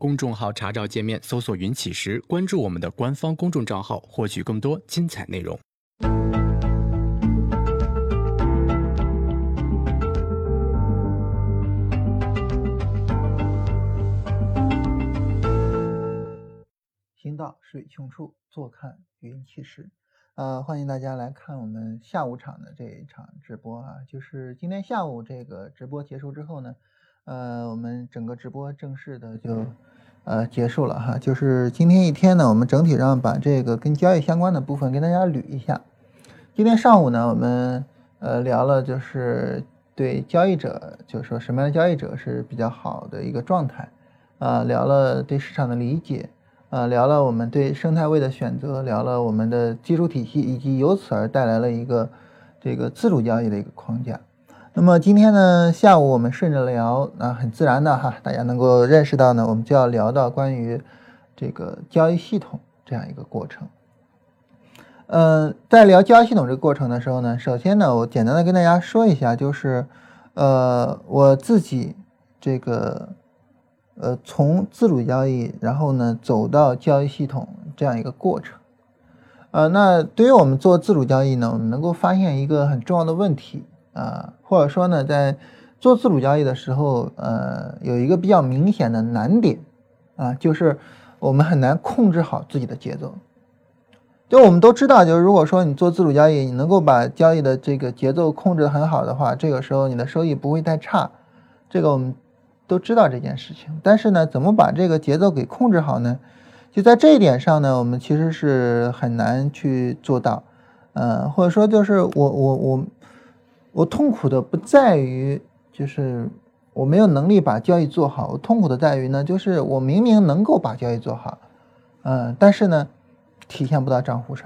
公众号查找界面搜索云起时，关注我们的官方公众账号，获取更多精彩内容。 行到水穷处，坐看云起时。欢迎大家来看我们下午场的这一场直播啊，就是今天下午这个直播结束之后呢，我们整个直播正式的就结束了哈。就是今天一天呢，我们整体上把这个跟交易相关的部分跟大家捋一下。今天上午呢，我们聊了就是对交易者，就是说什么样的交易者是比较好的一个状态聊了对市场的理解。聊了我们对生态位的选择，聊了我们的技术体系，以及由此而带来了一个这个自主交易的一个框架。那么今天呢，下午我们顺着聊，很自然的哈，大家能够认识到呢，我们就要聊到关于这个交易系统这样一个过程。在聊交易系统这个过程的时候呢，首先呢，我简单的跟大家说一下，就是我自己这个从自主交易，然后呢走到交易系统这样一个过程。那对于我们做自主交易呢，我们能够发现一个很重要的问题或者说呢，在做自主交易的时候，有一个比较明显的难点就是我们很难控制好自己的节奏。就我们都知道，就是如果说你做自主交易，你能够把交易的这个节奏控制得很好的话，这个时候你的收益不会太差。这个我们都知道这件事情，但是呢，怎么把这个节奏给控制好呢？就在这一点上呢，我们其实是很难去做到。或者说就是我痛苦的不在于就是我没有能力把交易做好，我痛苦的在于呢，就是我明明能够把交易做好，但是呢，体现不到账户上。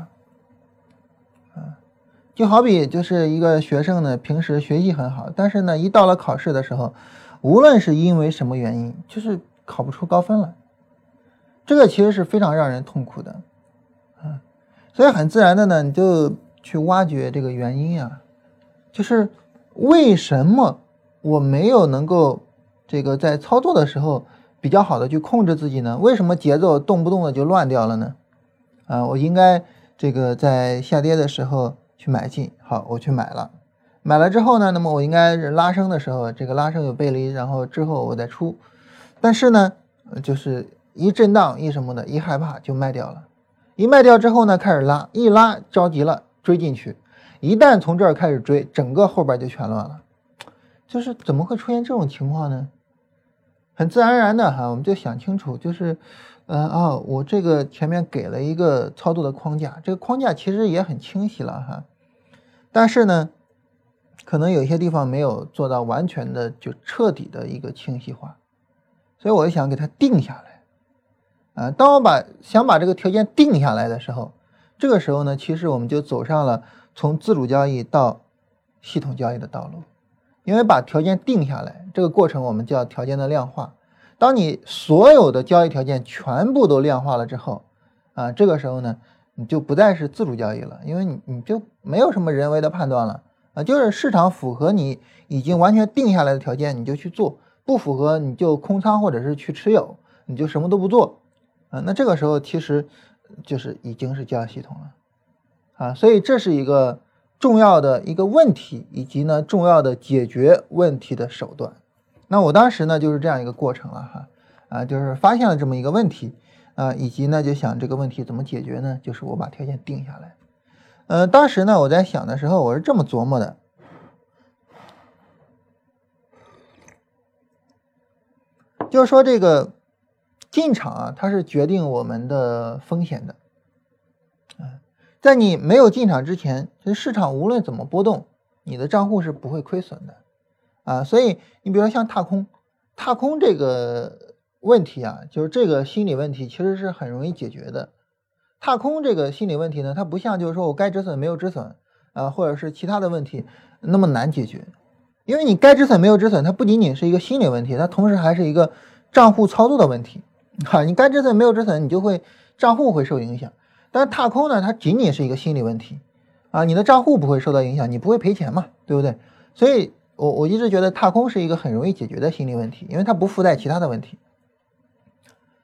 就好比就是一个学生呢，平时学习很好，但是呢，一到了考试的时候，无论是因为什么原因，就是考不出高分来，这个其实是非常让人痛苦的所以很自然的呢，你就去挖掘这个原因就是为什么我没有能够这个在操作的时候比较好的去控制自己呢？为什么节奏动不动的就乱掉了呢？我应该这个在下跌的时候去买进，好，我去买了之后呢，那么我应该是拉升的时候，这个拉升有背离，然后之后我再出，但是呢，就是一震荡一什么的，一害怕就卖掉了，一卖掉之后呢，开始拉，一拉着急了追进去，一旦从这儿开始追，整个后边就全乱了。就是怎么会出现这种情况呢？很自然而然的我们就想清楚，就是我这个前面给了一个操作的框架，这个框架其实也很清晰了但是呢，可能有一些地方没有做到完全的就彻底的一个清晰化，所以我就想给它定下来当我想把这个条件定下来的时候，这个时候呢，其实我们就走上了从自主交易到系统交易的道路。因为把条件定下来，这个过程我们叫条件的量化。当你所有的交易条件全部都量化了之后这个时候呢，你就不再是自主交易了，因为你就没有什么人为的判断了就是市场符合你已经完全定下来的条件，你就去做，不符合你就空仓或者是去持有，你就什么都不做那这个时候其实就是已经是交易系统了所以这是一个重要的一个问题，以及呢重要的解决问题的手段。那我当时呢就是这样一个过程了就是发现了这么一个问题以及呢就想这个问题怎么解决呢？就是我把条件定下来。当时呢我在想的时候，我是这么琢磨的，就是说这个进场它是决定我们的风险的。在你没有进场之前，其实市场无论怎么波动，你的账户是不会亏损的所以你比如说像踏空这个问题就是这个心理问题其实是很容易解决的。踏空这个心理问题呢，它不像就是说我该止损没有止损或者是其他的问题那么难解决。因为你该止损没有止损，它不仅仅是一个心理问题，它同时还是一个账户操作的问题你该止损没有止损，你就会账户会受影响。但是踏空呢，它仅仅是一个心理问题你的账户不会受到影响，你不会赔钱嘛，对不对？所以我一直觉得踏空是一个很容易解决的心理问题，因为它不附带其他的问题。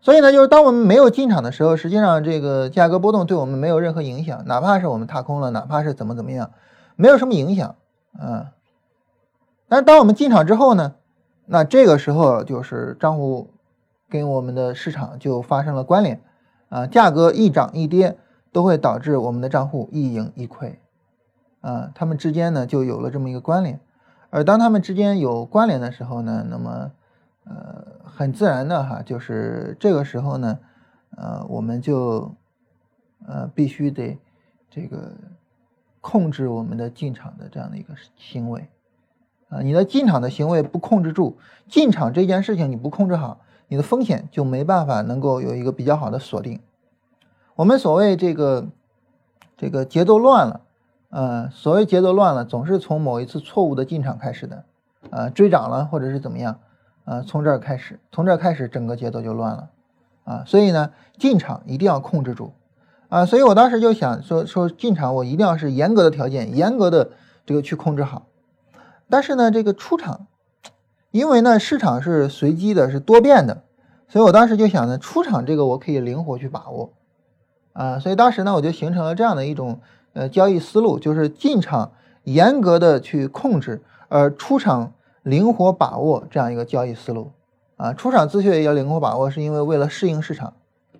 所以呢，就是当我们没有进场的时候，实际上这个价格波动对我们没有任何影响，哪怕是我们踏空了，哪怕是怎么样，没有什么影响啊。但是当我们进场之后呢，那这个时候就是账户跟我们的市场就发生了关联啊，价格一涨一跌都会导致我们的账户一盈一亏啊，它们之间呢就有了这么一个关联。而当它们之间有关联的时候呢，那么很自然的哈，就是这个时候呢，我们就必须得这个控制我们的进场的这样的一个行为啊，你的进场的行为不控制住，进场这件事情你不控制好，你的风险就没办法能够有一个比较好的锁定。我们所谓这个节奏乱了，所谓节奏乱了，总是从某一次错误的进场开始的，追涨了或者是怎么样，从这儿开始整个节奏就乱了，所以呢，进场一定要控制住，所以我当时就想说进场我一定要是严格的条件，严格的这个去控制好，但是呢，这个出场，因为呢市场是随机的，是多变的，所以我当时就想呢，出场这个我可以灵活去把握，所以当时呢我就形成了这样的一种交易思路，就是进场严格的去控制，出场灵活把握这样一个交易思路出场自确要灵活把握，是因为为了适应市场。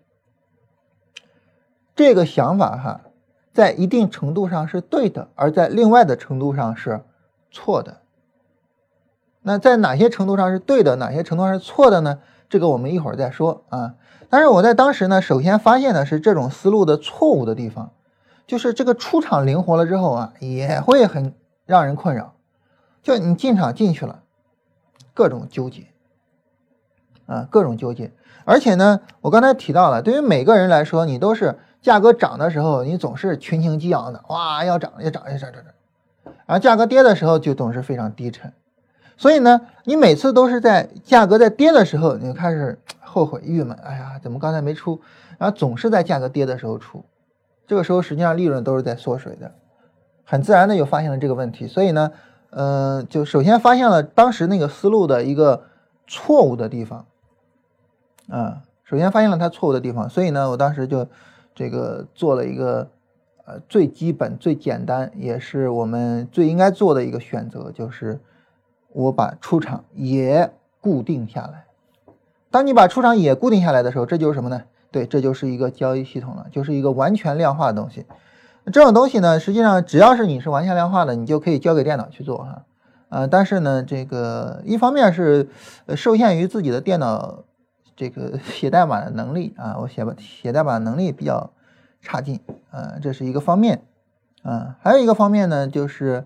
这个想法哈，在一定程度上是对的，而在另外的程度上是错的。那在哪些程度上是对的，哪些程度上是错的呢？这个我们一会儿再说啊。但是我在当时呢，首先发现的是这种思路的错误的地方，就是这个出场灵活了之后也会很让人困扰。就你进场进去了，各种纠结各种纠结。而且呢，我刚才提到了，对于每个人来说，你都是价格涨的时候，你总是群情激昂的，哇，要涨，而价格跌的时候就总是非常低沉。所以呢，你每次都是在价格在跌的时候，你就开始后悔郁闷，哎呀，怎么刚才没出？然后总是在价格跌的时候出，这个时候实际上利润都是在缩水的，很自然的就发现了这个问题。所以呢，就首先发现了当时那个思路的一个错误的地方，首先发现了它错误的地方。所以呢，我当时就这个做了一个最基本、最简单，也是我们最应该做的一个选择，就是我把出场也固定下来。当你把出场也固定下来的时候，这就是什么呢？对，这就是一个交易系统了，就是一个完全量化的东西。这种东西呢，实际上只要是你是完全量化的，你就可以交给电脑去做但是呢，这个一方面是受限于自己的电脑这个写代码的能力我写代码能力比较差劲这是一个方面还有一个方面呢，就是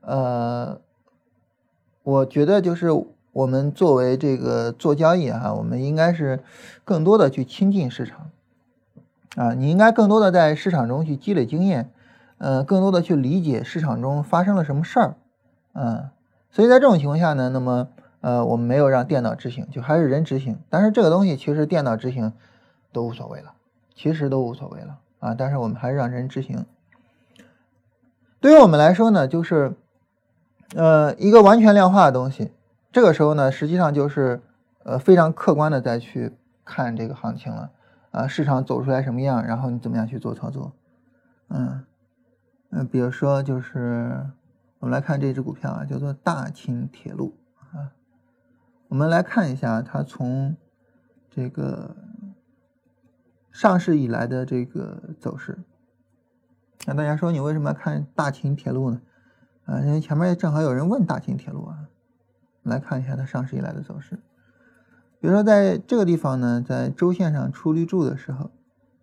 我觉得就是我们作为这个做交易我们应该是更多的去亲近市场你应该更多的在市场中去积累经验，更多的去理解市场中发生了什么事儿所以在这种情况下呢，那么我们没有让电脑执行，就还是人执行。但是这个东西其实电脑执行都无所谓了，其实都无所谓了但是我们还是让人执行。对于我们来说呢，就是一个完全量化的东西，这个时候呢，实际上就是非常客观的再去看这个行情了市场走出来什么样，然后你怎么样去做操作比如说就是我们来看这只股票叫做大秦铁路我们来看一下它从这个上市以来的这个走势。那大家说你为什么要看大秦铁路呢？因为前面正好有人问大秦铁路我们来看一下它上市以来的走势。比如说在这个地方呢，在周线上出绿柱的时候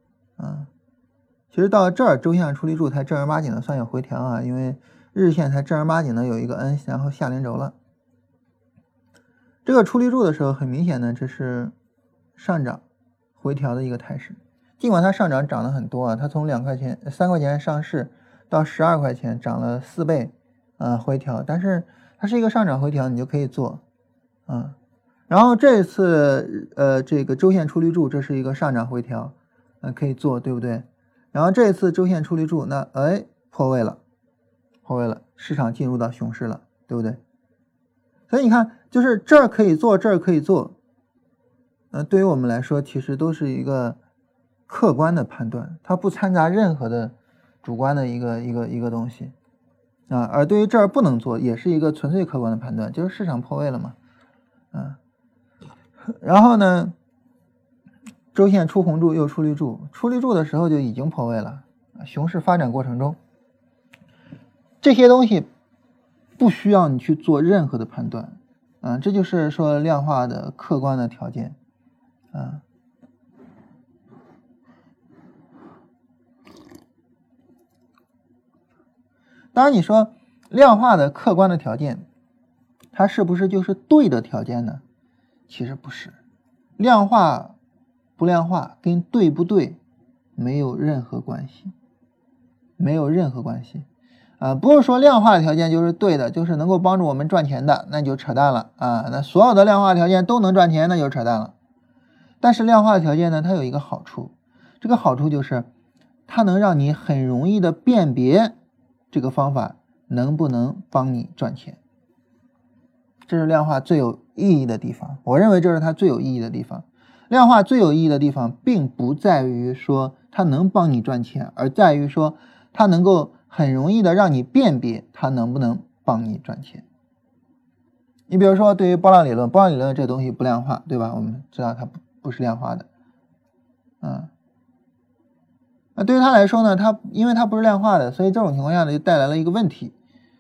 其实到这儿周线上出绿柱才正儿八经的算有回调因为日线才正儿八经的有一个 N 然后下连轴了。这个出绿柱的时候很明显呢，这是上涨回调的一个态势。尽管它上涨涨了很多它从2块钱3块钱上市到12块钱涨了4倍回调，但是它是一个上涨回调，你就可以做然后这次这个周线出绿柱，这是一个上涨回调可以做，对不对？然后这次周线出绿柱，那破位了，市场进入到熊市了，对不对？所以你看，就是这儿可以做，这儿可以做对于我们来说其实都是一个客观的判断，它不掺杂任何的主观的一个东西而对于这儿不能做也是一个纯粹客观的判断，就是市场破位了嘛然后呢周线出红柱又出绿柱，出绿柱的时候就已经破位了，熊市发展过程中这些东西不需要你去做任何的判断这就是说量化的客观的条件当然你说量化的客观的条件它是不是就是对的条件呢？其实不是，量化不量化跟对不对没有任何关系，没有任何关系不是说量化的条件就是对的，就是能够帮助我们赚钱的，那就扯淡了那所有的量化条件都能赚钱，那就扯淡了。但是量化的条件呢，它有一个好处，这个好处就是它能让你很容易的辨别这个方法能不能帮你赚钱，这是量化最有意义的地方，我认为这是它最有意义的地方。量化最有意义的地方并不在于说它能帮你赚钱，而在于说它能够很容易的让你辨别它能不能帮你赚钱。你比如说对于波浪理论，波浪理论这东西不量化，对吧？我们知道它不是量化的那对于它来说呢，因为它不是量化的，所以这种情况下呢就带来了一个问题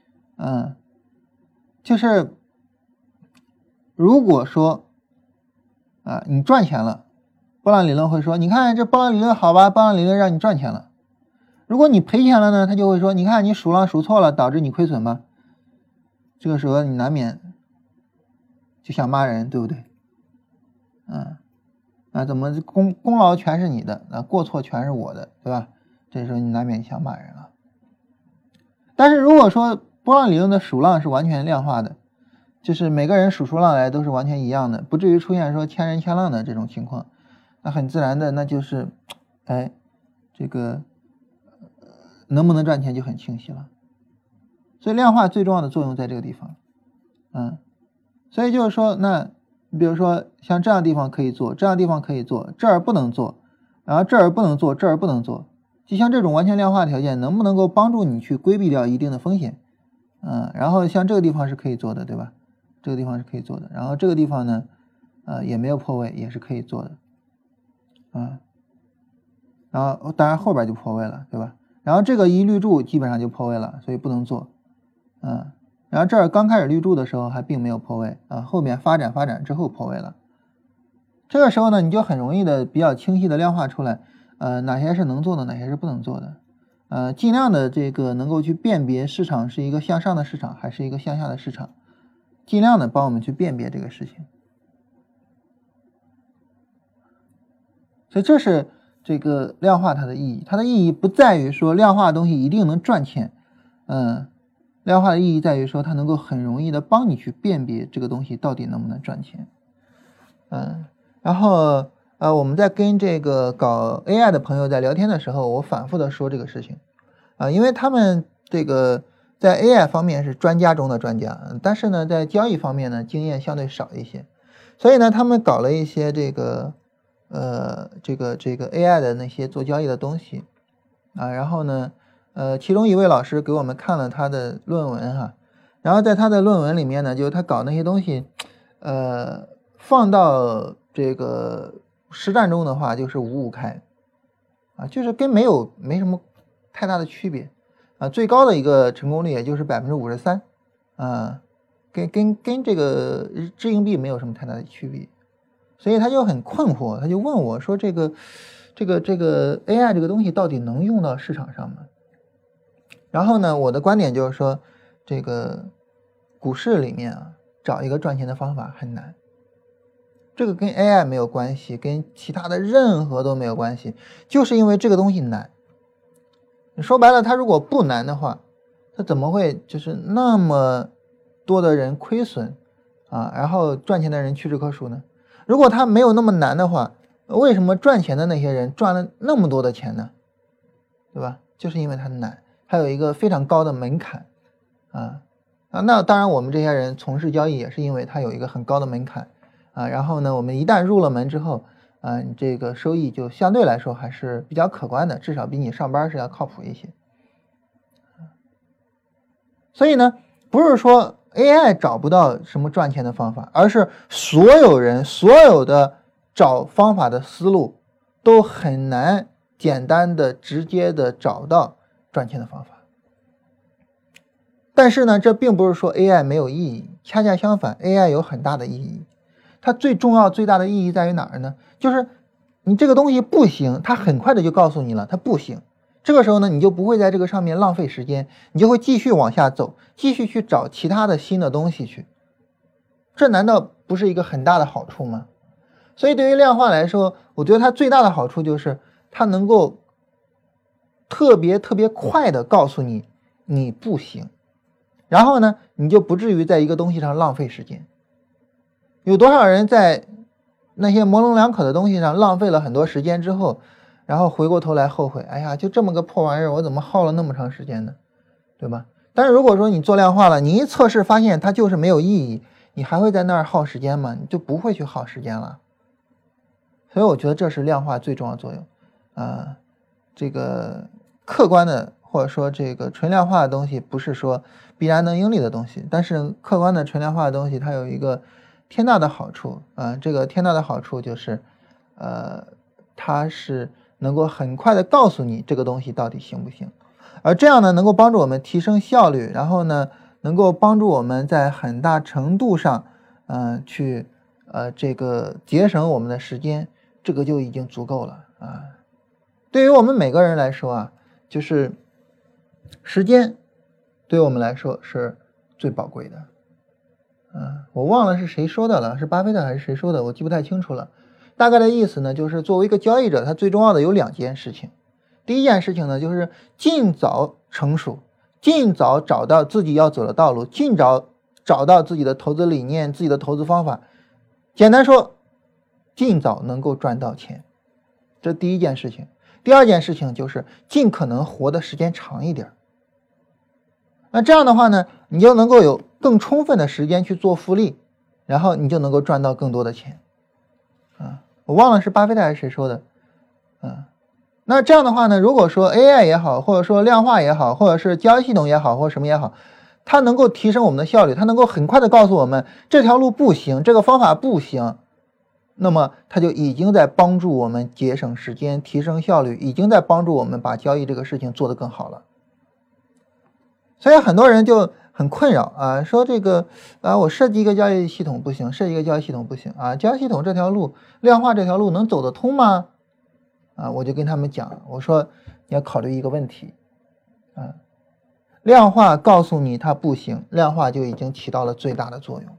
就是如果说你赚钱了，波浪理论会说你看这波浪理论好吧，波浪理论让你赚钱了。如果你赔钱了呢，他就会说你看你数浪数错了导致你亏损吧。这个时候你难免就想骂人，对不对怎么功劳全是你的过错全是我的，对吧？这时候你难免想骂人了。但是如果说波浪理论的数浪是完全量化的，就是每个人数出浪来都是完全一样的，不至于出现说千人千浪的这种情况，那很自然的那就是这个能不能赚钱就很清晰了。所以量化最重要的作用在这个地方所以就是说那你比如说像这样的地方可以做，这样的地方可以做，这儿不能做，然后这儿不能做，这儿不能做，就像这种完全量化条件能不能够帮助你去规避掉一定的风险然后像这个地方是可以做的，对吧？这个地方是可以做的，然后这个地方呢也没有破位，也是可以做的然后当然后边就破位了，对吧？然后这个一绿柱基本上就破位了，所以不能做然后这儿刚开始绿柱的时候还并没有破位后面发展之后破位了。这个时候呢你就很容易的比较清晰的量化出来哪些是能做的，哪些是不能做的尽量的这个能够去辨别市场是一个向上的市场还是一个向下的市场，尽量的帮我们去辨别这个事情。所以这是这个量化它的意义，它的意义不在于说量化的东西一定能赚钱量化的意义在于说它能够很容易的帮你去辨别这个东西到底能不能赚钱然后我们在跟这个搞 AI 的朋友在聊天的时候，我反复的说这个事情因为他们这个在 AI 方面是专家中的专家，但是呢在交易方面呢经验相对少一些，所以呢他们搞了一些这个 AI 的那些做交易的东西然后呢其中一位老师给我们看了他的论文然后在他的论文里面呢，就是他搞那些东西放到这个实战中的话就是五五开就是跟没什么太大的区别最高的一个成功率也就是 53% 跟这个掷硬币没有什么太大的区别。所以他就很困惑，他就问我说这个 AI 这个东西到底能用到市场上吗？然后呢我的观点就是说这个股市里面找一个赚钱的方法很难，这个跟 AI 没有关系，跟其他的任何都没有关系，就是因为这个东西难。你说白了它如果不难的话，它怎么会就是那么多的人亏损然后赚钱的人屈指可数呢？如果它没有那么难的话，为什么赚钱的那些人赚了那么多的钱呢？对吧？就是因为它难，它有一个非常高的门槛那当然我们这些人从事交易也是因为它有一个很高的门槛然后呢，我们一旦入了门之后，你这个收益就相对来说还是比较可观的，至少比你上班是要靠谱一些。所以呢，不是说 AI 找不到什么赚钱的方法，而是所有人所有的找方法的思路都很难简单的直接的找到赚钱的方法。但是呢，这并不是说 AI 没有意义，恰恰相反， AI 有很大的意义。它最重要最大的意义在于哪儿呢？就是你这个东西不行，它很快的就告诉你了它不行。这个时候呢，你就不会在这个上面浪费时间，你就会继续往下走，继续去找其他的新的东西去。这难道不是一个很大的好处吗？所以对于量化来说，我觉得它最大的好处就是它能够特别快的告诉你你不行，然后呢，你就不至于在一个东西上浪费时间。有多少人在那些模棱两可的东西上浪费了很多时间之后，然后回过头来后悔，哎呀，就这么个破玩意儿，我怎么耗了那么长时间呢？对吧？但是如果说你做量化了，你一测试发现它就是没有意义，你还会在那儿耗时间吗？你就不会去耗时间了。所以我觉得这是量化最重要的作用。这个客观的或者说这个纯量化的东西不是说必然能盈利的东西，但是客观的纯量化的东西它有一个天大的好处这个天大的好处就是它是能够很快的告诉你这个东西到底行不行，而这样呢能够帮助我们提升效率，然后呢能够帮助我们在很大程度上去这个节省我们的时间，这个就已经足够了对于我们每个人来说就是时间对我们来说是最宝贵的我忘了是谁说的了，是巴菲特还是谁说的，我记不太清楚了。大概的意思呢，就是作为一个交易者，他最重要的有2件事情。第一件事情呢，就是尽早成熟，尽早找到自己要走的道路，尽早找到自己的投资理念，自己的投资方法。简单说，尽早能够赚到钱，这第一件事情。第二件事情就是尽可能活的时间长一点。那这样的话呢，你就能够有更充分的时间去做复利，然后你就能够赚到更多的钱我忘了是巴菲特还是谁说的那这样的话呢，如果说 AI 也好，或者说量化也好，或者是交易系统也好，或者什么也好，它能够提升我们的效率，它能够很快的告诉我们这条路不行，这个方法不行，那么它就已经在帮助我们节省时间，提升效率，已经在帮助我们把交易这个事情做得更好了。所以很多人就很困扰说这个我设计一个交易系统不行，设计一个交易系统不行交易系统这条路，量化这条路能走得通吗？我就跟他们讲，我说你要考虑一个问题量化告诉你它不行，量化就已经起到了最大的作用，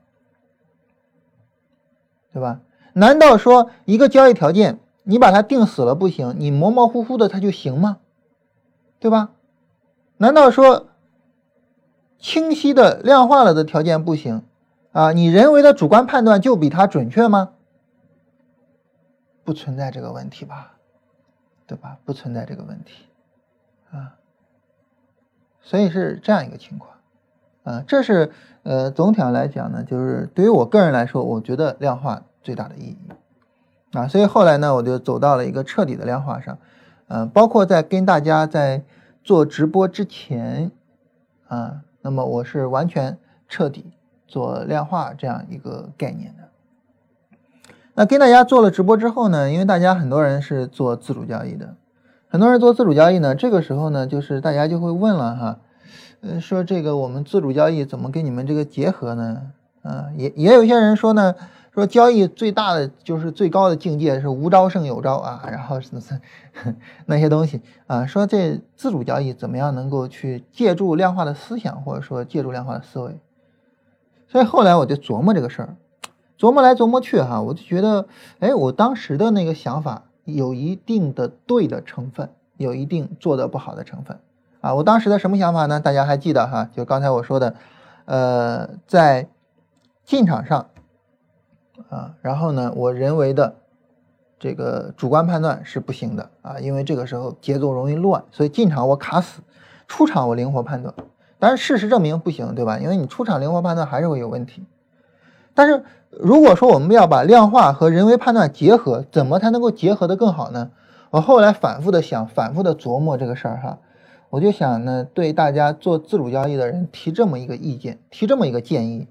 对吧？难道说一个交易条件你把它定死了不行，你模模糊糊的它就行吗？对吧？难道说清晰的量化了的条件不行你人为的主观判断就比它准确吗？不存在这个问题吧，对吧？不存在这个问题所以是这样一个情况这是总体上来讲呢，就是对于我个人来说，我觉得量化最大的意义所以后来呢，我就走到了一个彻底的量化上包括在跟大家在做直播之前那么我是完全彻底做量化这样一个概念的。那跟大家做了直播之后呢，因为大家很多人是做自主交易的，很多人做自主交易呢，这个时候呢，就是大家就会问了说这个我们自主交易怎么跟你们这个结合呢？也有些人说呢，说交易最大的就是最高的境界是无招胜有招然后是那些东西说这自主交易怎么样能够去借助量化的思想，或者说借助量化的思维。所以后来我就琢磨这个事儿，琢磨来琢磨去我就觉得我当时的那个想法有一定的对的成分，有一定做得不好的成分我当时的什么想法呢？大家还记得就刚才我说的在进场上然后呢我人为的这个主观判断是不行的因为这个时候节奏容易乱，所以进场我卡死，出场我灵活判断。但是事实证明不行，对吧？因为你出场灵活判断还是会有问题。但是如果说我们要把量化和人为判断结合，怎么才能够结合得更好呢？我后来反复的想，反复的琢磨这个事儿哈，我就想呢，对大家做自主交易的人提这么一个意见，提这么一个建议，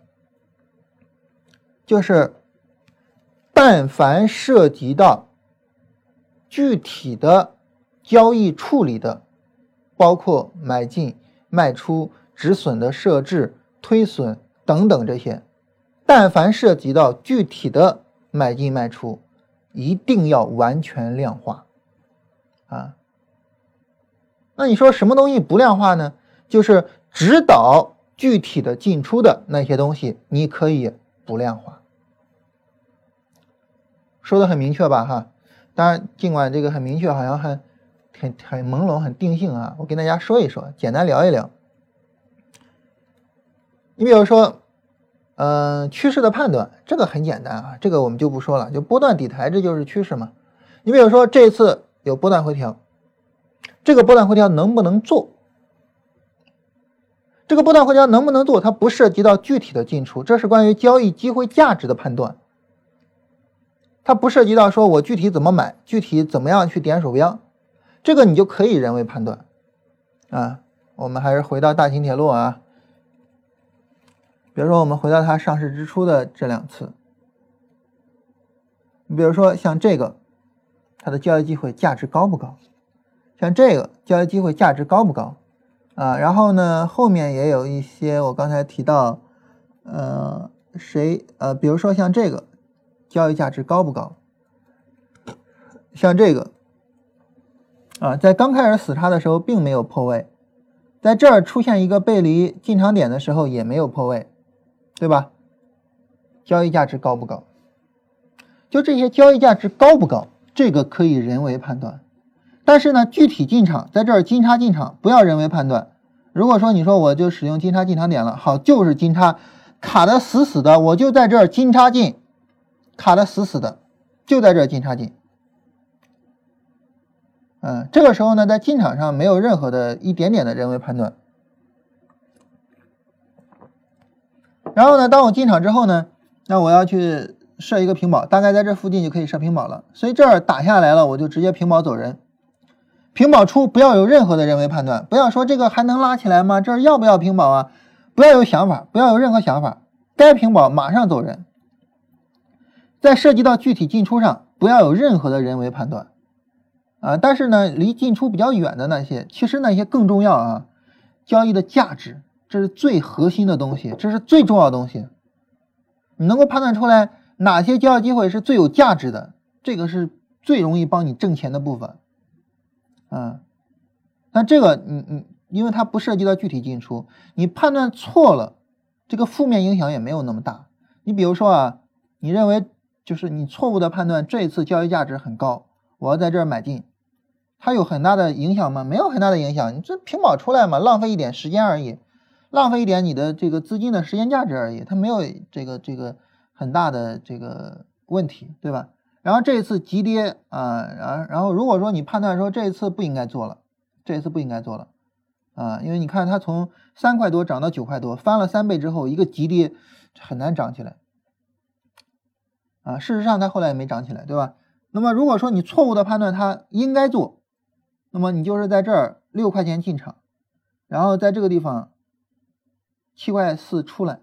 就是但凡涉及到具体的交易处理的，包括买进、卖出、止损的设置、推损等等这些，但凡涉及到具体的买进卖出，一定要完全量化啊。那你说什么东西不量化呢？就是指导具体的进出的那些东西，你可以不量化。说的很明确吧哈？当然，尽管这个很明确，好像很朦胧，很定性啊。我跟大家说一说，简单聊一聊。你比如说，趋势的判断，这个很简单啊，这个我们就不说了，就波段底台，这就是趋势嘛。你比如说这一次有波段回调，这个波段回调能不能做？这个波段回调能不能做？它不涉及到具体的进出，这是关于交易机会价值的判断。它不涉及到说我具体怎么买，具体怎么样去点鼠标，这个你就可以人为判断啊。我们还是回到大秦铁路啊，比如说我们回到它上市之初的这2次，你比如说像这个，它的交易机会价值高不高？像这个交易机会价值高不高啊？然后呢，后面也有一些我刚才提到，比如说像这个。交易价值高不高？像这个啊，在刚开始死叉的时候并没有破位，在这儿出现一个背离进场点的时候也没有破位，对吧？交易价值高不高？就这些交易价值高不高，这个可以人为判断。但是呢，具体进场在这儿金叉进场不要人为判断。如果说你说我就使用金叉进场点了，好，就是金叉卡得死死的，我就在这儿金叉进。卡得死死的，就在这金叉进。这个时候呢，在进场上没有任何的一点点的人为判断。然后呢，当我进场之后呢，那我要去设一个平保，大概在这附近就可以设平保了。所以这儿打下来了，我就直接平保走人。平保出不要有任何的人为判断，不要说这个还能拉起来吗？这儿要不要平保啊？不要有想法，不要有任何想法，该平保马上走人。在涉及到具体进出上，不要有任何的人为判断啊。但是呢，离进出比较远的那些，其实那些更重要啊。交易的价值，这是最核心的东西，这是最重要的东西。你能够判断出来哪些交易机会是最有价值的，这个是最容易帮你挣钱的部分啊。但这个因为它不涉及到具体进出，你判断错了，这个负面影响也没有那么大。你比如说啊，你认为就是你错误的判断这一次交易价值很高，我要在这儿买进，它有很大的影响吗？没有很大的影响，你这平保出来嘛，浪费一点时间而已，浪费一点你的这个资金的时间价值而已，它没有这个很大的这个问题，对吧？然后这一次急跌啊，然后如果说你判断说这一次不应该做了，因为你看它从3块多涨到9块多，翻了3倍之后，一个急跌很难涨起来。事实上它后来也没涨起来，对吧？那么如果说你错误的判断它应该做，那么你就是在这儿6块钱进场，然后在这个地方7块4出来，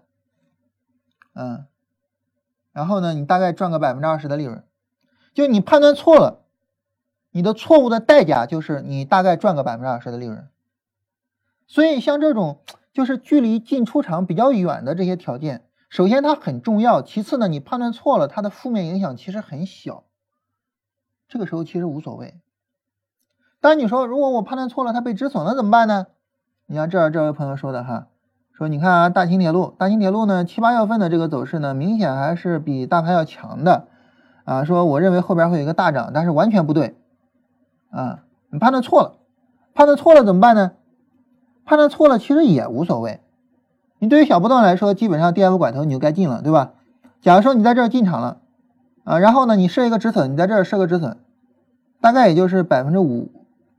然后呢你大概赚个20%的利润。就你判断错了，你的错误的代价就是你大概赚个20%的利润。所以像这种就是距离进出场比较远的这些条件，首先它很重要，其次呢，你判断错了，它的负面影响其实很小，这个时候其实无所谓。当然你说如果我判断错了，它被止损了怎么办呢？你像这位朋友说的哈，说你看啊，大秦铁路呢7、8月份的这个走势呢，明显还是比大盘要强的啊。说我认为后边会有一个大涨，但是完全不对啊，你判断错了怎么办呢？判断错了其实也无所谓。你对于小波段来说，基本上 DF 拐头你就该进了，对吧？假如说你在这儿进场了然后呢你设一个止损，你在这儿设个止损，大概也就是5%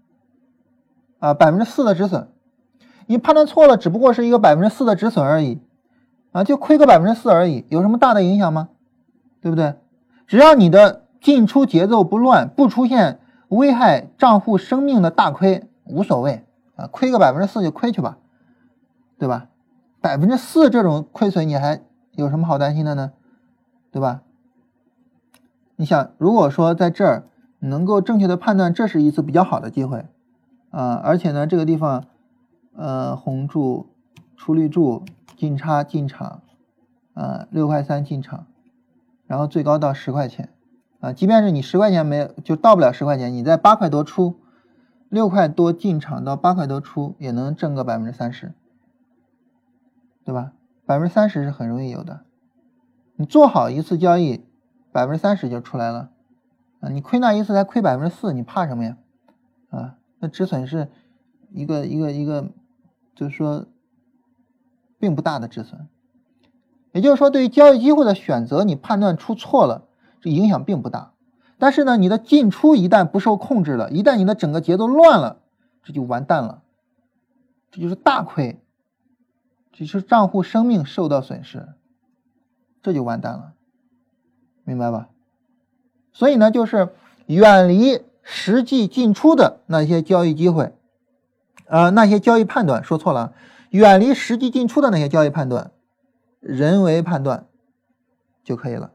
的止损。你判断错了，只不过是一个4%的止损而已就亏个4%而已，有什么大的影响吗？ 对不对？只要你的进出节奏不乱，不出现危害账户生命的大亏，无所谓啊，亏个4%就亏去吧，对吧？4%这种亏损你还有什么好担心的呢？对吧？你想，如果说在这儿能够正确的判断这是一次比较好的机会而且呢这个地方红柱出绿柱进差进场6块3进场，然后最高到10块钱即便是你10块钱没就到不了10块钱，你在8块多出6块多进场到8块多出也能挣个30%，对吧？30%是很容易有的，你做好一次交易30%就出来了你亏那一次才亏4%，你怕什么呀？那止损是一个就是说并不大的止损。也就是说对于交易机会的选择你判断出错了，这影响并不大。但是呢你的进出一旦不受控制了，一旦你的整个节奏乱了，这就完蛋了，这就是大亏，这是账户生命受到损失，这就完蛋了，明白吧？所以呢就是远离实际进出的那些交易机会那些交易判断说错了，远离实际进出的那些交易判断，人为判断就可以了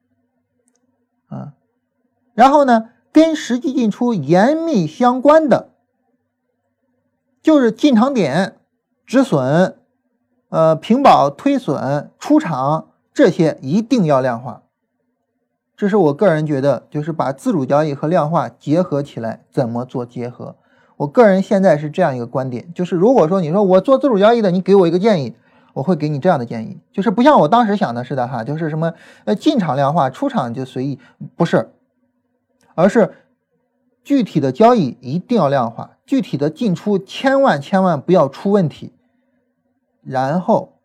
然后呢跟实际进出严密相关的就是进场点、止损平保、推损、出场，这些一定要量化。这是我个人觉得就是把自主交易和量化结合起来怎么做结合。我个人现在是这样一个观点，就是如果说你说我做自主交易的，你给我一个建议，我会给你这样的建议，就是不像我当时想的似的就是什么进场量化，出场就随意，不是，而是具体的交易一定要量化，具体的进出千万不要出问题，然后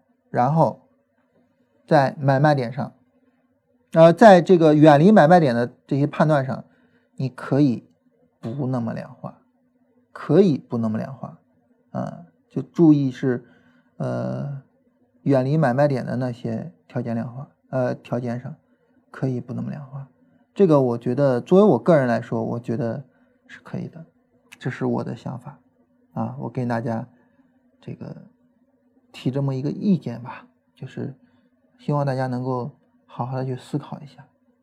在买卖点上在这个远离买卖点的这些判断上，你可以不那么量化，就注意是远离买卖点的那些条件量化条件上可以不那么量化。这个我觉得作为我个人来说，我觉得是可以的，这是我的想法我给大家这个提这么一个意见吧，就是希望大家能够好好的去思考一下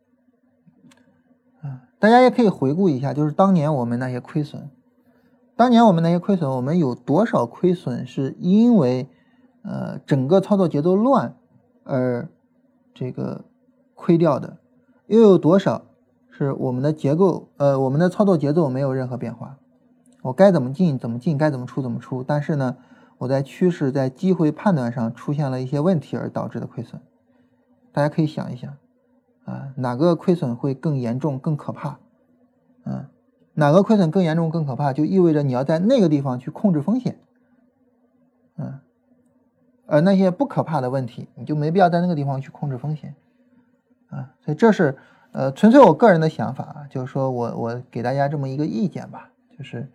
大家也可以回顾一下，就是当年我们那些亏损，我们有多少亏损是因为整个操作节奏乱而这个亏掉的，又有多少是我们的结构我们的操作节奏没有任何变化，我该怎么进怎么进，该怎么出怎么出，但是呢我在趋势在机会判断上出现了一些问题而导致的亏损。大家可以想一想哪个亏损会更严重更可怕哪个亏损更严重更可怕，就意味着你要在那个地方去控制风险而那些不可怕的问题你就没必要在那个地方去控制风险所以这是纯粹我个人的想法就是说我给大家这么一个意见吧，就是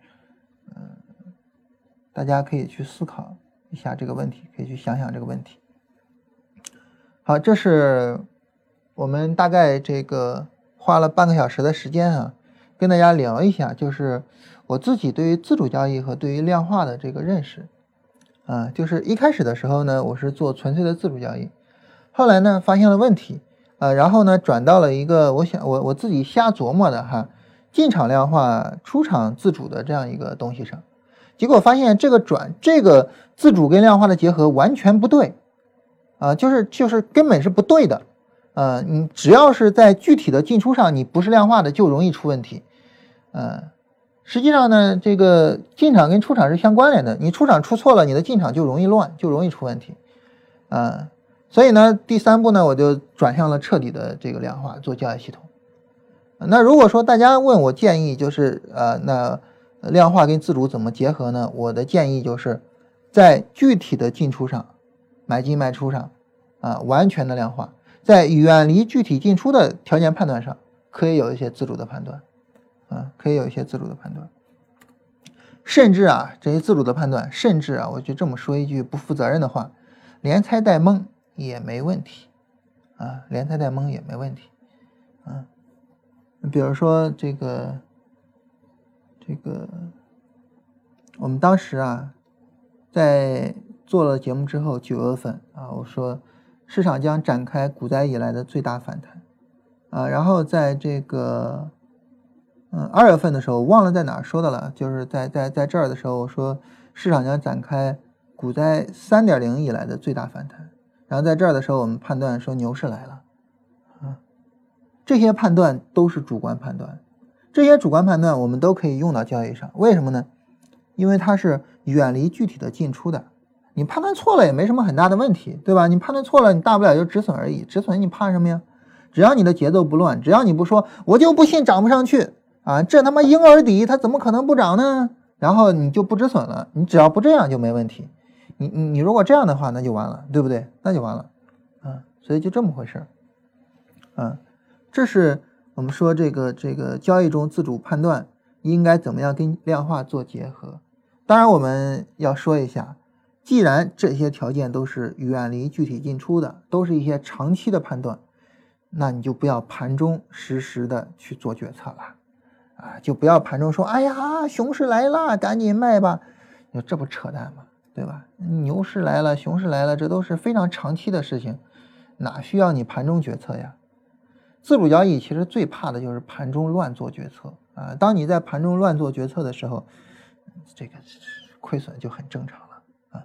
大家可以去思考一下这个问题，可以去想想这个问题。好，这是我们大概这个花了半个小时的时间跟大家聊一下，就是我自己对于自主交易和对于量化的这个认识就是一开始的时候呢，我是做纯粹的自主交易，后来呢发现了问题然后呢转到了一个我自己瞎琢磨的进场量化出场自主的这样一个东西上，结果发现这个自主跟量化的结合完全不对就是根本是不对的你只要是在具体的进出上你不是量化的就容易出问题实际上呢这个进场跟出场是相关联的，你出场出错了，你的进场就容易乱，就容易出问题所以呢第3步呢我就转向了彻底的这个量化做交易系统那如果说大家问我建议就是那量化跟自主怎么结合呢，我的建议就是在具体的进出上买进卖出上完全的量化，在远离具体进出的条件判断上可以有一些自主的判断甚至这些自主的判断甚至我就这么说一句不负责任的话，连猜带蒙也没问题连猜带蒙也没问题比如说这个我们当时啊，在做了节目之后，9月份啊，我说市场将展开股灾以来的最大反弹啊，然后在这个2月份的时候，忘了在哪儿说的了，就是在这儿的时候，我说市场将展开股灾 3.0 以来的最大反弹，然后在这儿的时候，我们判断说牛市来了啊，这些判断都是主观判断，这些主观判断我们都可以用到交易上，为什么呢？因为它是远离具体的进出的，你判断错了也没什么很大的问题，对吧？你判断错了，你大不了就止损而已，止损你怕什么呀？只要你的节奏不乱，只要你不说我就不信涨不上去啊，这他妈婴儿底它怎么可能不涨呢？然后你就不止损了，你只要不这样就没问题。你如果这样的话，那就完了，对不对？那就完了啊，所以就这么回事啊。这是我们说这个交易中自主判断应该怎么样跟量化做结合。当然我们要说一下，既然这些条件都是远离具体进出的，都是一些长期的判断，那你就不要盘中实时的去做决策了啊，就不要盘中说哎呀熊市来了赶紧卖吧，这不扯淡吗？对吧？牛市来了熊市来了，这都是非常长期的事情，哪需要你盘中决策呀？自主交易其实最怕的就是盘中乱做决策啊！当你在盘中乱做决策的时候，这个亏损就很正常了啊。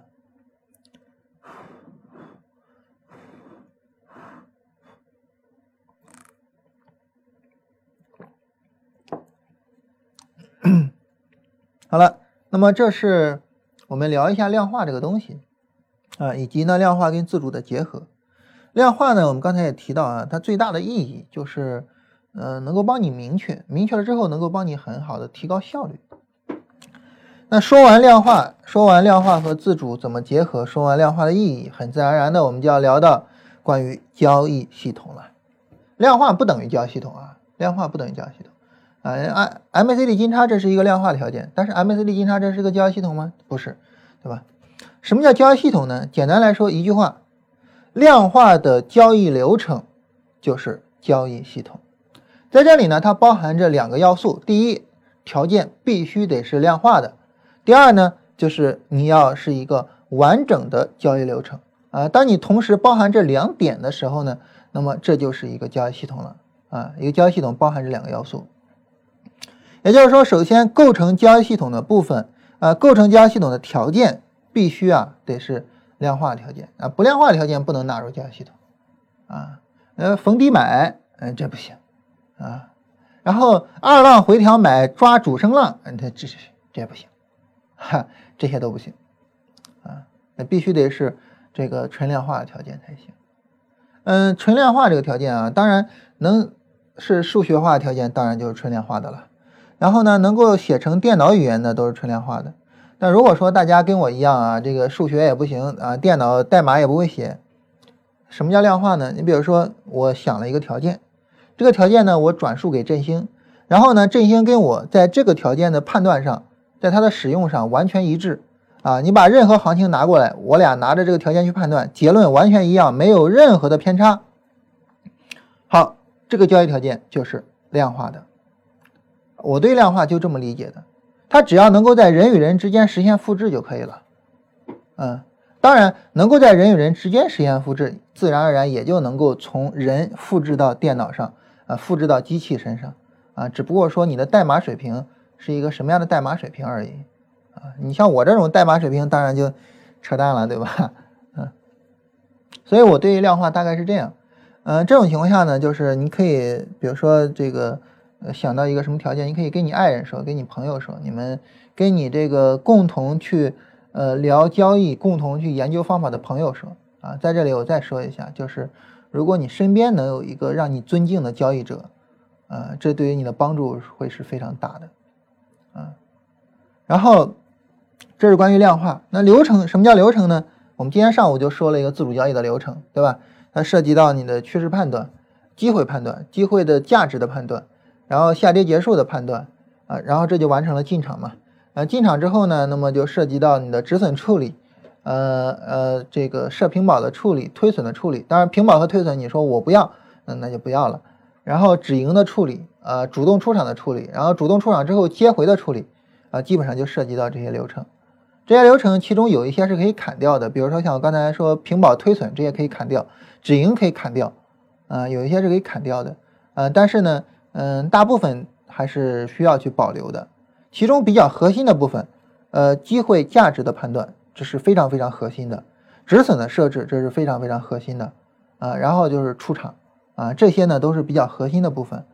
好了，那么这是我们聊一下量化这个东西啊，以及呢量化跟自主的结合。量化呢，我们刚才也提到啊，它最大的意义就是能够帮你明确了之后能够帮你很好的提高效率。那说完量化和自主怎么结合，说完量化的意义，很自然而然的我们就要聊到关于交易系统了。量化不等于交易系统啊，量化不等于交易系统啊。MACD 金叉这是一个量化条件，但是 MACD 金叉这是个交易系统吗？不是，对吧？什么叫交易系统呢？简单来说一句话，量化的交易流程就是交易系统。在这里呢，它包含着2个要素，第一，条件必须得是量化的，第二呢，就是你要是一个完整的交易流程啊。当你同时包含这2点的时候呢，那么这就是一个交易系统了啊。一个交易系统包含这2个要素，也就是说，首先构成交易系统的部分构成交易系统的条件必须得是量化条件啊，不量化条件不能纳入交易系统啊。逢低买，这不行啊。然后2浪回调买抓主升浪，这不行，这些都不行啊。那必须得是这个纯量化的条件才行。纯量化这个条件啊，当然能是数学化的条件，当然就是纯量化的了。然后呢，能够写成电脑语言的都是纯量化的。但如果说大家跟我一样啊，这个数学也不行啊，电脑代码也不会写，什么叫量化呢？你比如说我想了一个条件，这个条件呢我转述给振兴，然后呢振兴跟我在这个条件的判断上，在它的使用上完全一致啊，你把任何行情拿过来，我俩拿着这个条件去判断，结论完全一样，没有任何的偏差。好，这个交易条件就是量化的。我对量化就这么理解的，它只要能够在人与人之间实现复制就可以了。当然能够在人与人之间实现复制，自然而然也就能够从人复制到电脑上复制到机器身上只不过说你的代码水平是一个什么样的代码水平而已你像我这种代码水平当然就扯淡了，对吧？所以我对于量化大概是这样。这种情况下呢，就是你可以比如说这个想到一个什么条件，你可以跟你爱人说，跟你朋友说，你们跟你这个共同去聊交易，共同去研究方法的朋友说在这里我再说一下，就是如果你身边能有一个让你尊敬的交易者这对于你的帮助会是非常大的然后这是关于量化。那流程，什么叫流程呢？我们今天上午就说了一个自主交易的流程，对吧？它涉及到你的趋势判断、机会判断、机会的价值的判断，然后下跌结束的判断然后这就完成了进场嘛。进场之后呢，那么就涉及到你的止损处理，这个设平保的处理、推损的处理。当然平保和推损你说我不要，那就不要了。 然后止盈的处理，主动出场的处理，然后主动出场之后接回的处理，基本上就涉及到这些流程。这些流程其中有一些是可以砍掉的，比如说像我刚才说平保推损，这些可以砍掉，止盈可以砍掉，有一些是可以砍掉的，但是呢，大部分还是需要去保留的。其中比较核心的部分，机会价值的判断，这是非常非常核心的，止损的设置，这是非常非常核心的，然后就是出场，这些呢都是比较核心的部分，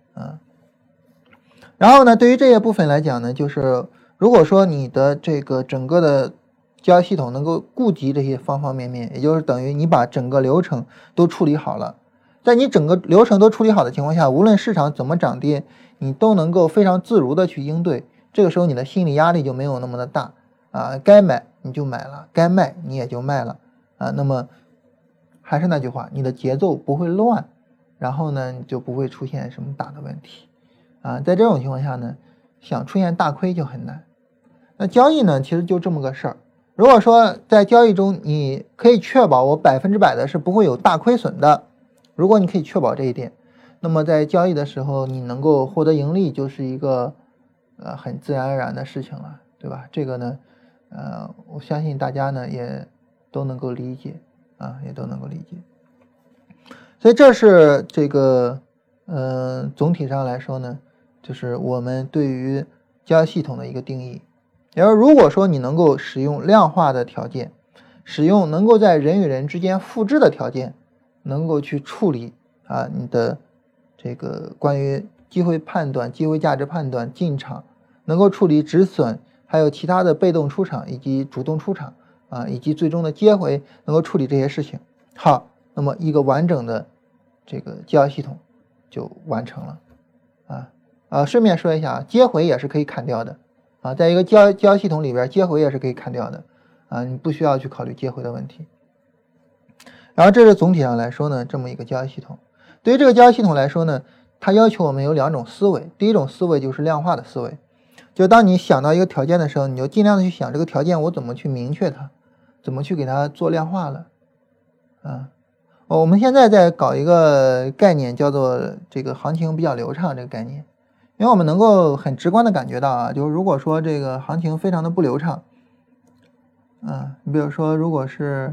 然后呢，对于这些部分来讲呢，就是如果说你的这个整个的交易系统能够顾及这些方方面面，也就是等于你把整个流程都处理好了，在你整个流程都处理好的情况下，无论市场怎么涨跌，你都能够非常自如的去应对，这个时候你的心理压力就没有那么的大，该买你就买了，该卖你也就卖了，那么还是那句话，你的节奏不会乱，然后呢你就不会出现什么大的问题，在这种情况下呢，想出现大亏就很难。那交易呢，其实就这么个事儿。如果说在交易中你可以确保我100%的是不会有大亏损的，如果你可以确保这一点，那么在交易的时候你能够获得盈利，就是一个很自然而然的事情了，对吧？这个呢，我相信大家呢也都能够理解，也都能够理解。所以这是这个总体上来说呢，就是我们对于交易系统的一个定义。然后如果说你能够使用量化的条件，使用能够在人与人之间复制的条件，能够去处理你的这个关于机会判断、机会价值判断、进场，能够处理止损，还有其他的被动出场以及主动出场以及最终的接回，能够处理这些事情。好，那么一个完整的这个交易系统就完成了顺便说一下接回也是可以砍掉的在一个交易系统里边，接回也是可以砍掉的你不需要去考虑接回的问题。然后这是总体上来说呢，这么一个交易系统。对于这个交易系统来说呢，它要求我们有2种思维。第一种思维就是量化的思维，就当你想到一个条件的时候，你就尽量的去想这个条件我怎么去明确它，怎么去给它做量化了我们现在在搞一个概念，叫做这个行情比较流畅这个概念。因为我们能够很直观的感觉到就是如果说这个行情非常的不流畅你比如说如果是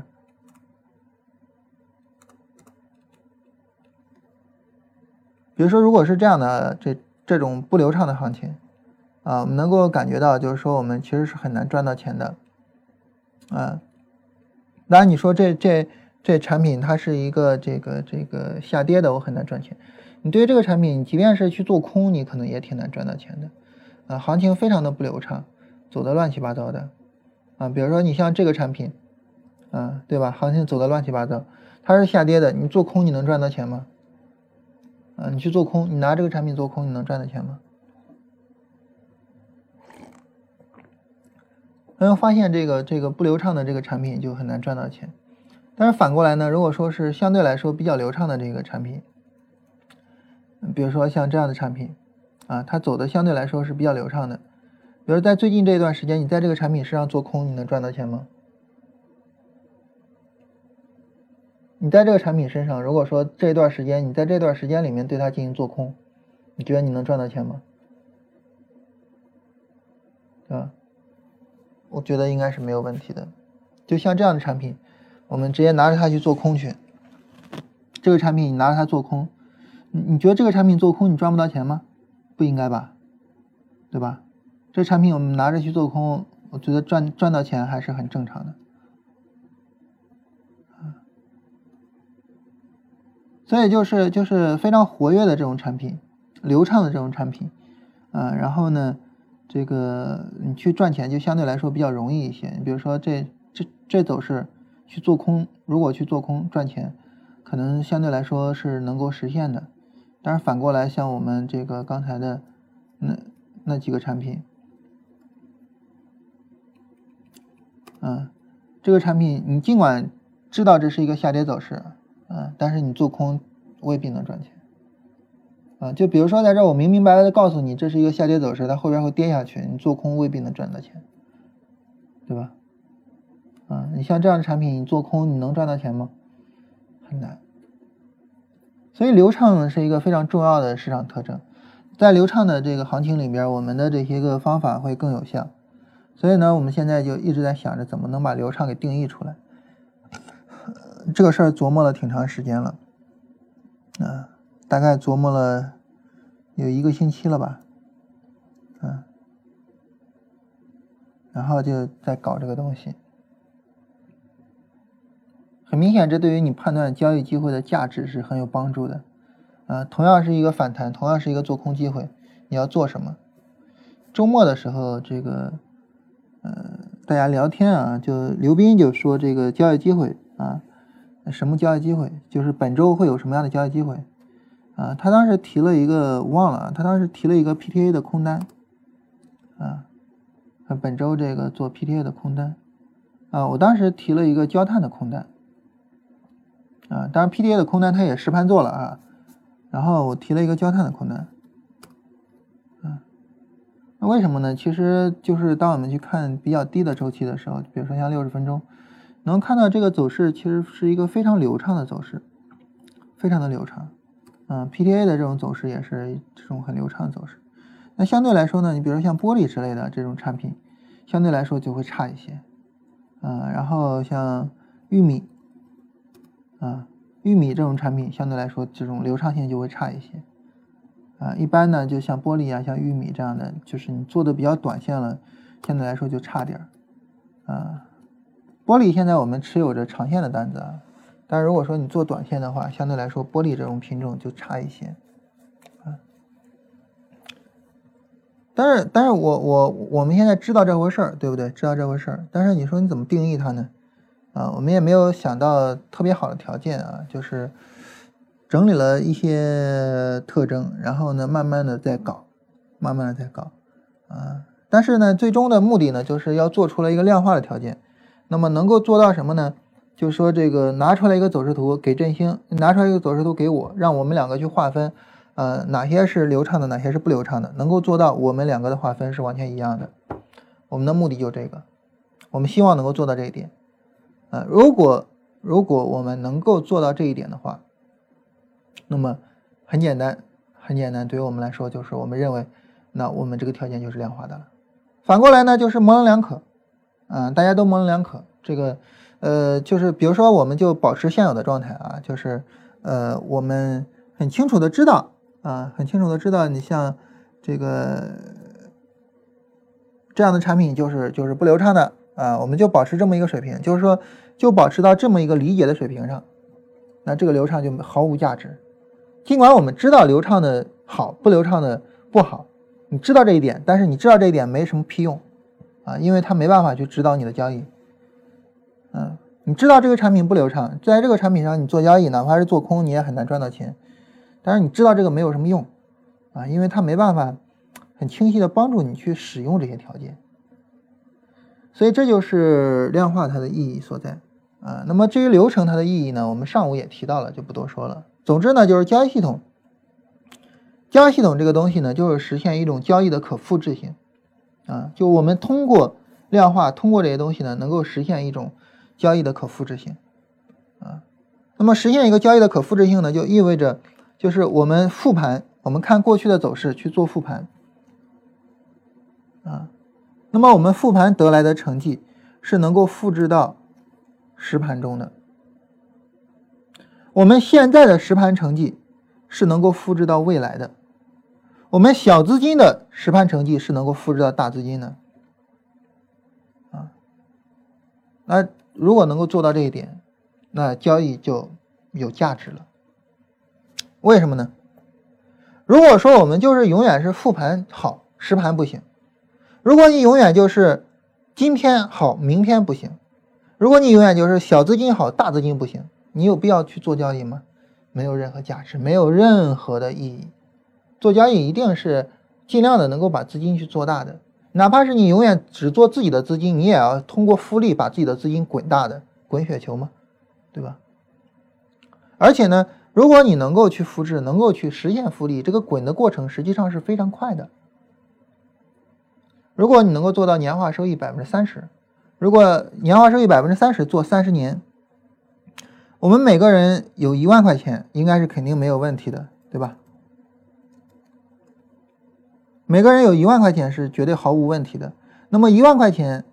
这样的这种不流畅的行情我们能够感觉到就是说我们其实是很难赚到钱的当然你说这产品它是一个这个下跌的，我很难赚钱。你对于这个产品，你即便是去做空，你可能也挺难赚到钱的行情非常的不流畅，走得乱七八糟的比如说你像这个产品对吧，行情走得乱七八糟，它是下跌的，你做空你能赚到钱吗你去做空，你拿这个产品做空，你能赚到钱吗？发现这个不流畅的这个产品就很难赚到钱。但是反过来呢，如果说是相对来说比较流畅的这个产品，比如说像这样的产品它走的相对来说是比较流畅的，比如在最近这段时间，你在这个产品身上做空，你能赚到钱吗？你在这个产品身上，如果说这段时间你在这段时间里面对它进行做空，你觉得你能赚到钱吗？对吧？我觉得应该是没有问题的。就像这样的产品，我们直接拿着它去做空去，这个产品你拿着它做空，你觉得这个产品做空你赚不到钱吗？不应该吧，对吧？这产品我们拿着去做空，我觉得赚到钱还是很正常的所以就是非常活跃的这种产品，流畅的这种产品然后呢这个你去赚钱就相对来说比较容易一些。你比如说这走势去做空，如果去做空赚钱，可能相对来说是能够实现的。但是反过来，像我们这个刚才的那几个产品这个产品你尽管知道这是一个下跌走势但是你做空未必能赚钱就比如说在这我明明白白的告诉你这是一个下跌走势，它后边会跌下去，你做空未必能赚到钱，对吧你像这样的产品你做空你能赚到钱吗？很难所以流畅是一个非常重要的市场特征，在流畅的这个行情里边，我们的这些个方法会更有效。所以呢，我们现在就一直在想着怎么能把流畅给定义出来。这个事儿琢磨了挺长时间了，大概琢磨了有1个星期了吧，然后就在搞这个东西。很明显，这对于你判断交易机会的价值是很有帮助的。同样是一个反弹，同样是一个做空机会，你要做什么？周末的时候，这个大家聊天啊，就刘斌就说这个交易机会啊，什么交易机会？就是本周会有什么样的交易机会？他当时提了一个，忘了，他当时提了一个 PTA 的空单，本周这个做 PTA 的空单，我当时提了一个焦炭的空单，当然 PTA 的空单它也实盘做了啊，然后我提了一个焦炭的空单，那为什么呢？其实就是当我们去看比较低的周期的时候，比如说像60分钟，能看到这个走势其实是一个非常流畅的走势，非常的流畅。PTA 的这种走势也是这种很流畅的走势。那相对来说呢，你比如说像玻璃之类的这种产品，相对来说就会差一些。然后像玉米，玉米这种产品相对来说这种流畅性就会差一些。一般呢，就像玻璃啊，像玉米这样的，就是你做的比较短线了，相对来说就差点。玻璃现在我们持有着长线的单子啊，但是如果说你做短线的话，相对来说玻璃这种品种就差一些。但是我们现在知道这回事儿，对不对？知道这回事儿，但是你说你怎么定义它呢？我们也没有想到特别好的条件啊，就是整理了一些特征，然后呢，慢慢的在搞。但是呢，最终的目的呢，就是要做出来一个量化的条件。那么能够做到什么呢？就是说这个拿出来一个走势图给振兴，拿出来一个走势图给我，让我们两个去划分，哪些是流畅的，哪些是不流畅的，能够做到我们两个的划分是完全一样的。我们的目的就这个，我们希望能够做到这一点。如果我们能够做到这一点的话，那么很简单，对于我们来说就是我们认为，那我们这个条件就是量化的了。反过来呢，就是模棱两可，大家都模棱两可。这个就是比如说我们就保持现有的状态啊，就是我们很清楚的知道你像这个这样的产品就是不流畅的我们就保持这么一个水平，就是说就保持到这么一个理解的水平上，那这个流畅就毫无价值。尽管我们知道流畅的好，不流畅的不好，你知道这一点，但是你知道这一点没什么屁用因为它没办法去指导你的交易。你知道这个产品不流畅，在这个产品上你做交易，哪怕是做空，你也很难赚到钱。但是你知道这个没有什么用因为它没办法很清晰的帮助你去使用这些条件。所以这就是量化它的意义所在那么至于流程它的意义呢，我们上午也提到了，就不多说了。总之呢，就是交易系统这个东西呢，就是实现一种交易的可复制性就我们通过量化，通过这些东西呢，能够实现一种交易的可复制性那么实现一个交易的可复制性呢，就意味着就是我们复盘，我们看过去的走势去做复盘那么我们复盘得来的成绩是能够复制到实盘中的，我们现在的实盘成绩是能够复制到未来的，我们小资金的实盘成绩是能够复制到大资金的那如果能够做到这一点，那交易就有价值了。为什么呢？如果说我们就是永远是复盘好，实盘不行，如果你永远就是今天好，明天不行，如果你永远就是小资金好，大资金不行，你有必要去做交易吗？没有任何价值，没有任何的意义。做交易一定是尽量的能够把资金去做大的，哪怕是你永远只做自己的资金，你也要通过复利把自己的资金滚大的，滚雪球嘛，对吧？而且呢，如果你能够去复制，能够去实现复利，这个滚的过程实际上是非常快的。如果你能够做到年化收益 30%， 如果年化收益 30% 做30年， 我们每个人有1万块钱，应该是肯定没有问题的，对吧？每个人有1万块钱是绝对毫无问题的。那么1万块钱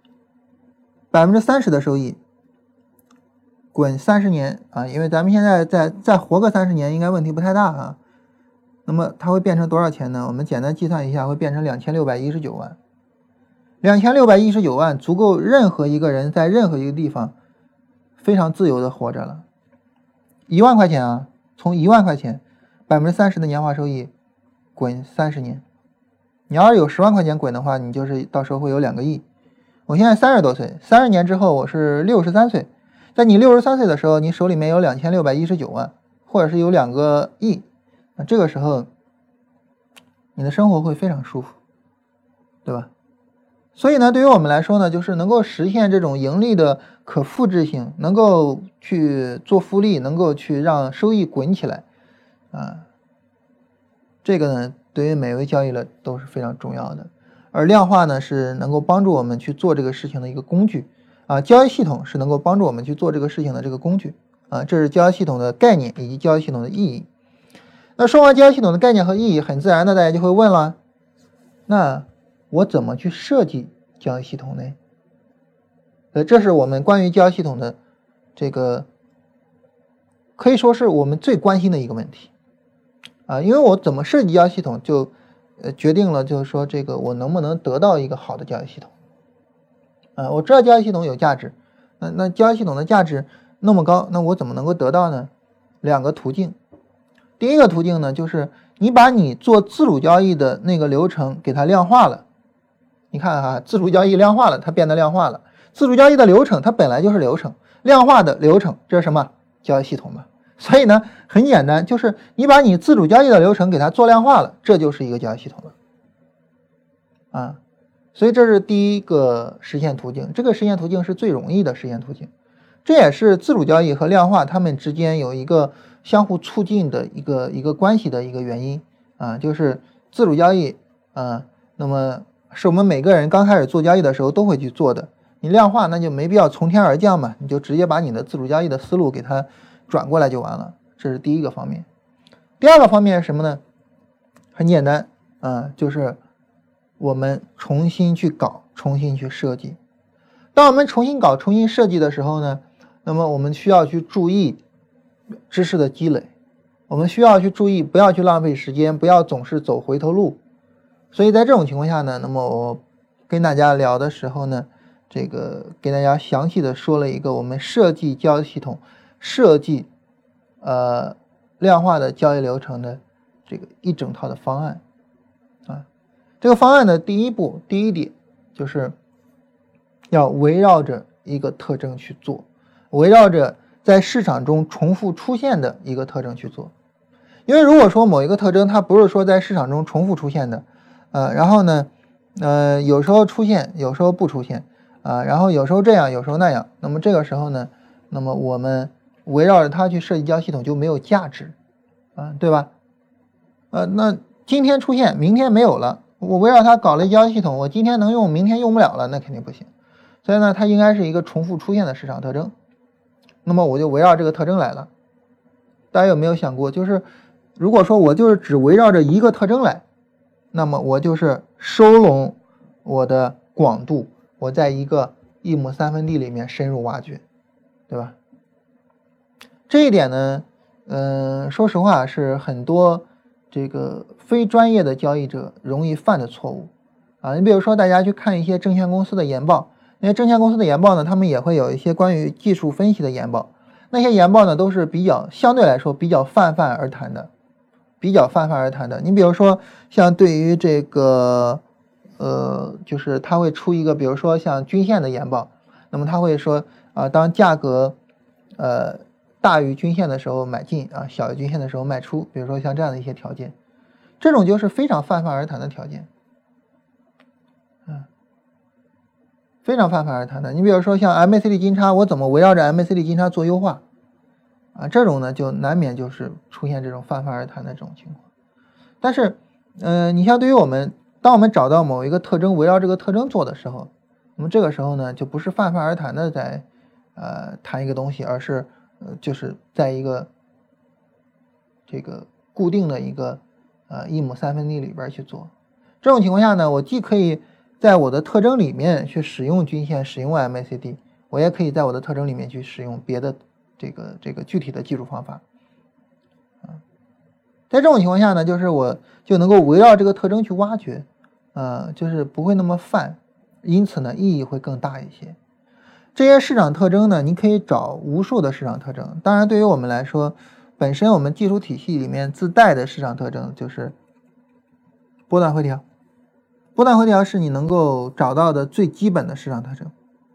30%的收益，滚30年啊，因为咱们现在再活个30年应该问题不太大啊。那么它会变成多少钱呢？我们简单计算一下，会变成2619万。2619万足够任何一个人在任何一个地方非常自由的活着了。1万块钱啊，从1万块钱30%的年化收益滚30年。你要是有10万块钱滚的话，你就是到时候会有2个亿。我现在30多岁，30年之后我是63岁，在你63岁的时候，你手里面有2619万，或者是有2个亿，那这个时候你的生活会非常舒服，对吧？所以呢，对于我们来说呢，就是能够实现这种盈利的可复制性，能够去做复利，能够去让收益滚起来啊，这个呢对于每位交易者都是非常重要的。而量化呢是能够帮助我们去做这个事情的一个工具啊，交易系统是能够帮助我们去做这个事情的这个工具啊，这是交易系统的概念以及交易系统的意义。那说完交易系统的概念和意义，很自然的大家就会问了，那我怎么去设计交易系统呢？这是我们关于交易系统的这个可以说是我们最关心的一个问题啊，因为我怎么设计交易系统就决定了就是说这个我能不能得到一个好的交易系统啊。我知道交易系统有价值，那交易系统的价值那么高，那我怎么能够得到呢？2个途径。第一个途径呢，就是你把你做自主交易的那个流程给它量化了。你看啊，自主交易量化了，它变得量化了。自主交易的流程它本来就是流程，量化的流程这是什么？交易系统嘛。所以呢很简单，就是你把你自主交易的流程给它做量化了，这就是一个交易系统了啊。所以这是第一个实现途径，这个实现途径是最容易的实现途径，这也是自主交易和量化它们之间有一个相互促进的一个关系的一个原因啊，就是自主交易啊，那么是我们每个人刚开始做交易的时候都会去做的，你量化那就没必要从天而降嘛，你就直接把你的自主交易的思路给它转过来就完了，这是第一个方面。第二个方面是什么呢？很简单啊，就是我们重新去搞，重新去设计。当我们重新搞、重新设计的时候呢，那么我们需要去注意知识的积累，我们需要去注意不要去浪费时间，不要总是走回头路。所以在这种情况下呢，那么我跟大家聊的时候呢，这个给大家详细的说了一个我们设计交易系统、设计量化的交易流程的这个一整套的方案啊。这个方案的第一步，第一点就是要围绕着一个特征去做，围绕着在市场中重复出现的一个特征去做。因为如果说某一个特征它不是说在市场中重复出现的，然后呢有时候出现，有时候不出现啊，然后有时候这样，有时候那样，那么这个时候呢，那么我们围绕着它去设计交易系统就没有价值啊，对吧？那今天出现，明天没有了，我围绕它搞了交易系统，我今天能用，明天用不了了，那肯定不行。所以呢，它应该是一个重复出现的市场特征。那么我就围绕这个特征来了。大家有没有想过，就是如果说我就是只围绕着一个特征来，那么我就是收拢我的广度，我在一个1亩3分地里面深入挖掘，对吧？这一点呢说实话是很多这个非专业的交易者容易犯的错误啊。你比如说大家去看一些证券公司的研报，那些证券公司的研报呢，他们也会有一些关于技术分析的研报，那些研报呢都是相对来说比较泛泛而谈的，你比如说像对于这个就是他会出一个比如说像均线的研报，那么他会说当价格大于均线的时候买进啊，小于均线的时候卖出，比如说像这样的一些条件，这种就是非常泛泛而谈的条件，非常泛泛而谈的。你比如说像 MACD 金叉，我怎么围绕着 MACD 金叉做优化啊？这种呢就难免就是出现这种泛泛而谈的这种情况。但是你像对于当我们找到某一个特征，围绕这个特征做的时候，那么这个时候呢就不是泛泛而谈的在谈一个东西，而是就是在一个这个固定的一个1亩3分地里边去做。这种情况下呢，我既可以在我的特征里面去使用均线，使用 MACD， 我也可以在我的特征里面去使用别的这个具体的技术方法。在这种情况下呢，就是我就能够围绕这个特征去挖掘，就是不会那么泛，因此呢意义会更大一些。这些市场特征呢，你可以找无数的市场特征。当然对于我们来说，本身我们技术体系里面自带的市场特征就是波段回调。波段回调是你能够找到的最基本的市场特征，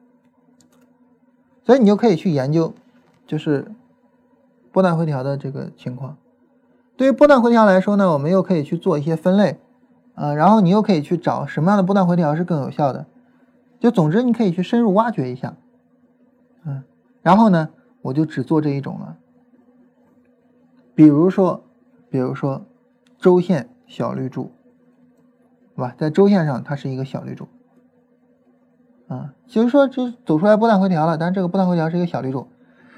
所以你就可以去研究就是波段回调的这个情况。对于波段回调来说呢，我们又可以去做一些分类，然后你又可以去找什么样的波段回调是更有效的。就总之你可以去深入挖掘一下，然后呢，我就只做这一种了。比如说周线小绿柱，对吧？在周线上它是一个小绿柱，就是说这走出来波段回调了，但是这个波段回调是一个小绿柱。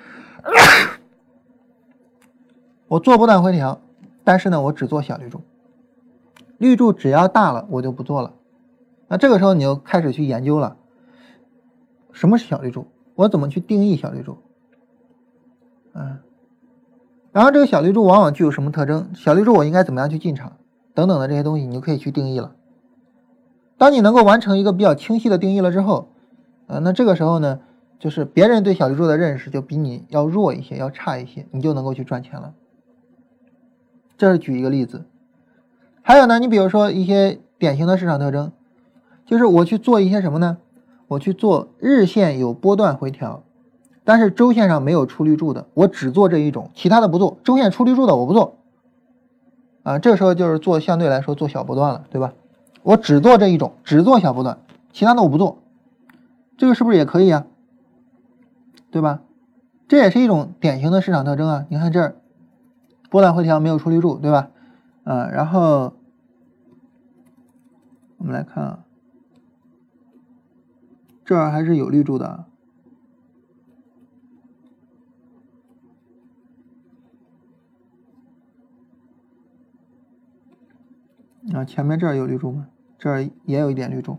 我做波段回调，但是呢我只做小绿柱，绿柱只要大了我就不做了。那这个时候你就开始去研究了，什么是小绿柱，我怎么去定义小绿柱，然后这个小绿柱往往具有什么特征，小绿柱我应该怎么样去进场等等的这些东西你就可以去定义了。当你能够完成一个比较清晰的定义了之后，那这个时候呢，就是别人对小绿柱的认识就比你要弱一些，要差一些，你就能够去赚钱了。这是举一个例子。还有呢，你比如说一些典型的市场特征，就是我去做一些什么呢？我去做日线有波段回调，但是周线上没有出绿柱的，我只做这一种，其他的不做。周线出绿柱的我不做，这个时候就是做相对来说做小波段了，对吧？我只做这一种，只做小波段，其他的我不做，这个是不是也可以啊？对吧？这也是一种典型的市场特征啊。你看这儿波段回调没有出绿柱，对吧？然后我们来看啊，这儿还是有绿柱的前面这儿有绿柱吗？这儿也有一点绿柱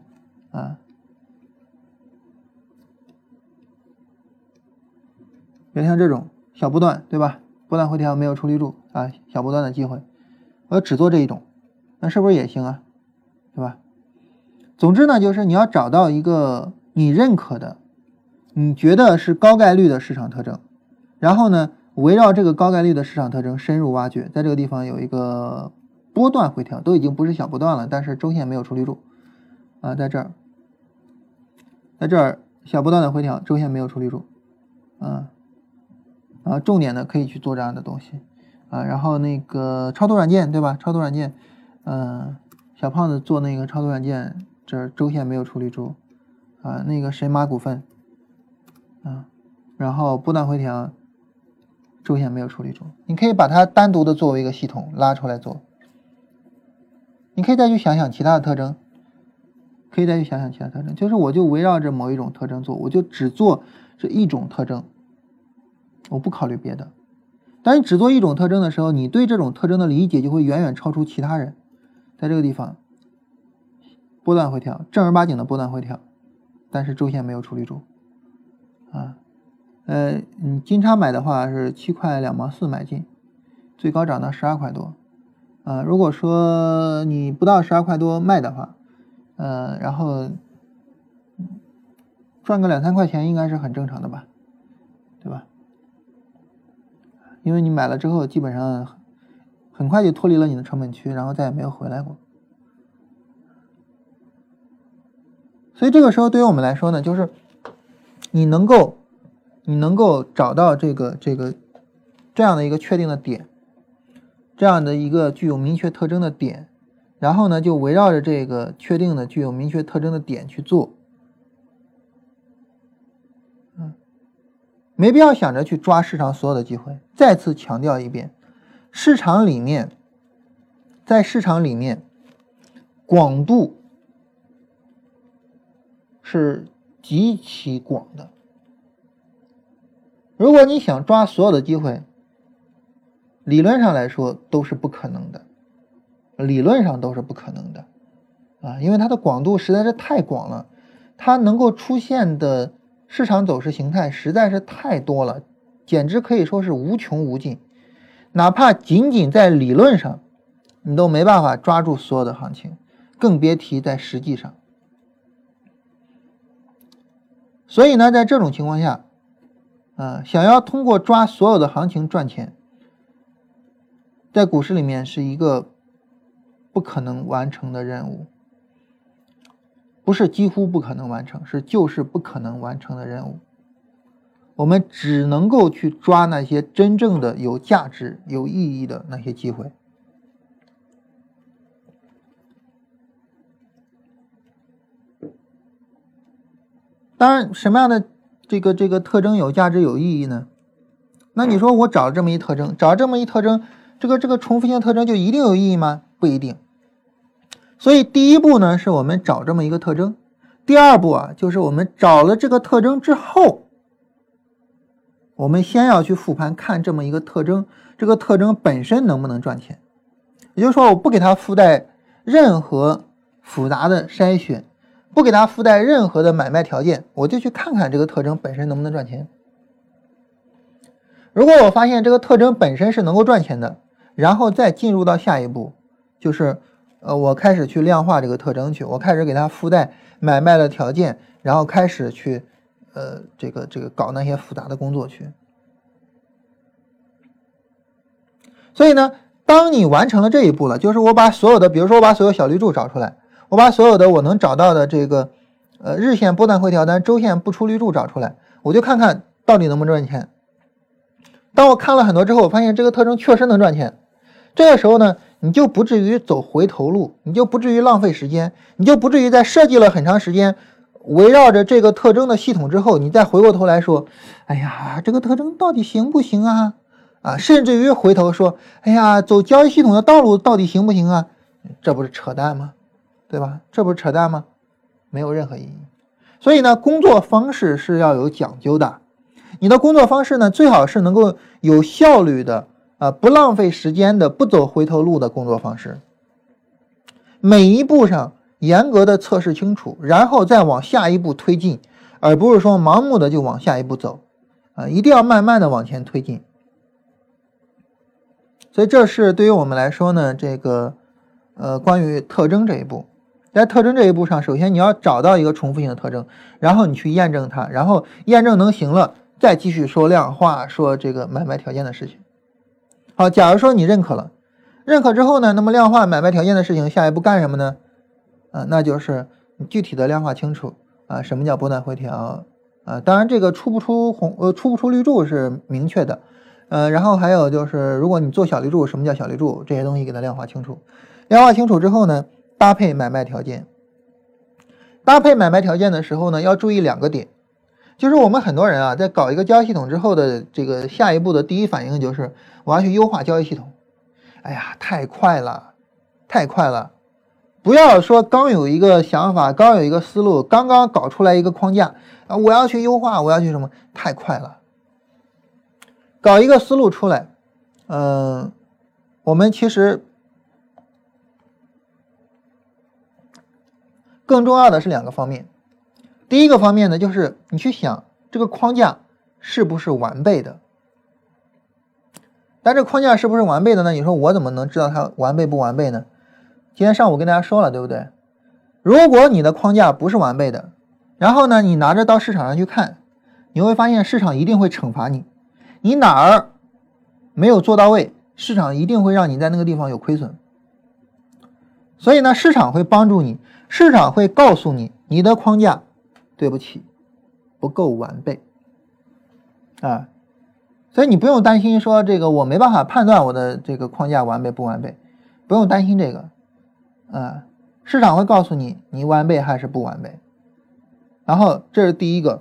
别像这种小波段，对吧？波段回调没有出绿柱小波段的机会，我只做这一种，那是不是也行啊？对吧？总之呢，就是你要找到一个你认可的，你觉得是高概率的市场特征，然后呢，围绕这个高概率的市场特征深入挖掘。在这个地方有一个波段回调，都已经不是小波段了，但是周线没有出绿柱在这儿小波段的回调，周线没有出绿柱重点呢可以去做这样的东西然后那个超图软件，对吧？超图软件小胖子做那个超图软件，这周线没有出绿柱那个神马股份然后波段回调，周线没有出绿柱，你可以把它单独的作为一个系统拉出来做。你可以再去想想其他的特征，就是我就围绕着某一种特征做，我就只做这一种特征，我不考虑别的。当你只做一种特征的时候，你对这种特征的理解就会远远超出其他人。在这个地方波段回调，正儿八经的波段回调，但是周线没有出绿柱你金叉买的话是7块2毛4买进，最高涨到12块多如果说你不到12块多卖的话然后赚个2-3块钱应该是很正常的吧，对吧？因为你买了之后基本上很快就脱离了你的成本区，然后再也没有回来过。所以这个时候对于我们来说呢，就是你能够找到这样的一个确定的点，这样的一个具有明确特征的点，然后呢就围绕着这个确定的具有明确特征的点去做没必要想着去抓市场所有的机会。再次强调一遍，在市场里面广度是极其广的如果你想抓所有的机会，理论上来说都是不可能的，理论上都是不可能的啊，因为它的广度实在是太广了，它能够出现的市场走势形态实在是太多了，简直可以说是无穷无尽。哪怕仅仅在理论上，你都没办法抓住所有的行情，更别提在实际上。所以呢，在这种情况下，想要通过抓所有的行情赚钱，在股市里面是一个不可能完成的任务，不是几乎不可能完成，是就是不可能完成的任务。我们只能够去抓那些真正的有价值、有意义的那些机会。当然，什么样的这个特征有价值、有意义呢？那你说我找这么一特征，这个重复性特征就一定有意义吗？不一定。所以第一步呢，是我们找这么一个特征。第二步就是我们找了这个特征之后，我们先要去复盘看这么一个特征，这个特征本身能不能赚钱。也就是说，我不给它附带任何复杂的筛选，不给它附带任何的买卖条件，我就去看看这个特征本身能不能赚钱。如果我发现这个特征本身是能够赚钱的，然后再进入到下一步，就是我开始去量化这个特征去，我开始给它附带买卖的条件，然后开始去这个搞那些复杂的工作去。所以呢，当你完成了这一步了，就是我把所有的，比如说我把所有小绿柱找出来，我把所有的我能找到的这个日线波段回调单、周线不出绿柱找出来，我就看看到底能不能赚钱。当我看了很多之后，我发现这个特征确实能赚钱，这个时候呢，你就不至于走回头路，你就不至于浪费时间，你就不至于在设计了很长时间围绕着这个特征的系统之后，你再回过头来说，哎呀，这个特征到底行不行啊？甚至于回头说，哎呀，走交易系统的道路到底行不行啊？这不是扯淡吗？对吧？这不是扯淡吗？没有任何意义。所以呢，工作方式是要有讲究的。你的工作方式呢，最好是能够有效率的，不浪费时间的，不走回头路的工作方式。每一步上严格的测试清楚，然后再往下一步推进，而不是说盲目的就往下一步走，一定要慢慢的往前推进。所以这是对于我们来说呢，这个关于特征这一步。在特征这一步上，首先你要找到一个重复性的特征，然后你去验证它，然后验证能行了，再继续说量化，说这个买卖条件的事情。好，假如说你认可了，认可之后呢，那么量化买卖条件的事情下一步干什么呢？那就是你具体的量化清楚什么叫波段回调当然这个出不出绿柱是明确的，然后还有就是如果你做小绿柱，什么叫小绿柱，这些东西给它量化清楚。量化清楚之后呢，搭配买卖条件。搭配买卖条件的时候呢，要注意两个点，就是我们很多人在搞一个交易系统之后的这个下一步的第一反应就是我要去优化交易系统。哎呀，太快了，太快了！不要说刚有一个想法，刚有一个思路，刚刚搞出来一个框架我要去优化，我要去什么，太快了。搞一个思路出来，我们其实更重要的是两个方面。第一个方面呢，就是你去想这个框架是不是完备的。但这框架是不是完备的呢？你说我怎么能知道它完备不完备呢？今天上午跟大家说了，对不对？如果你的框架不是完备的，然后呢，你拿着到市场上去看，你会发现市场一定会惩罚你，你哪儿没有做到位，市场一定会让你在那个地方有亏损。所以呢，市场会帮助你，市场会告诉你，你的框架对不起，不够完备所以你不用担心说这个我没办法判断我的这个框架完备不完备，不用担心这个市场会告诉你你完备还是不完备。然后这是第一个。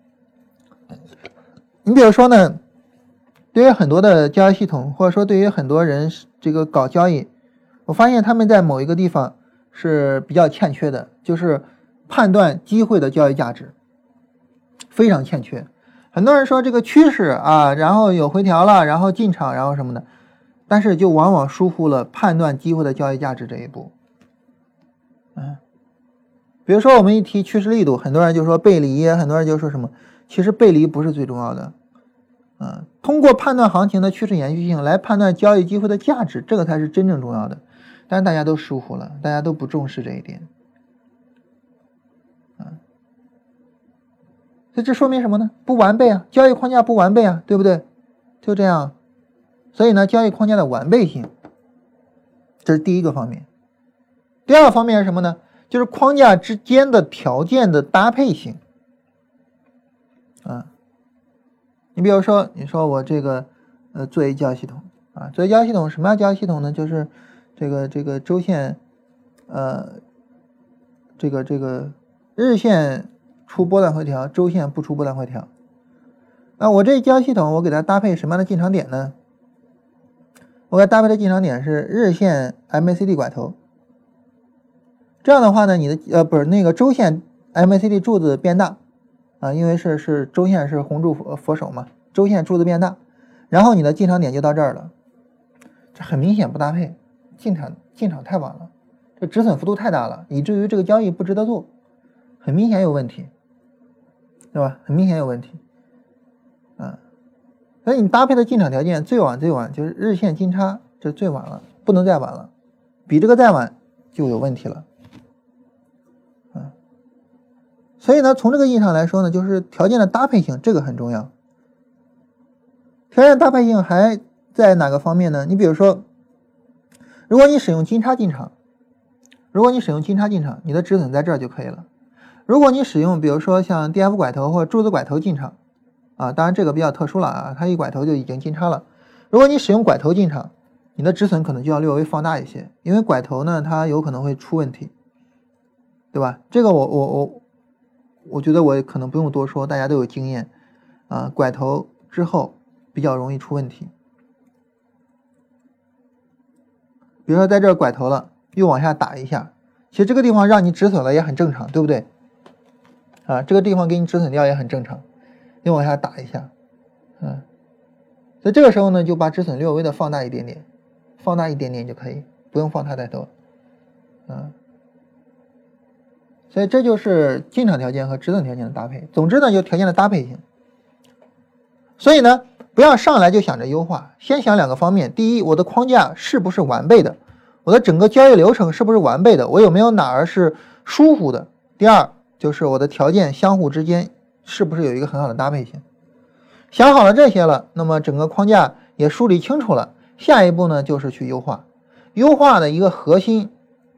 你比如说呢，对于很多的交易系统，或者说对于很多人这个搞交易，我发现他们在某一个地方是比较欠缺的，就是判断机会的交易价值非常欠缺。 很多人说这个趋势啊，然后有回调了，然后进场，然后什么的，但是就往往疏忽了判断机会的交易价值这一步。比如说我们一提趋势力度，很多人就说背离，很多人就说什么，其实背离不是最重要的。通过判断行情的趋势延续性来判断交易机会的价值，这个才是真正重要的。但是大家都疏忽了，大家都不重视这一点。所以这说明什么呢？不完备啊，交易框架不完备啊，对不对？就这样。所以呢，交易框架的完备性，这是第一个方面。第二个方面是什么呢？就是框架之间的条件的搭配性。你比如说，你说我这个做一交易系统啊，做一交易系统，什么样交易系统呢？就是这个周线这个日线出波段回调，周线不出波段回调。那我这交易系统我给它搭配什么样的进场点呢？我给它搭配的进场点是日线 MACD 拐头。这样的话呢，你的不是那个周线 MACD 柱子变大啊，因为是周线是红柱佛手嘛，周线柱子变大，然后你的进场点就到这儿了。这很明显不搭配，进场太晚了，这止损幅度太大了，以至于这个交易不值得做，很明显有问题，对吧？很明显有问题。所以你搭配的进场条件最晚就是日线金叉，这最晚了，不能再晚了，比这个再晚就有问题了。所以呢，从这个意义上来说呢，就是条件的搭配性，这个很重要。条件搭配性还在哪个方面呢？你比如说，如果你使用金叉进场，你的止损在这儿就可以了。如果你使用比如说像 DF 拐头或柱子拐头进场啊，当然这个比较特殊了啊，它一拐头就已经金叉了。如果你使用拐头进场，你的止损可能就要略微放大一些，因为拐头呢它有可能会出问题，对吧？这个我觉得我可能不用多说，大家都有经验啊，拐头之后比较容易出问题。比如说在这儿拐头了，又往下打一下，其实这个地方让你止损了也很正常，对不对？啊，这个地方给你止损掉也很正常，又往下打一下，所以这个时候呢，就把止损略微的放大一点点就可以，不用放太多，所以这就是进场条件和止损条件的搭配。总之呢，就条件的搭配性。所以呢，不要上来就想着优化，先想两个方面：第一，我的框架是不是完备的？我的整个交易流程是不是完备的？我有没有哪儿是疏忽的？第二，就是我的条件相互之间是不是有一个很好的搭配性？想好了这些了，那么整个框架也梳理清楚了，下一步呢就是去优化。优化的一个核心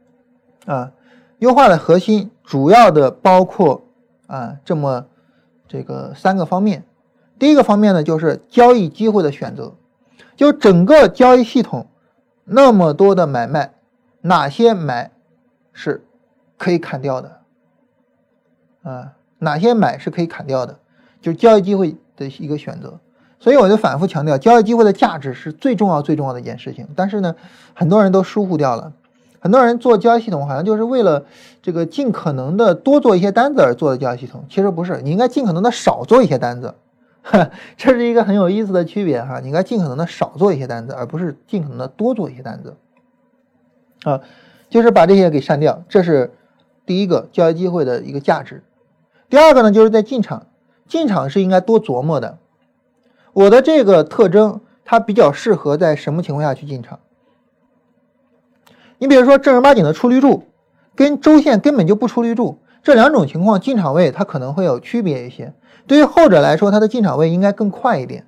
主要的包括这个三个方面。第一个方面呢，就是交易机会的选择，就整个交易系统那么多的买卖，哪些买是可以砍掉的哪些买是可以砍掉的，就是交易机会的一个选择。所以我就反复强调，交易机会的价值是最重要的一件事情，但是呢，很多人都疏忽掉了。很多人做交易系统好像就是为了这个尽可能的多做一些单子而做的交易系统，其实不是，你应该尽可能的少做一些单子，这是一个很有意思的区别哈。你应该尽可能的少做一些单子，而不是尽可能的多做一些单子就是把这些给删掉，这是第一个交易机会的一个价值。第二个呢，就是在进场是应该多琢磨的。我的这个特征它比较适合在什么情况下去进场？你比如说正儿八经的出绿柱跟周线根本就不出绿柱，这两种情况进场位它可能会有区别一些。对于后者来说，它的进场位应该更快一点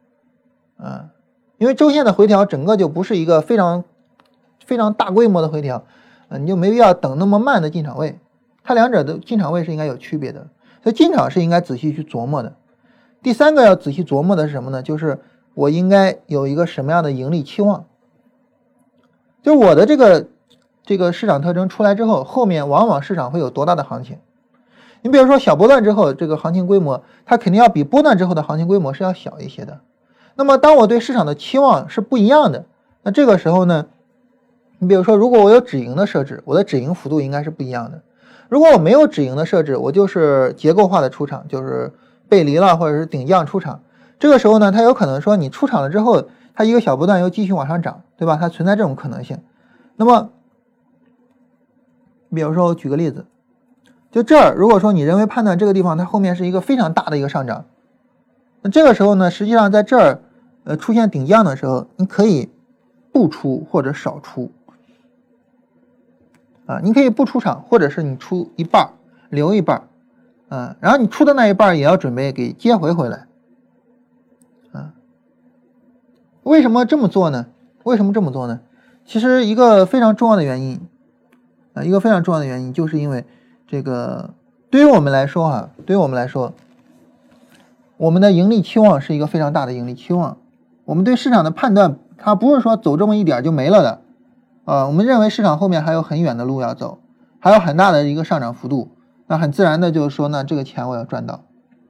因为周线的回调整个就不是一个非常大规模的回调你就没必要等那么慢的进场位，它两者的进场位是应该有区别的，所以进场是应该仔细去琢磨的。第三个要仔细琢磨的是什么呢？就是我应该有一个什么样的盈利期望，就是我的这个市场特征出来之后，后面往往市场会有多大的行情。你比如说小波段之后这个行情规模，它肯定要比波段之后的行情规模是要小一些的。那么当我对市场的期望是不一样的，那这个时候呢，你比如说如果我有止盈的设置，我的止盈幅度应该是不一样的。如果我没有止盈的设置，我就是结构化的出场，就是背离了，或者是顶降出场，这个时候呢，它有可能说你出场了之后，它一个小波段又继续往上涨，对吧？它存在这种可能性。那么比如说我举个例子，就这儿，如果说你认为判断这个地方它后面是一个非常大的一个上涨，那这个时候呢，实际上在这儿出现顶降的时候，你可以不出或者少出啊，你可以不出场，或者是你出一半留一半然后你出的那一半也要准备给接回来为什么这么做呢？其实一个非常重要的原因就是因为这个对于我们来说我们的盈利期望是一个非常大的盈利期望，我们对市场的判断它不是说走这么一点就没了的我们认为市场后面还有很远的路要走，还有很大的一个上涨幅度，那很自然的就是说呢，这个钱我要赚到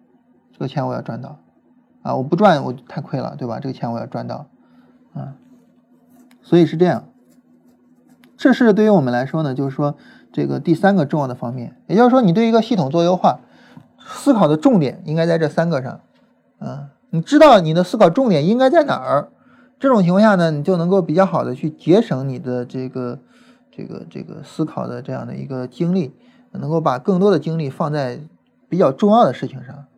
我不赚我太亏了，对吧？这个钱我要赚到所以是这样。这是对于我们来说呢，就是说这个第三个重要的方面，也就是说你对一个系统做优化，思考的重点应该在这三个上你知道你的思考重点应该在哪儿，这种情况下呢，你就能够比较好的去节省你的这个思考的这样的一个精力，能够把更多的精力放在比较重要的事情上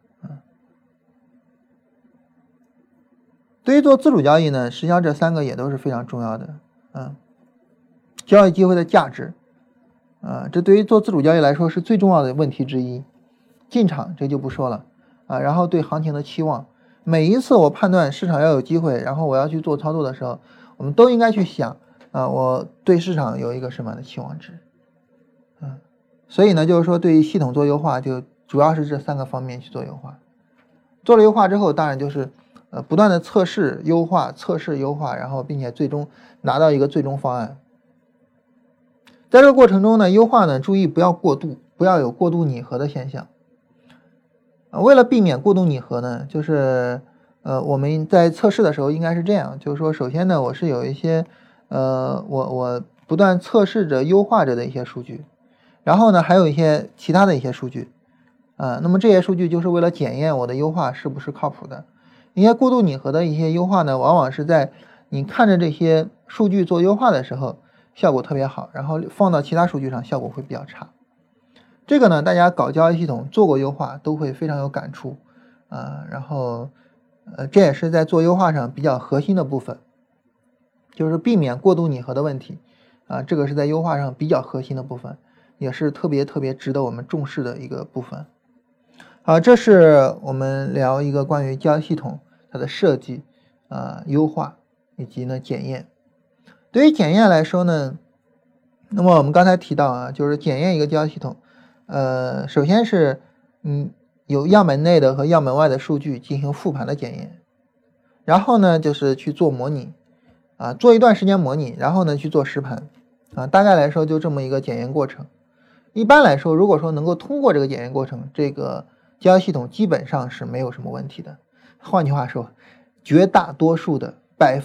对于做自主交易呢，实际上这三个也都是非常重要的交易机会的价值这对于做自主交易来说是最重要的问题之一。进场这就不说了然后对行情的期望，每一次我判断市场要有机会，然后我要去做操作的时候，我们都应该去想我对市场有一个什么样的期望值所以呢，就是说对于系统做优化，就主要是这三个方面去做优化。做了优化之后，当然就是不断的测试优化，然后并且最终拿到一个最终方案。在这个过程中呢，优化呢注意不要过度，不要有过度拟合的现象为了避免过度拟合呢，就是我们在测试的时候应该是这样，就是说首先呢，我是有一些我不断测试着优化着的一些数据，然后呢还有一些其他的一些数据那么这些数据就是为了检验我的优化是不是靠谱的。一些过度拟合的一些优化呢，往往是在你看着这些数据做优化的时候效果特别好，然后放到其他数据上效果会比较差。这个呢，大家搞交易系统做过优化都会非常有感触然后这也是在做优化上比较核心的部分，就是避免过度拟合的问题这个是在优化上比较核心的部分，也是特别值得我们重视的一个部分这是我们聊一个关于交易系统它的设计优化以及呢检验。对于检验来说呢，那么我们刚才提到就是检验一个交易系统首先是有样本内的和样本外的数据进行复盘的检验，然后呢就是去做模拟做一段时间模拟，然后呢去做实盘大概来说就这么一个检验过程。一般来说，如果说能够通过这个检验过程，这个交易系统基本上是没有什么问题的。换句话说，绝大多数的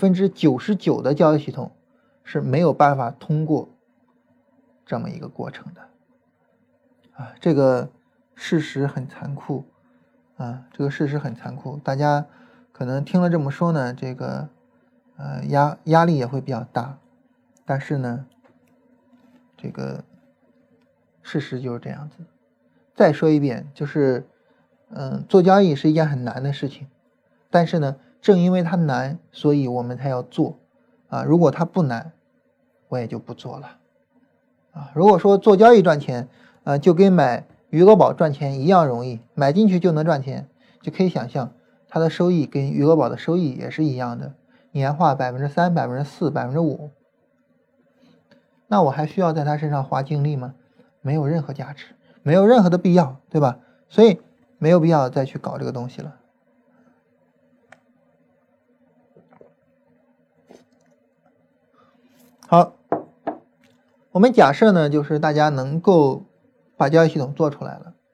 99%的交易系统是没有办法通过这么一个过程的这个事实很残酷大家可能听了这么说呢，这个压力也会比较大，但是呢这个事实就是这样子。再说一遍，就是做交易是一件很难的事情，但是呢正因为它难，所以我们才要做如果它不难，我也就不做了如果说做交易赚钱就跟买余额宝赚钱一样容易，买进去就能赚钱，就可以想象它的收益跟余额宝的收益也是一样的，年化 3%、4%、5%，那我还需要在它身上花精力吗？没有任何价值，没有任何的必要，对吧？所以没有必要再去搞这个东西了。好，我们假设呢，就是大家能够把交易系统做出来了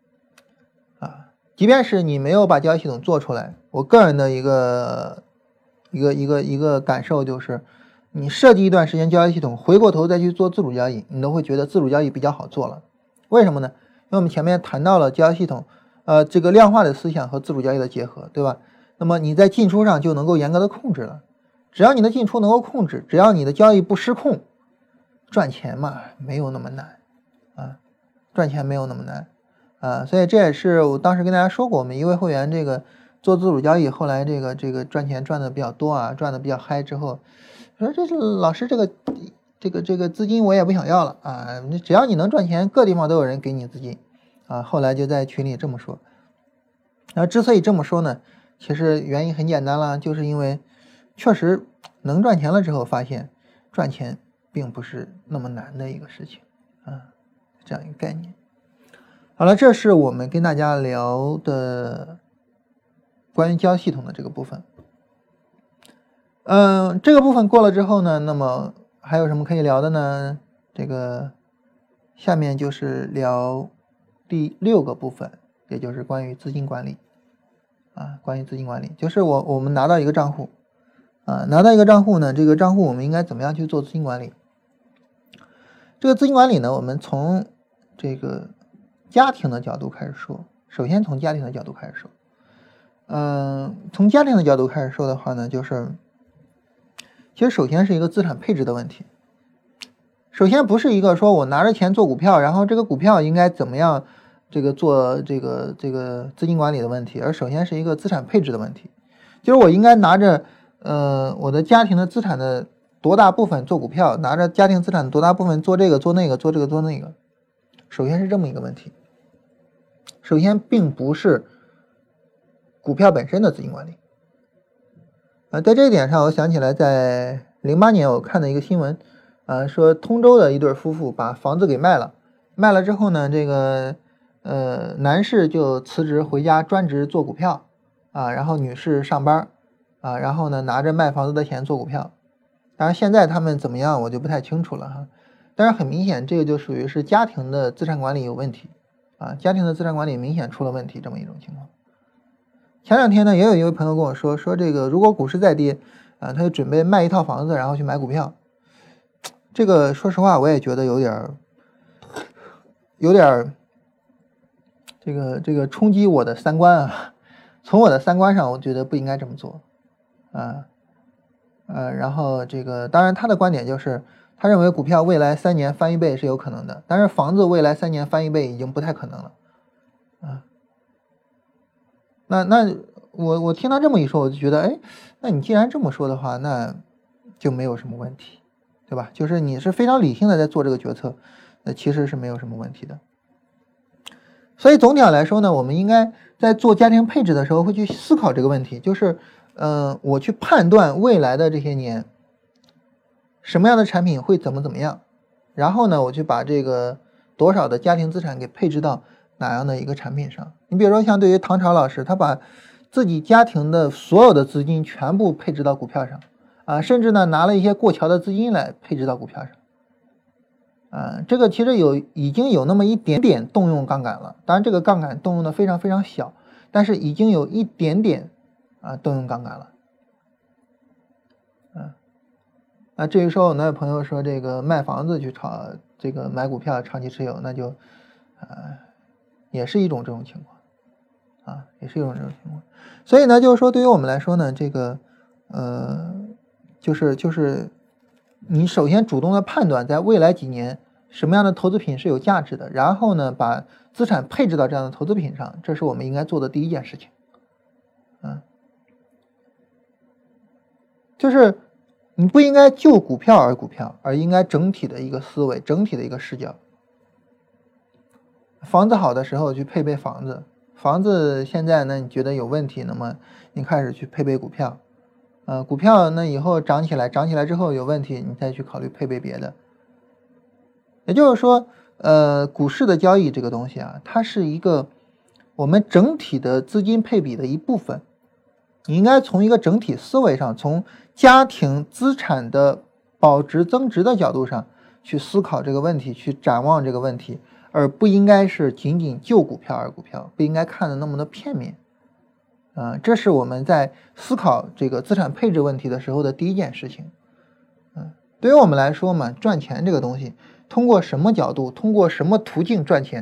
即便是你没有把交易系统做出来，我个人的一个感受就是，你设计一段时间交易系统，回过头再去做自主交易，你都会觉得自主交易比较好做了。为什么呢？因为我们前面谈到了交易系统这个量化的思想和自主交易的结合，对吧？那么你在进出上就能够严格的控制了。只要你的进出能够控制，只要你的交易不失控，赚钱嘛没有那么难啊，赚钱没有那么难啊。所以这也是我当时跟大家说过，我们一位会员这个做自主交易，后来这个赚钱赚的比较多啊，赚的比较嗨之后，说这是老师这个资金我也不想要了啊，只要你能赚钱，各地方都有人给你资金啊。后来就在群里这么说。然后之所以这么说呢，其实原因很简单了，就是因为确实能赚钱了之后，发现赚钱并不是那么难的一个事情啊，这样一个概念。好了，这是我们跟大家聊的关于交易系统的这个部分。这个部分过了之后呢，那么还有什么可以聊的呢？这个下面就是聊第6个部分，也就是关于资金管理啊，关于资金管理，就是我们拿到一个账户啊，拿到一个账户呢，这个账户我们应该怎么样去做资金管理？这个资金管理呢，我们从这个家庭的角度开始说。首先从家庭的角度开始说，从家庭的角度开始说的话呢，就是其实首先是一个资产配置的问题。首先不是一个说我拿着钱做股票，然后这个股票应该怎么样做这个资金管理的问题，而首先是一个资产配置的问题。就是我应该拿着我的家庭的资产的多大部分做股票，拿着家庭资产多大部分做这个做那个，做这个做那个。首先是这么一个问题。首先并不是股票本身的资金管理。在这一点上，我想起来在08年我看的一个新闻，说通州的一对夫妇把房子给卖了，卖了之后呢，这个男士就辞职回家专职做股票啊，然后女士上班啊，然后呢拿着卖房子的钱做股票。当然现在他们怎么样我就不太清楚了哈，但是很明显这个就属于是家庭的资产管理有问题啊，家庭的资产管理明显出了问题这么一种情况。前两天呢，也有一位朋友跟我说这个如果股市再跌啊，他就准备卖一套房子然后去买股票。这个说实话我也觉得有点这个冲击我的三观啊。从我的三观上我觉得不应该这么做啊。然后这个当然他的观点就是他认为股票未来3年翻1倍是有可能的，但是房子未来3年翻1倍已经不太可能了啊。那我听他这么一说，我就觉得哎，那你既然这么说的话，那就没有什么问题，对吧？就是你是非常理性的在做这个决策，其实是没有什么问题的。所以总体上来说呢，我们应该在做家庭配置的时候会去思考这个问题，就是我去判断未来的这些年什么样的产品会怎么样，然后呢我去把这个多少的家庭资产给配置到哪样的一个产品上。你比如说像对于唐朝老师，他把自己家庭的所有的资金全部配置到股票上啊，甚至呢拿了一些过桥的资金来配置到股票上啊，这个其实已经有那么一点点动用杠杆了，当然这个杠杆动用的非常非常小，但是已经有一点点动用杠杆了至于说我那位朋友说这个卖房子去这个买股票长期持有，那就也是一种这种情况也是一种这种情况。所以呢就是说对于我们来说呢，这个就是你首先主动的判断在未来几年什么样的投资品是有价值的，然后呢把资产配置到这样的投资品上，这是我们应该做的第一件事情就是你不应该就股票而股票，而应该整体的一个思维，整体的一个视角。房子好的时候去配备房子，房子现在呢你觉得有问题，那么你开始去配备股票股票呢以后涨起来之后有问题，你再去考虑配备别的。也就是说股市的交易这个东西它是一个我们整体的资金配比的一部分，你应该从一个整体思维上，从家庭资产的保值增值的角度上去思考这个问题，去展望这个问题，而不应该是仅仅就股票而股票，不应该看得那么的片面这是我们在思考这个资产配置问题的时候的第一件事情对于我们来说嘛，赚钱这个东西通过什么角度通过什么途径赚钱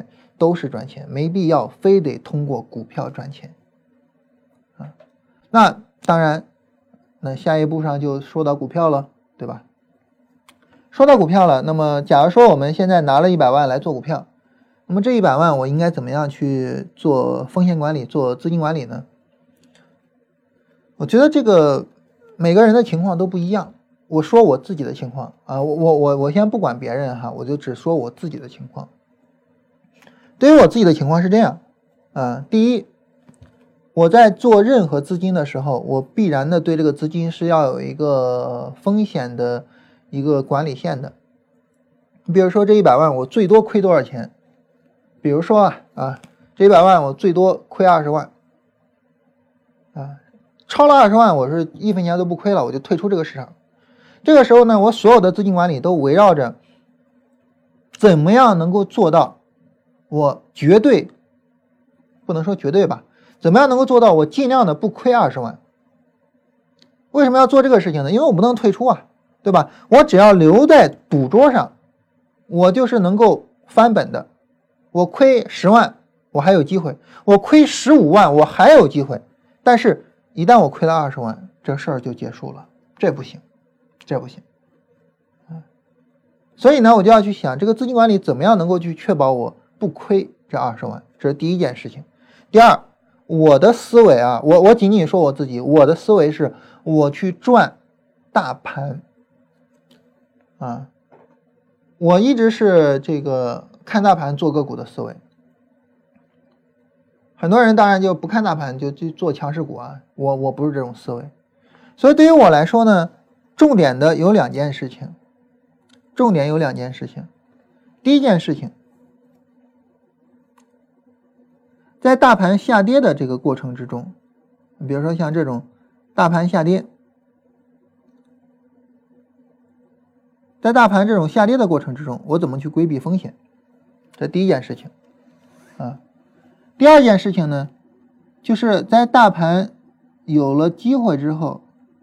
都是赚钱，没必要非得通过股票赚钱啊。那当然，那下一步上就说到股票了，对吧？说到股票了，那么假如说我们现在拿了100万来做股票，那么这100万我应该怎么样去做风险管理，做资金管理呢？我觉得这个每个人的情况都不一样。我说我自己的情况啊，我先不管别人哈，我就只说我自己的情况。对于我自己的情况是这样啊，第一，我在做任何资金的时候，我必然的对这个资金是要有一个风险的一个管理线的。你比如说这100万我最多亏多少钱？比如说这100万我最多亏20万啊，超了20万我是1分钱都不亏了，我就退出这个市场。这个时候呢，我所有的资金管理都围绕着怎么样能够做到我绝对，不能说绝对吧，怎么样能够做到我尽量的不亏20万。为什么要做这个事情呢？因为我不能退出啊，对吧？我只要留在赌桌上，我就是能够翻本的。我亏10万我还有机会，我亏15万我还有机会，但是一旦我亏了20万，这事儿就结束了，这不行，这不行。所以呢，我就要去想这个资金管理怎么样能够去确保我不亏这20万，这是第一件事情。第二，我的思维啊，我仅仅说我自己，我的思维是我去赚大盘啊，我一直是这个看大盘做个股的思维。很多人当然就不看大盘就做强势股啊，我不是这种思维。所以对于我来说呢，重点有两件事情。第一件事情，在大盘下跌的这个过程之中，比如说像这种大盘下跌，在大盘这种下跌的过程之中，我怎么去规避风险？这第一件事情啊。第二件事情呢，就是在大盘有了机会之后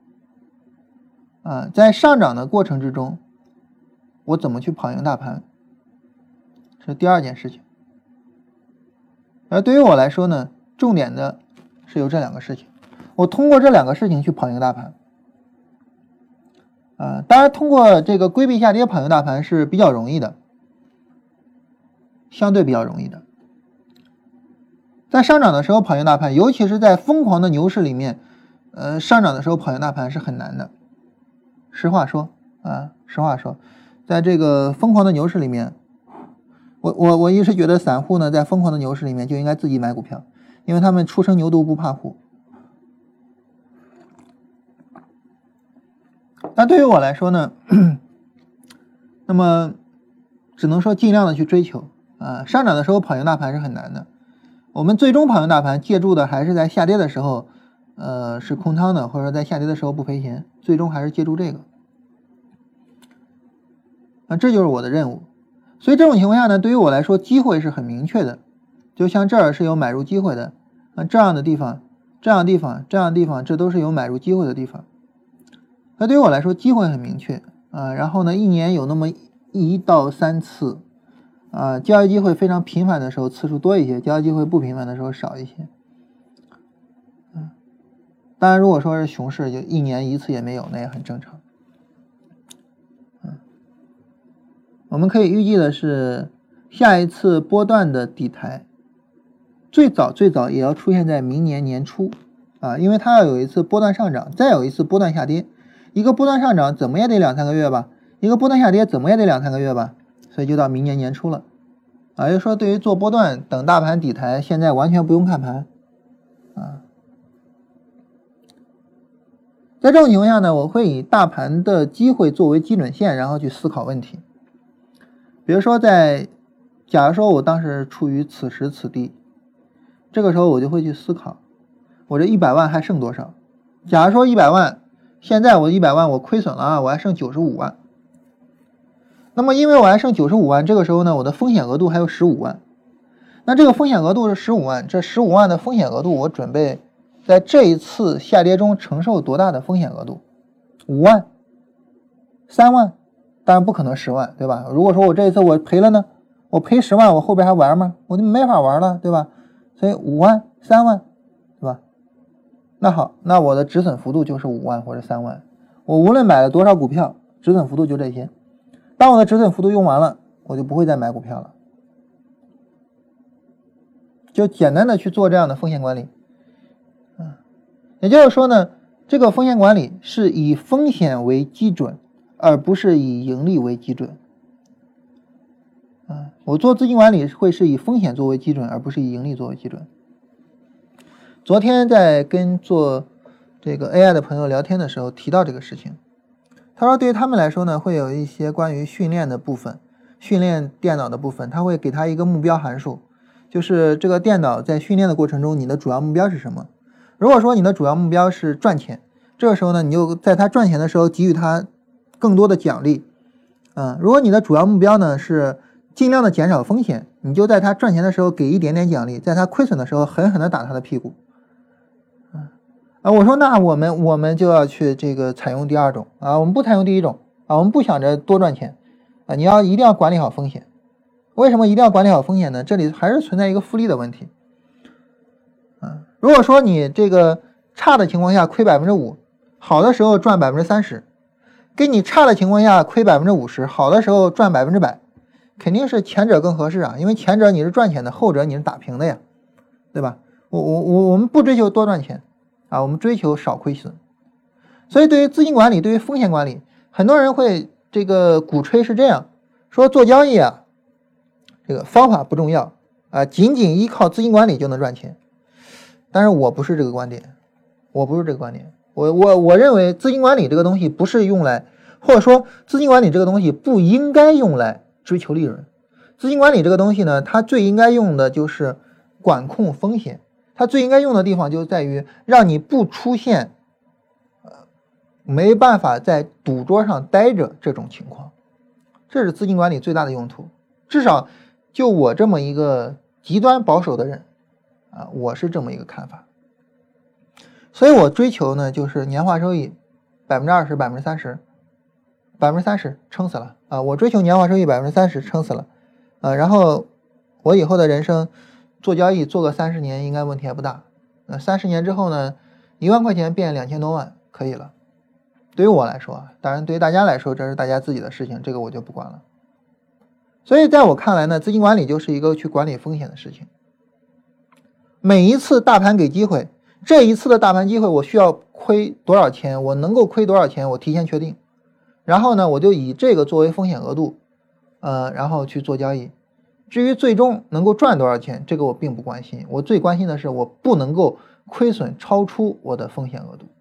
啊，在上涨的过程之中，我怎么去跑赢大盘？这是第二件事情。而对于我来说呢，重点的是有这两个事情，我通过这两个事情去跑赢大盘。当然通过这个规避下跌跑赢大盘是比较容易的，相对比较容易的。在上涨的时候跑赢大盘，尤其是在疯狂的牛市里面，上涨的时候跑赢大盘是很难的。实话说，在这个疯狂的牛市里面，我一直觉得散户呢，在疯狂的牛市里面就应该自己买股票，因为他们初生牛犊不怕虎。那对于我来说呢，那么只能说尽量的去追求上涨的时候跑赢大盘是很难的。我们最终跑赢大盘借助的还是在下跌的时候是空仓的，或者说在下跌的时候不赔钱，最终还是借助这个。这就是我的任务。所以这种情况下呢，对于我来说机会是很明确的，就像这儿是有买入机会的，这样的地方这都是有买入机会的地方。那对于我来说机会很明确然后呢，一年有那么1到3次交易机会非常频繁的时候次数多一些，交易机会不频繁的时候少一些。当然如果说是熊市，就1年1次也没有，那也很正常。我们可以预计的是，下一次波段的底台最早也要出现在明年年初因为它要有一次波段上涨，再有一次波段下跌。一个波段上涨怎么也得2-3个月吧，一个波段下跌怎么也得2-3个月吧，所以就到明年年初了也就是说对于做波段等大盘底台，现在完全不用看盘在这种情况下呢，我会以大盘的机会作为基准线，然后去思考问题。比如说假如说我当时处于此时此地，这个时候我就会去思考，我这100万还剩多少？假如说100万，现在我100万我亏损了我还剩95万。那么因为我还剩95万，这个时候呢，我的风险额度还有15万。那这个风险额度是15万，这15万的风险额度，我准备在这一次下跌中承受多大的风险额度？5万、3万，当然不可能10万，对吧？如果说我这一次我赔了呢， 我赔10万，我后边还玩吗？我就没法玩了，对吧？所以5万、3万，对吧？那好，那我的止损幅度就是5万或者3万，我无论买了多少股票，止损幅度就这些。当我的止损幅度用完了，我就不会再买股票了。就简单的去做这样的风险管理。也就是说呢，这个风险管理是以风险为基准，而不是以盈利为基准。我做资金管理会是以风险作为基准，而不是以盈利作为基准。昨天在跟做这个 AI 的朋友聊天的时候提到这个事情，他说对于他们来说呢，会有一些关于训练的部分，训练电脑的部分，他会给他一个目标函数，就是这个电脑在训练的过程中，你的主要目标是什么？如果说你的主要目标是赚钱，这个时候呢，你就在他赚钱的时候给予他更多的奖励。如果你的主要目标呢是尽量的减少风险，你就在他赚钱的时候给一点点奖励，在他亏损的时候狠狠的打他的屁股。我说那我们就要去这个采用第二种我们不采用第一种我们不想着多赚钱你一定要管理好风险。为什么一定要管理好风险呢？这里还是存在一个复利的问题。如果说你这个差的情况下亏 5%， 好的时候赚 30%， 跟你差的情况下亏 50%， 好的时候赚 100%， 肯定是前者更合适因为前者你是赚钱的，后者你是打平的呀，对吧？我们不追求多赚钱我们追求少亏损。所以对于资金管理，对于风险管理，很多人会这个鼓吹是这样说，做交易这个方法不重要仅仅依靠资金管理就能赚钱。但是我不是这个观点，我认为资金管理这个东西不是用来，或者说资金管理这个东西不应该用来追求利润。资金管理这个东西呢，它最应该用的就是管控风险，它最应该用的地方就在于让你不出现没办法在赌桌上待着这种情况。这是资金管理最大的用途。至少就我这么一个极端保守的人我是这么一个看法。所以我追求呢就是年化收益 20%、30% 撑死了我追求年化收益 30% 撑死了然后我以后的人生做交易做个30年应该问题还不大。30年之后呢，1万块钱变2000多万可以了。对于我来说当然对于大家来说这是大家自己的事情，这个我就不管了。所以在我看来呢，资金管理就是一个去管理风险的事情。每一次大盘给机会，这一次的大盘机会我需要亏多少钱，我能够亏多少钱，我提前确定。然后呢，我就以这个作为风险额度然后去做交易。至于最终能够赚多少钱，这个我并不关心，我最关心的是我不能够亏损超出我的风险额度。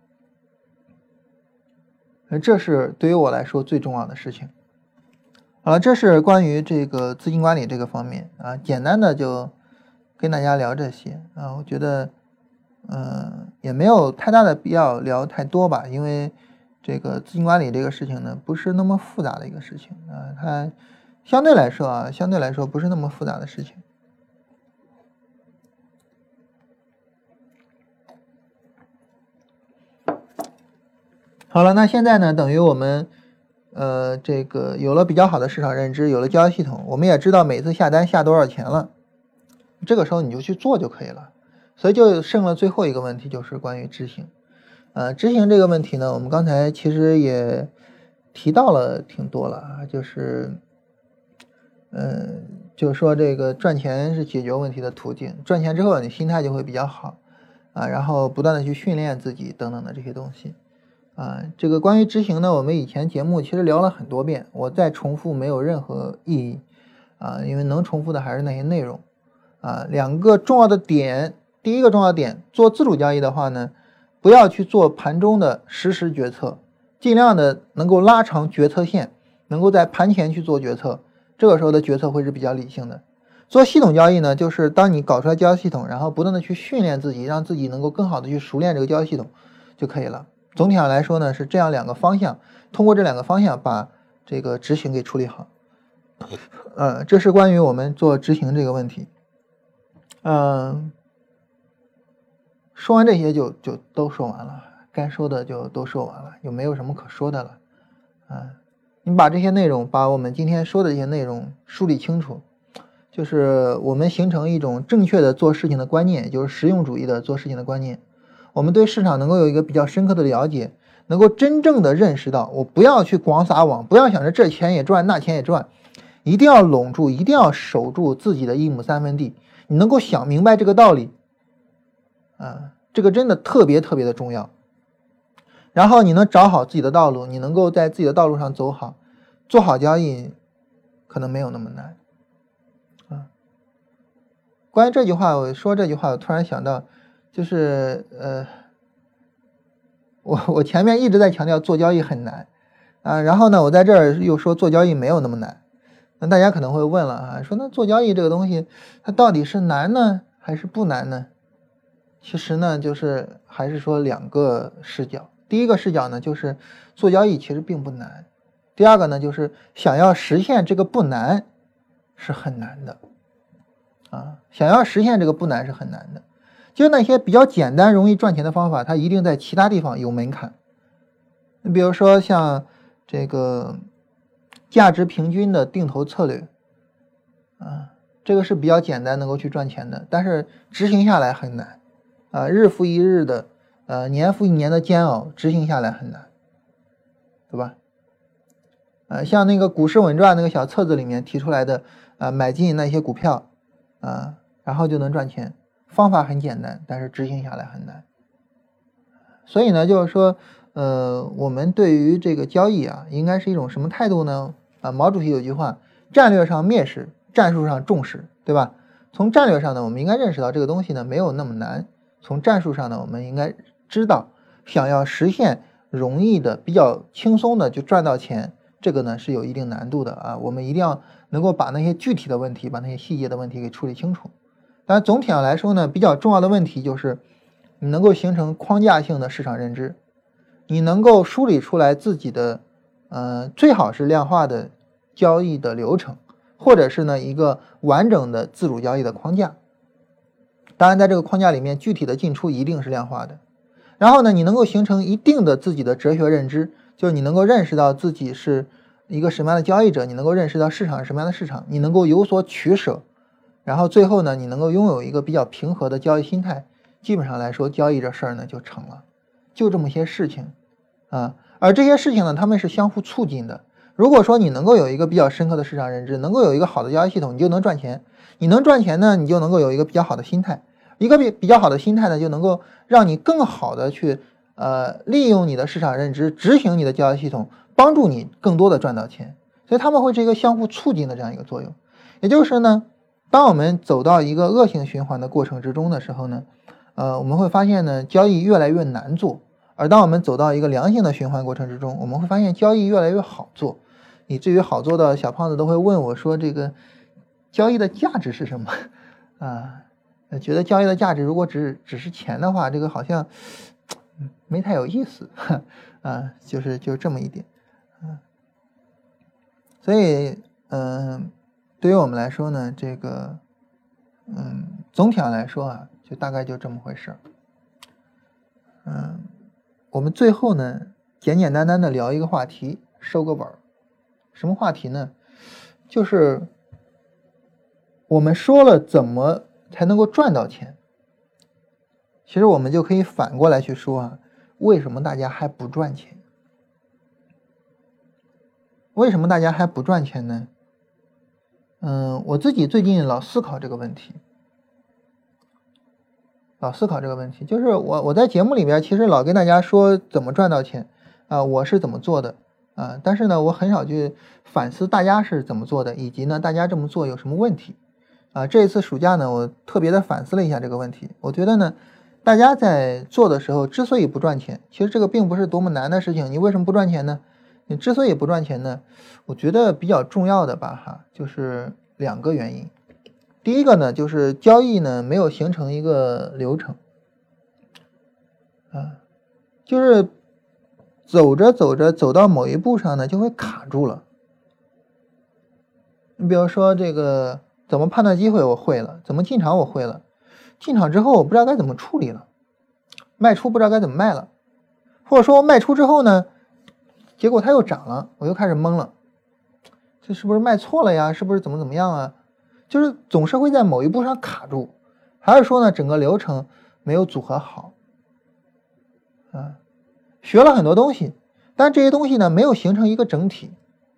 这是对于我来说最重要的事情。这是关于这个资金管理这个方面简单的就跟大家聊这些我觉得也没有太大的必要聊太多吧，因为这个资金管理这个事情呢不是那么复杂的一个事情它相对来说不是那么复杂的事情。好了，那现在呢等于我们这个有了比较好的市场认知，有了交易系统，我们也知道每次下单下多少钱了，这个时候你就去做就可以了。所以就剩了最后一个问题，就是关于执行执行这个问题呢，我们刚才其实也提到了挺多了就是就是说这个赚钱是解决问题的途径，赚钱之后你心态就会比较好然后不断的去训练自己等等的这些东西这个关于执行呢，我们以前节目其实聊了很多遍，我再重复没有任何意义因为能重复的还是那些内容两个重要的点。第一个重要点，做自主交易的话呢，不要去做盘中的实时决策，尽量的能够拉长决策线，能够在盘前去做决策，这个时候的决策会是比较理性的。做系统交易呢，就是当你搞出来交易系统，然后不断的去训练自己，让自己能够更好的去熟练这个交易系统就可以了。总体上来说呢，是这样两个方向，通过这两个方向把这个执行给处理好这是关于我们做执行这个问题说完这些就都说完了，该说的就都说完了，有没有什么可说的了你把这些内容，把我们今天说的这些内容梳理清楚就是我们形成一种正确的做事情的观念，也就是实用主义的做事情的观念。我们对市场能够有一个比较深刻的了解，能够真正的认识到，我不要去广撒网，不要想着这钱也赚那钱也赚，一定要拢住，一定要守住自己的1亩3分地。你能够想明白这个道理这个真的特别特别的重要。然后你能找好自己的道路，你能够在自己的道路上走好，做好交易可能没有那么难关于这句话，我说这句话我突然想到，就是我前面一直在强调做交易很难然后呢我在这儿又说做交易没有那么难。那大家可能会问了说那做交易这个东西它到底是难呢还是不难呢？其实呢就是还是说2个视角。第一个视角呢就是做交易其实并不难，第二个呢就是想要实现这个不难是很难的想要实现这个不难是很难的。就那些比较简单容易赚钱的方法，它一定在其他地方有门槛。你比如说像这个价值平均的定投策略这个是比较简单能够去赚钱的，但是执行下来很难日复一日的年复一年的煎熬，执行下来很难，对吧像那个股市稳赚那个小册子里面提出来的买进那些股票然后就能赚钱，方法很简单，但是执行下来很难。所以呢就是说我们对于这个交易应该是一种什么态度呢毛主席有句话，战略上蔑视，战术上重视，对吧？从战略上呢我们应该认识到这个东西呢没有那么难，从战术上呢我们应该知道想要实现容易的比较轻松的就赚到钱，这个呢是有一定难度的我们一定要能够把那些具体的问题，把那些细节的问题给处理清楚。当然总体上来说呢，比较重要的问题就是你能够形成框架性的市场认知，你能够梳理出来自己的最好是量化的交易的流程，或者是呢一个完整的自主交易的框架。当然在这个框架里面具体的进出一定是量化的。然后呢你能够形成一定的自己的哲学认知，就是你能够认识到自己是一个什么样的交易者，你能够认识到市场是什么样的市场，你能够有所取舍，然后最后呢你能够拥有一个比较平和的交易心态，基本上来说交易这事儿呢就成了。就这么些事情而这些事情呢它们是相互促进的。如果说你能够有一个比较深刻的市场认知，能够有一个好的交易系统，你就能赚钱。你能赚钱呢，你就能够有一个比较好的心态。一个比较好的心态呢，就能够让你更好的去利用你的市场认知，执行你的交易系统，帮助你更多的赚到钱。所以他们会是一个相互促进的这样一个作用。也就是呢，当我们走到一个恶性循环的过程之中的时候呢我们会发现呢交易越来越难做。而当我们走到一个良性的循环过程之中，我们会发现交易越来越好做，以至于好做的小胖子都会问我说这个交易的价值是什么觉得交易的价值如果只是钱的话，这个好像没太有意思就是这么一点所以对于我们来说呢，这个总体上来说就大概就这么回事我们最后呢简简单单的聊一个话题，收个尾儿。什么话题呢？就是我们说了怎么才能够赚到钱，其实我们就可以反过来去说为什么大家还不赚钱？为什么大家还不赚钱呢？我自己最近老思考这个问题，就是我在节目里边其实老跟大家说怎么赚到钱我是怎么做的但是呢我很少去反思大家是怎么做的，以及呢大家这么做有什么问题这一次暑假呢我特别的反思了一下这个问题。我觉得呢大家在做的时候之所以不赚钱，其实这个并不是多么难的事情。你为什么不赚钱呢？你之所以不赚钱呢，我觉得比较重要的吧就是2个原因。第一个呢就是交易呢没有形成一个流程就是走着走着走到某一步上呢就会卡住了。你比如说这个怎么判断机会我会了，怎么进场我会了，进场之后我不知道该怎么处理了，卖出不知道该怎么卖了，或者说我卖出之后呢结果它又涨了，我又开始懵了，这是不是卖错了呀？是不是怎么样就是总是会在某一步上卡住，还是说呢整个流程没有组合好学了很多东西，但这些东西呢没有形成一个整体。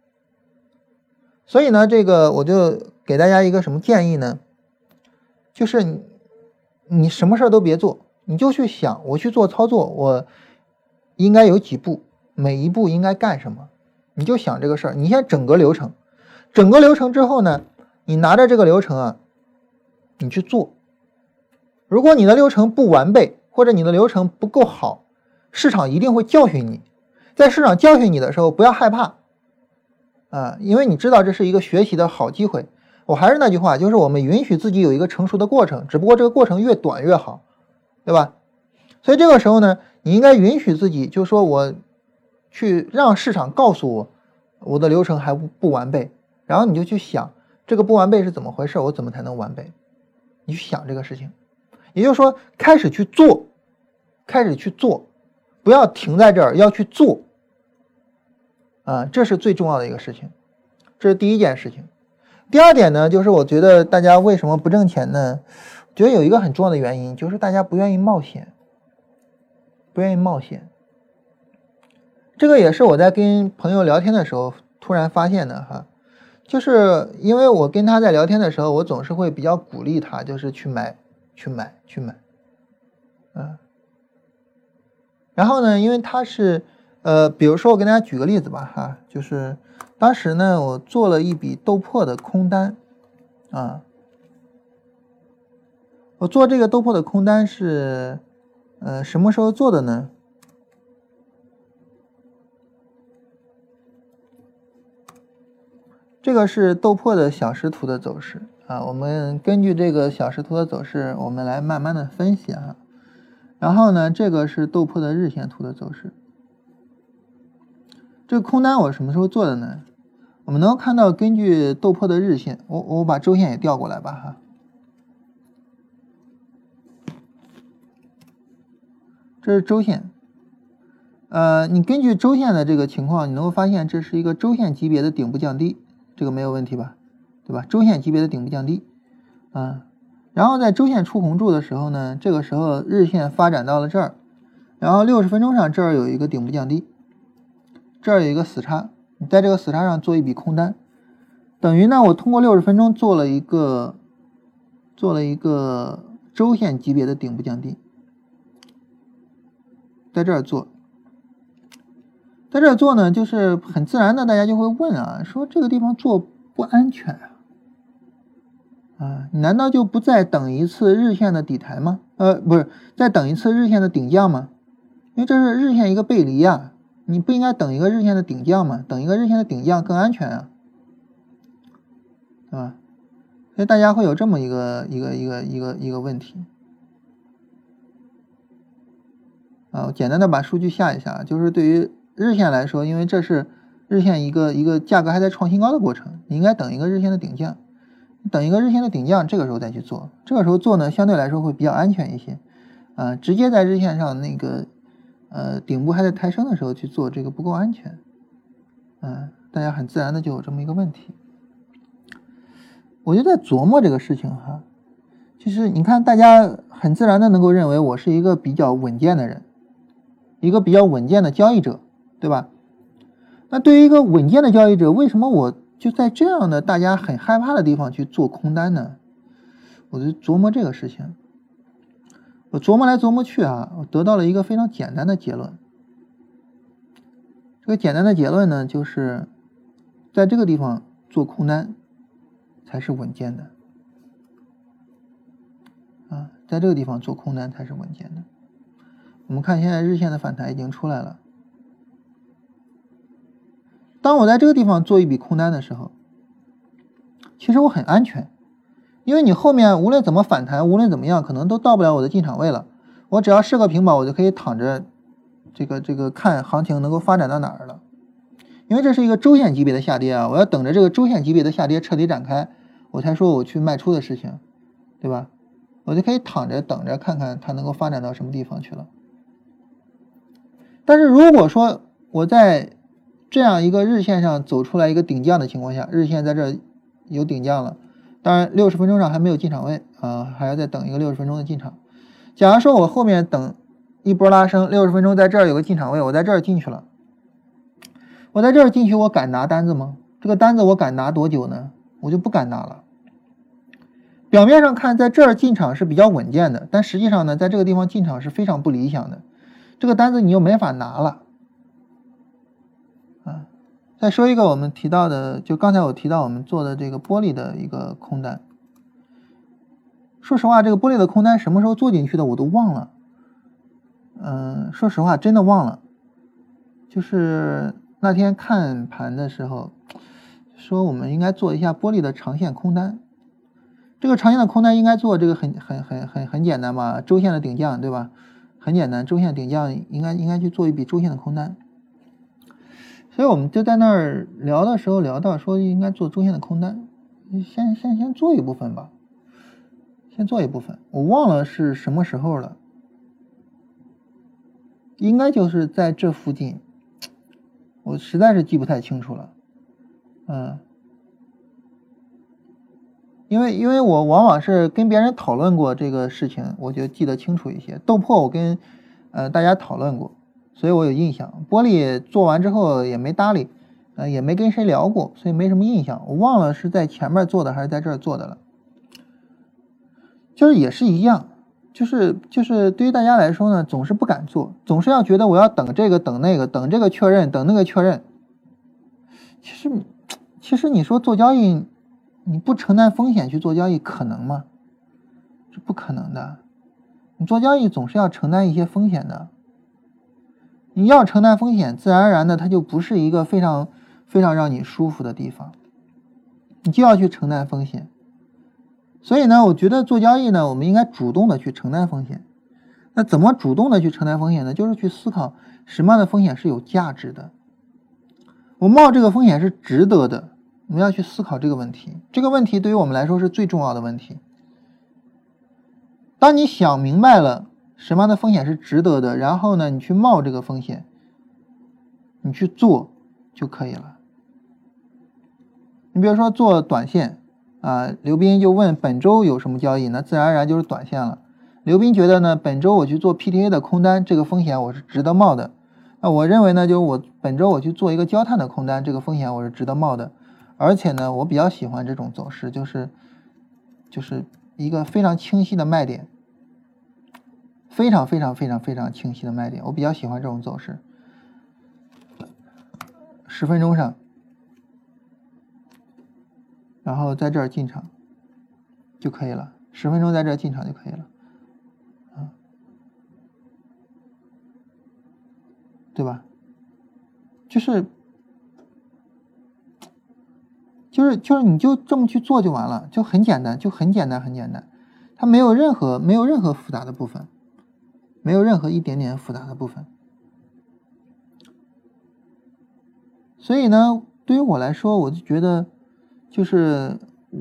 所以呢这个我就给大家一个什么建议呢，就是你什么事都别做，你就去想我去做操作我应该有几步，每一步应该干什么，你就想这个事儿。你先整个流程之后呢，你拿着这个流程你去做。如果你的流程不完备，或者你的流程不够好，市场一定会教训你。在市场教训你的时候不要害怕因为你知道这是一个学习的好机会。我还是那句话，就是我们允许自己有一个成熟的过程，只不过这个过程越短越好，对吧？所以这个时候呢，你应该允许自己，就是说我去让市场告诉我的流程还不完备，然后你就去想这个不完备是怎么回事，我怎么才能完备，你去想这个事情。也就是说开始去做，不要停在这儿，要去做这是最重要的一个事情，这是第一件事情。第二点呢，就是我觉得大家为什么不挣钱呢？我觉得有一个很重要的原因，就是大家不愿意冒险。这个也是我在跟朋友聊天的时候突然发现的就是因为我跟他在聊天的时候，我总是会比较鼓励他，就是去买然后呢，因为他是比如说我跟大家举个例子吧就是当时呢我做了一笔豆粕的空单我做这个豆粕的空单是什么时候做的呢？这个是豆粕的小时图的走势我们根据这个小时图的走势，我们来慢慢的分析然后呢，这个是豆粕的日线图的走势。这个空单我什么时候做的呢？我们能够看到，根据豆粕的日线，我把周线也调过来吧这是周线。你根据周线的这个情况，你能够发现这是一个周线级别的顶部降低，这个没有问题吧？对吧？周线级别的顶部降低然后在周线出红柱的时候呢，这个时候日线发展到了这儿，然后60分钟上这儿有一个顶部降低，这儿有一个死叉，你在这个死叉上做一笔空单，等于呢我通过60分钟做了一个周线级别的顶部降低，在这儿做呢，就是很自然的大家就会问说这个地方做不安全你难道就不再等一次日线的底台吗？不是，再等一次日线的顶降吗？因为这是日线一个背离你不应该等一个日线的顶降吗？等一个日线的顶降更安全对吧？所以大家会有这么一个问题我简单的把数据下一下，就是对于日线来说，因为这是日线一个价格还在创新高的过程，你应该等一个日线的顶降。等一个日线的顶降，这个时候再去做，这个时候做呢相对来说会比较安全一些直接在日线上那个顶部还在抬升的时候去做，这个不够安全大家很自然的就有这么一个问题。我就在琢磨这个事情其实你看大家很自然的能够认为我是一个比较稳健的人，一个比较稳健的交易者，对吧？那对于一个稳健的交易者，为什么我就在这样的大家很害怕的地方去做空单呢？我就琢磨这个事情，我琢磨来琢磨去我得到了一个非常简单的结论。这个简单的结论呢，就是在这个地方做空单才是稳健的在这个地方做空单才是稳健的。我们看现在日线的反弹已经出来了，当我在这个地方做一笔空单的时候，其实我很安全，因为你后面无论怎么反弹，无论怎么样，可能都到不了我的进场位了。我只要设个平保，我就可以躺着这个看行情能够发展到哪儿了。因为这是一个周线级别的下跌我要等着这个周线级别的下跌彻底展开，我才说我去卖出的事情，对吧？我就可以躺着等着看看它能够发展到什么地方去了。但是如果说我在这样一个日线上走出来一个顶降的情况下，日线在这有顶降了， 当然60分钟上还没有进场位还要再等一个60分钟的进场。假如说我后面等一波拉升，60分钟在这儿有个进场位，我在这儿进去了，我在这儿进去，我敢拿单子吗？这个单子我敢拿多久呢？我就不敢拿了。表面上看在这儿进场是比较稳健的，但实际上呢，在这个地方进场是非常不理想的，这个单子你又没法拿了再说一个我们提到的，就刚才我提到我们做的这个玻璃的一个空单。说实话，这个玻璃的空单什么时候做进去的我都忘了。说实话真的忘了。就是那天看盘的时候说我们应该做一下玻璃的长线空单。这个长线的空单应该做这个很简单嘛，周线的顶降，对吧？很简单，周线顶降应该去做一笔周线的空单。所以我们就在那儿聊的时候聊到说应该做周线的空单，先做一部分吧，先做一部分。我忘了是什么时候了，应该就是在这附近，我实在是记不太清楚了。因为我往往是跟别人讨论过这个事情，我就记得清楚一些。豆粕我跟大家讨论过，所以我有印象。玻璃做完之后也没搭理，也没跟谁聊过，所以没什么印象。我忘了是在前面做的还是在这儿做的了。就是也是一样，就是对于大家来说呢，总是不敢做，总是要觉得我要等这个等那个，等这个确认，等那个确认。其实你说做交易，你不承担风险去做交易可能吗？是不可能的。你做交易总是要承担一些风险的。你要承担风险，自然而然的它就不是一个非常让你舒服的地方。你就要去承担风险。所以呢，我觉得做交易呢，我们应该主动的去承担风险。那怎么主动的去承担风险呢？就是去思考什么样的风险是有价值的。我冒这个风险是值得的。我们要去思考这个问题，这个问题对于我们来说是最重要的问题。当你想明白了什么样的风险是值得的，然后呢，你去冒这个风险，你去做就可以了。你比如说做短线刘斌就问本周有什么交易呢？自然而然就是短线了。刘斌觉得呢，本周我去做 PTA 的空单，这个风险我是值得冒的。那我认为呢，就是本周我去做一个焦炭的空单，这个风险我是值得冒的。而且呢，我比较喜欢这种走势，就是一个非常清晰的卖点，非常清晰的卖点，我比较喜欢这种走势。10分钟上，然后在这儿进场就可以了，10分钟在这儿进场就可以了，对吧？就是你就这么去做就完了，就很简单，它没有任何复杂的部分，没有任何一点点复杂的部分。所以呢，对于我来说，我就觉得就是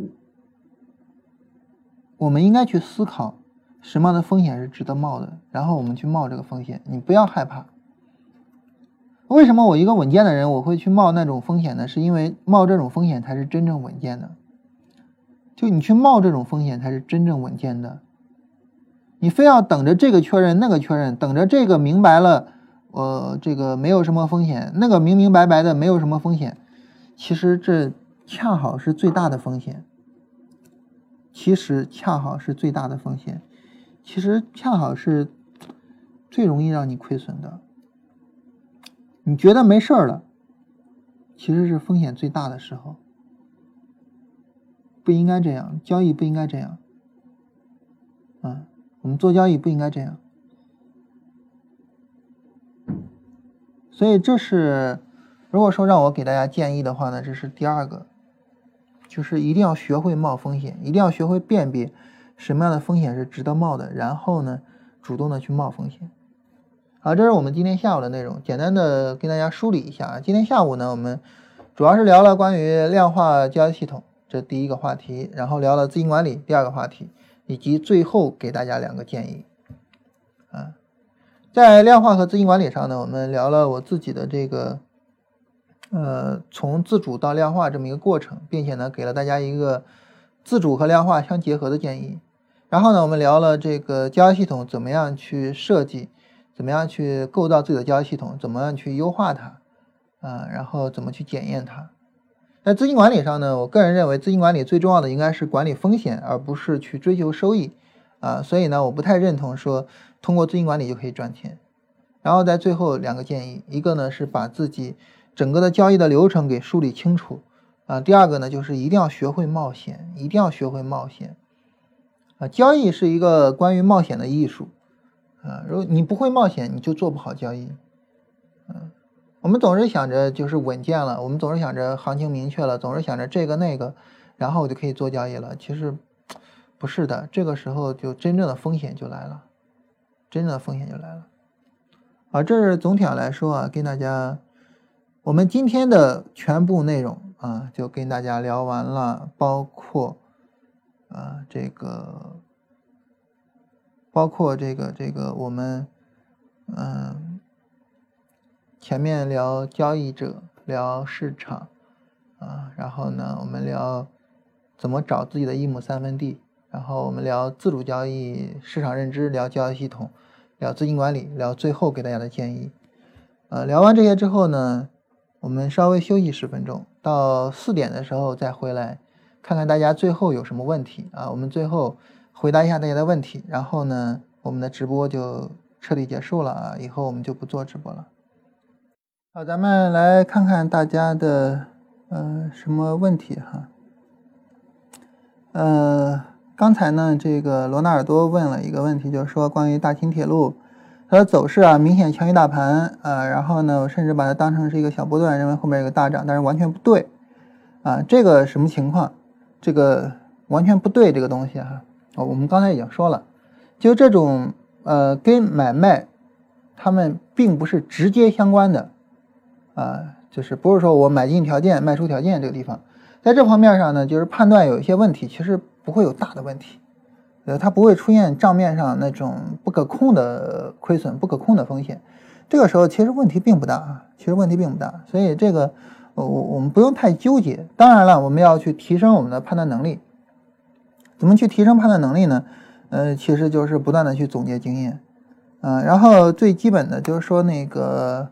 我们应该去思考什么样的风险是值得冒的，然后我们去冒这个风险，你不要害怕。为什么我一个稳健的人我会去冒那种风险呢？是因为冒这种风险才是真正稳健的。就你去冒这种风险才是真正稳健的。你非要等着这个确认那个确认，等着这个明白了这个没有什么风险，那个明明白白的没有什么风险，其实这恰好是最大的风险。其实恰好是最容易让你亏损的。你觉得没事了，其实是风险最大的时候。不应该这样，交易不应该这样。我们做交易不应该这样。所以这是，如果说让我给大家建议的话呢，这是第二个，就是一定要学会冒风险，一定要学会辨别什么样的风险是值得冒的，然后呢，主动的去冒风险。好，这是我们今天下午的内容，简单的跟大家梳理一下。今天下午呢，我们主要是聊了关于量化交易系统，这第一个话题，然后聊了资金管理，第二个话题，以及最后给大家2个建议。在量化和资金管理上呢，我们聊了我自己的这个从自主到量化这么一个过程，并且呢，给了大家一个自主和量化相结合的建议。然后呢，我们聊了这个交易系统怎么样去设计，怎么样去构造自己的交易系统，怎么样去优化它，然后怎么去检验它。在资金管理上呢，我个人认为资金管理最重要的应该是管理风险，而不是去追求收益所以呢，我不太认同说通过资金管理就可以赚钱。然后在最后2个建议，一个呢是把自己整个的交易的流程给梳理清楚第二个呢就是一定要学会冒险，一定要学会冒险交易是一个关于冒险的艺术如果你不会冒险，你就做不好交易我们总是想着就是稳健了，我们总是想着行情明确了，总是想着这个那个，然后我就可以做交易了。其实不是的，这个时候就真正的风险就来了，真正的风险就来了这是总体上来说跟大家我们今天的全部内容就跟大家聊完了，包括这个我们前面聊交易者，聊市场然后呢我们聊怎么找自己的1亩3分地，然后我们聊自主交易、市场认知，聊交易系统，聊资金管理，聊最后给大家的建议聊完这些之后呢，我们稍微休息10分钟，到4点的时候再回来看看大家最后有什么问题我们最后回答一下大家的问题，然后呢我们的直播就彻底结束了以后我们就不做直播了。好，咱们来看看大家的什么问题刚才呢这个罗纳尔多问了一个问题，就是说关于大秦铁路它的走势明显强于大盘然后呢我甚至把它当成是一个小波段，认为后面有个大涨，但是完全不对这个什么情况？这个完全不对这个东西我们刚才已经说了，就这种跟买卖他们并不是直接相关的就是不是说我买进条件卖出条件这个地方，在这方面上呢就是判断有一些问题，其实不会有大的问题它不会出现账面上那种不可控的亏损、不可控的风险，这个时候其实问题并不大所以这个我们不用太纠结。当然了，我们要去提升我们的判断能力。怎么去提升判断能力呢？其实就是不断的去总结经验然后最基本的就是说那个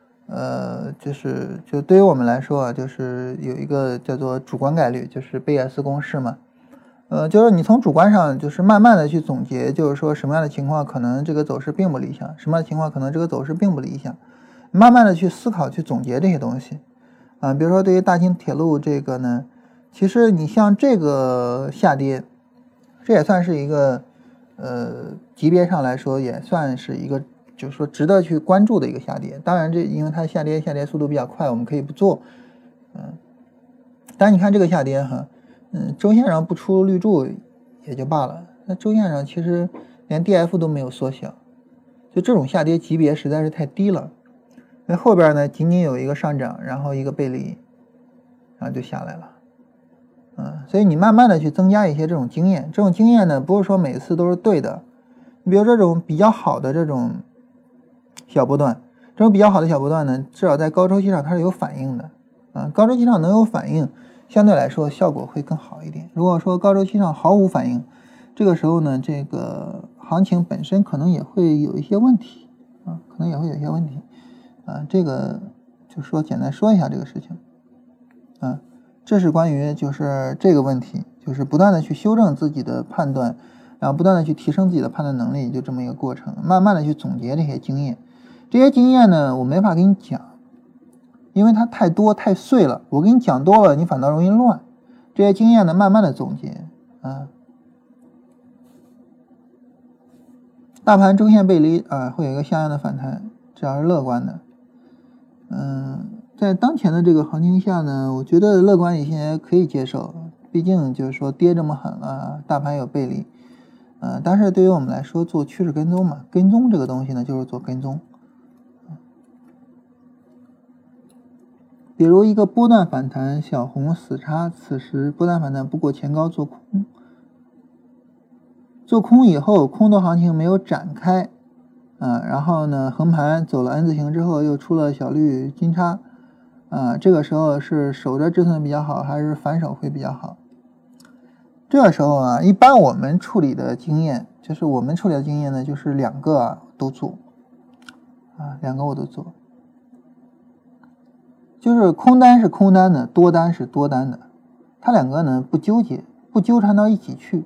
就对于我们来说就是有一个叫做主观概率，就是贝叶斯公式嘛就是你从主观上就是慢慢的去总结，就是说什么样的情况可能这个走势并不理想，什么样的情况可能这个走势并不理想，慢慢的去思考去总结这些东西比如说对于大秦铁路这个呢，其实你像这个下跌，这也算是一个级别上来说也算是一个就是说值得去关注的一个下跌。当然这因为它下跌速度比较快，我们可以不做但是你看这个下跌周线上不出绿柱也就罢了，那周线上其实连 DF 都没有缩小，就这种下跌级别实在是太低了。那后边呢仅仅有一个上涨，然后一个背离，然后就下来了所以你慢慢的去增加一些这种经验，这种经验呢不是说每次都是对的。你比如这种比较好的这种小波段，这种比较好的小波段呢，至少在高周期上它是有反应的高周期上能有反应，相对来说效果会更好一点。如果说高周期上毫无反应，这个时候呢这个行情本身可能也会有一些问题这个就说简单说一下这个事情这是关于就是这个问题，就是不断的去修正自己的判断，然后不断的去提升自己的判断能力，就这么一个过程，慢慢的去总结这些经验。这些经验呢我没法给你讲，因为它太多太碎了，我给你讲多了你反倒容易乱。这些经验呢慢慢的总结大盘周线背离会有一个像样的反弹，只要是乐观的在当前的这个行情下呢，我觉得乐观一些可以接受，毕竟就是说跌这么狠了，大盘有背离但是对于我们来说做趋势跟踪嘛，跟踪这个东西呢就是做跟踪比如一个波段反弹小红死叉，此时波段反弹不过前高做空，做空以后空头行情没有展开然后呢横盘走了 N 字形之后又出了小绿金叉这个时候是守着止损比较好还是反手会比较好这个时候啊，一般我们处理的经验呢，就是两个都做两个我都做，就是空单是空单的，多单是多单的，它两个呢不纠结，不纠缠到一起去。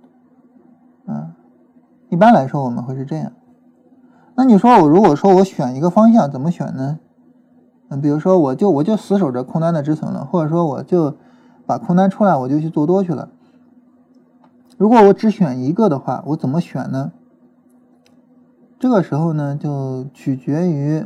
一般来说我们会是这样。那你说如果说我选一个方向，怎么选呢？比如说我就死守着空单的止损了，或者说我就把空单出来，我就去做多去了。如果我只选一个的话，我怎么选呢？这个时候呢，就取决于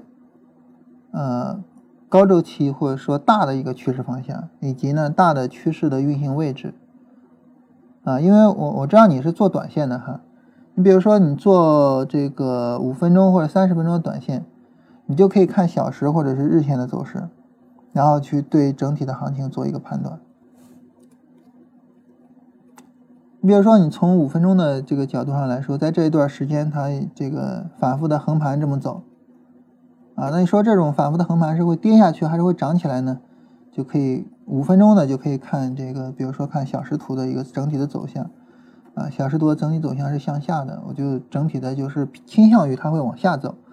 高周期或者说大的一个趋势方向，以及呢大的趋势的运行位置因为我知道你是做短线的哈，你比如说你做这个5分钟或者30分钟的短线，你就可以看小时或者是日线的走势，然后去对整体的行情做一个判断。你比如说你从5分钟的这个角度上来说，在这一段时间它这个反复的横盘这么走那你说这种反复的横盘是会跌下去还是会涨起来呢？就可以5分钟的就可以看这个，比如说看小时图的一个整体的走向小时图的整体走向是向下的，我就整体的就是倾向于它会往下走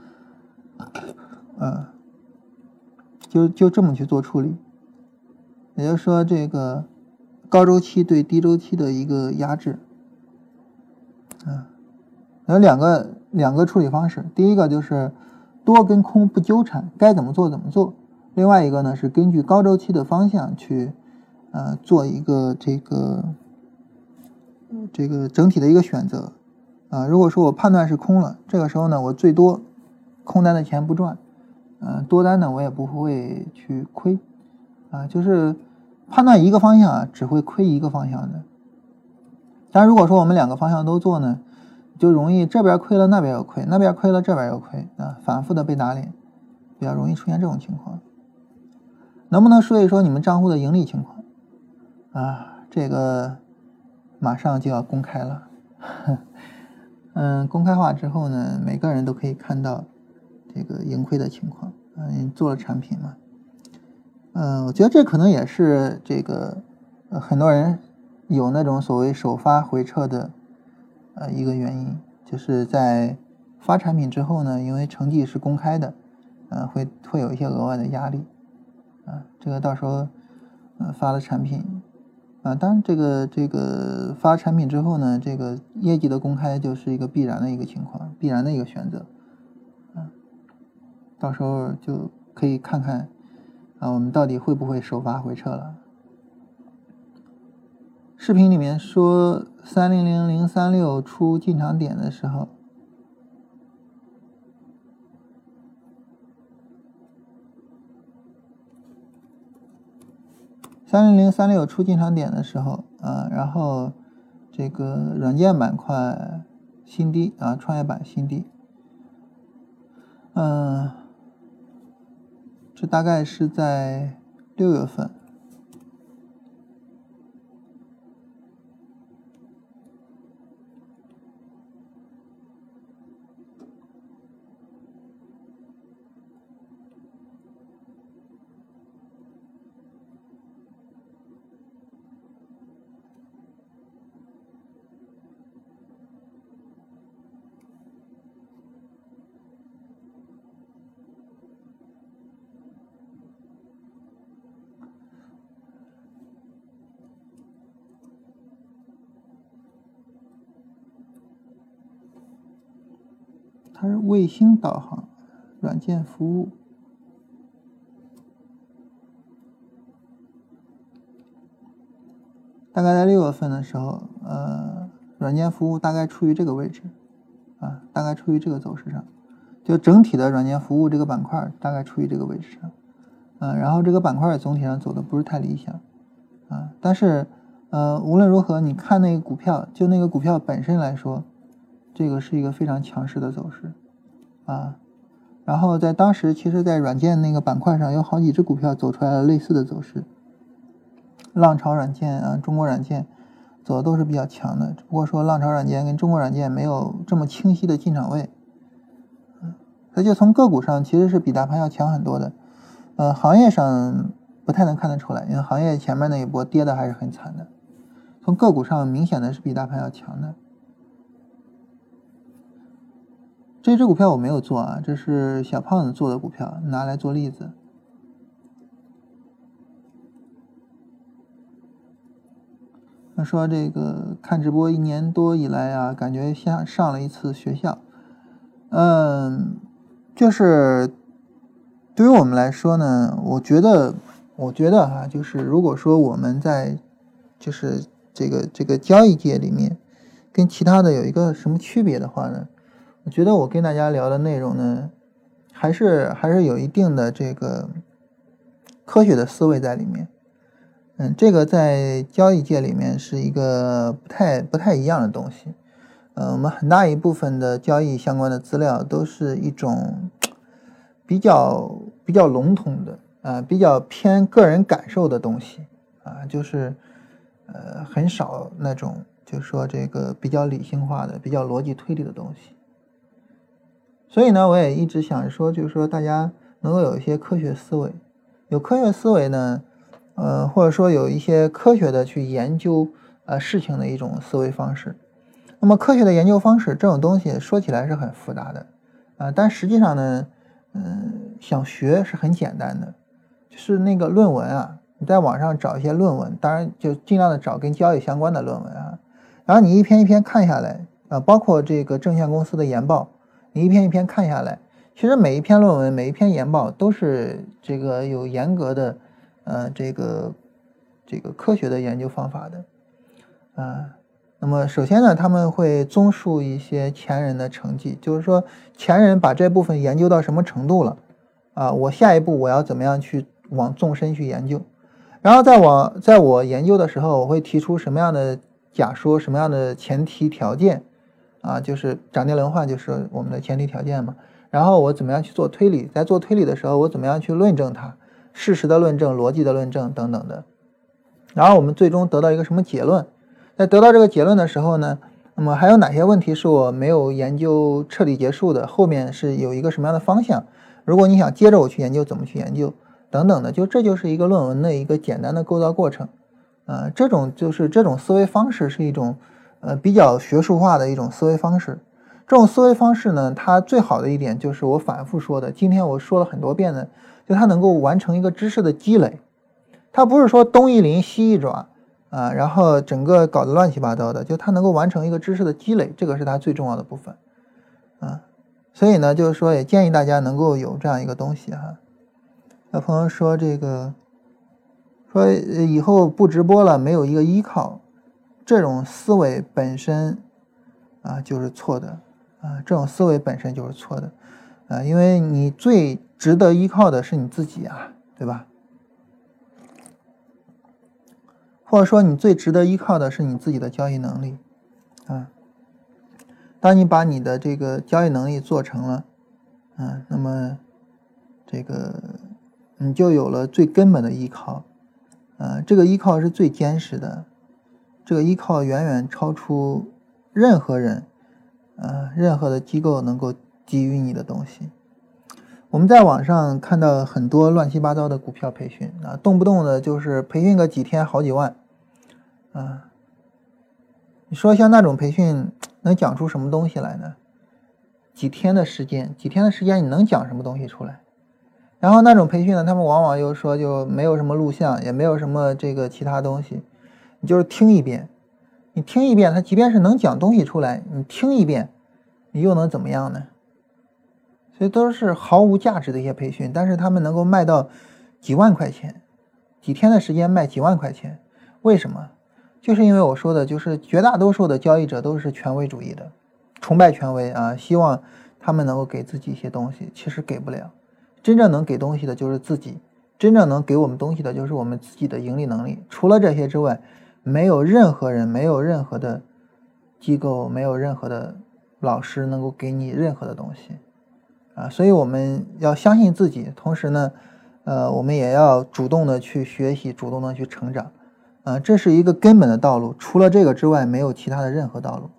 就这么去做处理。也就是说这个高周期对低周期的一个压制有两个处理方式。第一个就是多跟空不纠缠，该怎么做怎么做。另外一个呢是根据高周期的方向去做一个这个整体的一个选择如果说我判断是空了，这个时候呢我最多空单的钱不赚多单呢我也不会去亏就是判断一个方向只会亏一个方向的。但如果说我们两个方向都做呢，就容易这边亏了那边又亏，那边亏了这边又亏反复的被打脸，比较容易出现这种情况。能不能说一说你们账户的盈利情况这个马上就要公开了公开化之后呢，每个人都可以看到这个盈亏的情况你做了产品嘛我觉得这可能也是这个很多人有那种所谓首发回撤的一个原因，就是在发产品之后呢，因为成绩是公开的会有一些额外的压力这个到时候发了产品当然这个发产品之后呢，这个业绩的公开就是一个必然的一个情况，必然的一个选择到时候就可以看看我们到底会不会首发回撤了。视频里面说300036出进场点的时候300036出进场点的时候然后这个软件板块新低创业板新低这大概是在6月份它是卫星导航软件服务大概在6月份的时候软件服务大概处于这个位置大概处于这个走势上，就整体的软件服务这个板块大概处于这个位置上然后这个板块总体上走的不是太理想但是无论如何你看那个股票，就那个股票本身来说，这个是一个非常强势的走势然后在当时其实在软件那个板块上有好几只股票走出来了类似的走势，浪潮软件中国软件走的都是比较强的，只不过说浪潮软件跟中国软件没有这么清晰的进场位所以就从个股上其实是比大盘要强很多的行业上不太能看得出来，因为行业前面那一波跌的还是很惨的， 从个股上明显的是比大盘要强的。这只股票我没有做啊，这是小胖子做的股票，拿来做例子。他说这个看直播1年多以来啊，感觉像上了一次学校。就是对于我们来说呢，我觉得哈，就是如果说我们在就是这个交易界里面跟其他的有一个什么区别的话呢，我觉得我跟大家聊的内容呢，还是有一定的这个科学的思维在里面。这个在交易界里面是一个不太一样的东西。我们很大一部分的交易相关的资料都是一种比较笼统的比较偏个人感受的东西就是很少那种就是说这个比较理性化的、比较逻辑推理的东西。所以呢，我也一直想说，就是说大家能够有一些科学思维，有科学思维呢。或者说有一些科学的去研究事情的一种思维方式。那么科学的研究方式这种东西说起来是很复杂的但实际上呢想学是很简单的，就是那个论文啊，你在网上找一些论文，当然就尽量的找跟交易相关的论文然后你一篇一篇看下来包括这个证券公司的研报，你一篇一篇看下来，其实每一篇论文每一篇研报都是这个有严格的这个科学的研究方法的那么首先呢，他们会综述一些前人的成绩，就是说前人把这部分研究到什么程度了我下一步我要怎么样去往纵深去研究，然后在我研究的时候，我会提出什么样的假说，什么样的前提条件就是涨跌轮换就是我们的前提条件嘛，然后我怎么样去做推理，在做推理的时候我怎么样去论证它，事实的论证、逻辑的论证等等的，然后我们最终得到一个什么结论。在得到这个结论的时候呢，那么还有哪些问题是我没有研究彻底结束的，后面是有一个什么样的方向，如果你想接着我去研究，怎么去研究等等的，这就是一个论文的一个简单的构造过程这种思维方式是一种比较学术化的一种思维方式。这种思维方式呢，它最好的一点就是我反复说的，今天我说了很多遍的，就它能够完成一个知识的积累，它不是说东一鳞西一爪然后整个搞得乱七八糟的，就它能够完成一个知识的积累，这个是它最重要的部分所以呢，就是说也建议大家能够有这样一个东西有朋友说这个说以后不直播了，没有一个依靠，这种思维本身就是错的这种思维本身就是错的因为你最值得依靠的是你自己对吧？或者说你最值得依靠的是你自己的交易能力当你把你的这个交易能力做成了那么这个你就有了最根本的依靠这个依靠是最坚实的，这个依靠远远超出任何人任何的机构能够给予你的东西。我们在网上看到很多乱七八糟的股票培训动不动的就是培训个几天好几万你说像那种培训能讲出什么东西来呢？几天的时间你能讲什么东西出来？然后那种培训呢，他们往往又说就没有什么录像，也没有什么这个其他东西，你就是听一遍，你听一遍，他即便是能讲东西出来，你听一遍，你又能怎么样呢？所以都是毫无价值的一些培训，但是他们能够卖到几万块钱，几天的时间卖几万块钱，为什么？就是因为我说的，就是绝大多数的交易者都是权威主义的，崇拜权威希望他们能够给自己一些东西，其实给不了。真正能给东西的就是自己，真正能给我们东西的就是我们自己的盈利能力。除了这些之外，没有任何人，没有任何的机构，没有任何的老师能够给你任何的东西所以我们要相信自己，同时呢我们也要主动的去学习，主动的去成长这是一个根本的道路，除了这个之外没有其他的任何道路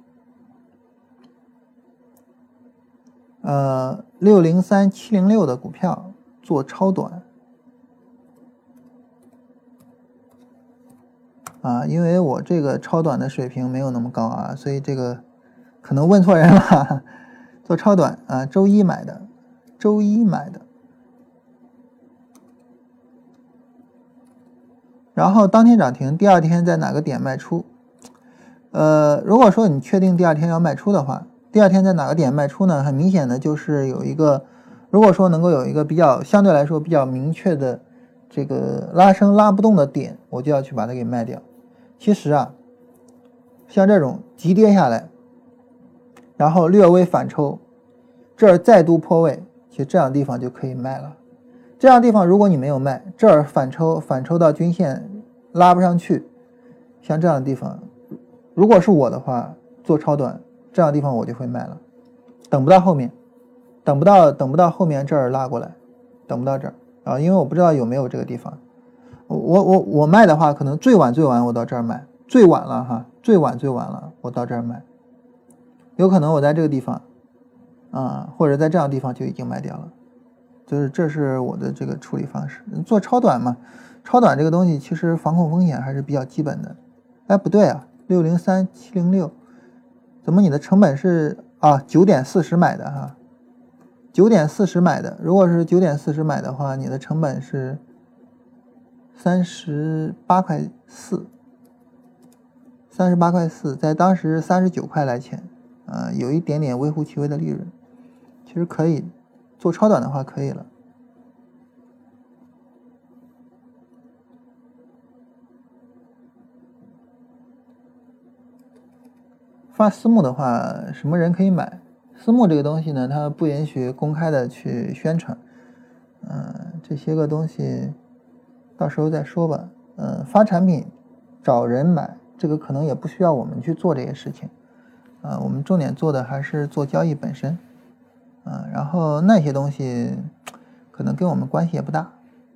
603706的股票做超短啊，因为我这个超短的水平没有那么高啊，所以这个可能问错人了。做超短啊，周一买的，然后当天涨停，第二天在哪个点卖出？如果说你确定第二天要卖出的话，第二天在哪个点卖出呢？很明显的就是有一个，如果说能够有一个相对来说比较明确的这个拉升拉不动的点，我就要去把它给卖掉。其实啊，像这种急跌下来，然后略微反抽，这儿再度破位，其实这样的地方就可以卖了。这样的地方如果你没有卖，这儿反抽到均线拉不上去，像这样的地方，如果是我的话做超短，这样的地方我就会卖了，等不到后面，等不到后面这儿拉过来，等不到这儿啊，因为我不知道有没有这个地方。我卖的话，可能最晚我到这儿卖，最晚了我到这儿卖，有可能我在这个地方啊，或者在这样的地方就已经卖掉了。就是这是我的这个处理方式。做超短嘛，超短这个东西其实防控风险还是比较基本的。哎，不对啊，603706，怎么你的成本是9点40买的哈？9点40买的，如果是9点40买的话，你的成本是38块4，在当时39块来钱，有一点点微乎其微的利润，其实可以做超短的话可以了。发私募的话，什么人可以买？私募这个东西呢，它不允许公开的去宣传，这些个东西到时候再说吧。发产品找人买，这个可能也不需要我们去做这些事情，我们重点做的还是做交易本身，然后那些东西可能跟我们关系也不大，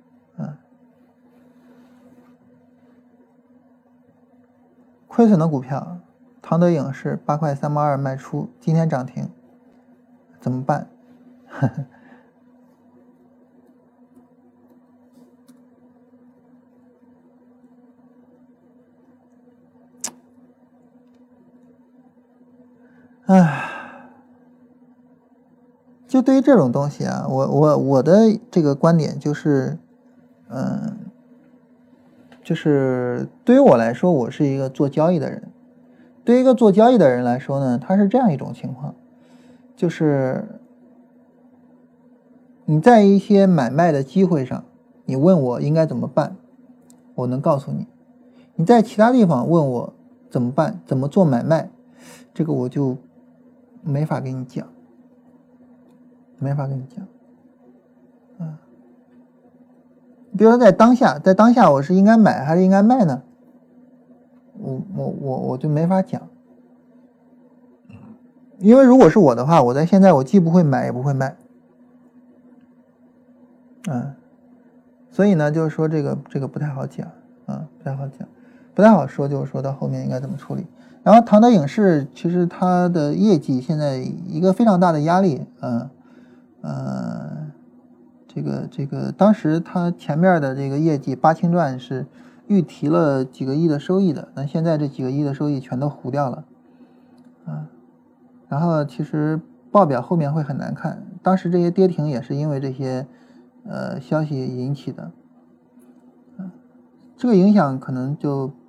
亏损的股票。唐德影视8块3毛2卖出，今天涨停，怎么办？就对于这种东西啊，我的这个观点就是，就是对于我来说，我是一个做交易的人。对于一个做交易的人来说呢，他是这样一种情况，就是你在一些买卖的机会上，你问我应该怎么办，我能告诉你；你在其他地方问我怎么办，怎么做买卖，这个我就没法给你讲，比如说在当下我是应该买还是应该卖呢？我就没法讲，因为如果是我的话，我在现在我既不会买也不会卖，所以呢，就是说这个不太好讲，不太好说，就是说到后面应该怎么处理。然后唐德影视其实它的业绩现在一个非常大的压力，这个当时它前面的这个业绩八清传是预提了几个亿的收益的，那现在这几个亿的收益全都糊掉了，然后其实报表后面会很难看，当时这些跌停也是因为这些消息引起的，这个影响可能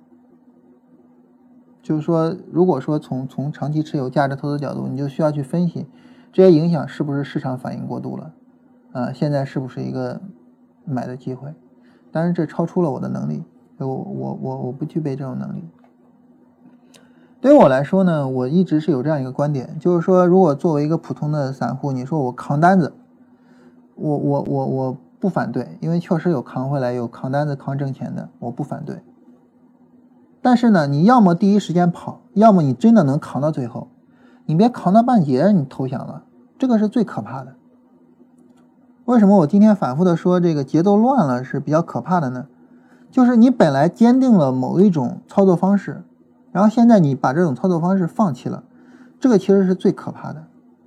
就是说，如果说从长期持有价值投资角度，你就需要去分析这些影响是不是市场反应过度了，现在是不是一个买的机会？当然这超出了我的能力，我不具备这种能力。对于我来说呢，我一直是有这样一个观点，就是说，如果作为一个普通的散户，你说我扛单子，我不反对，因为确实有扛回来，有扛单子扛挣钱的，我不反对。但是呢，你要么第一时间跑，要么你真的能扛到最后，你别扛到半截你投降了，这个是最可怕的。为什么我今天反复的说这个节奏乱了是比较可怕的呢？就是你本来坚定了某一种操作方式，然后现在你把这种操作方式放弃了，这个其实是最可怕的，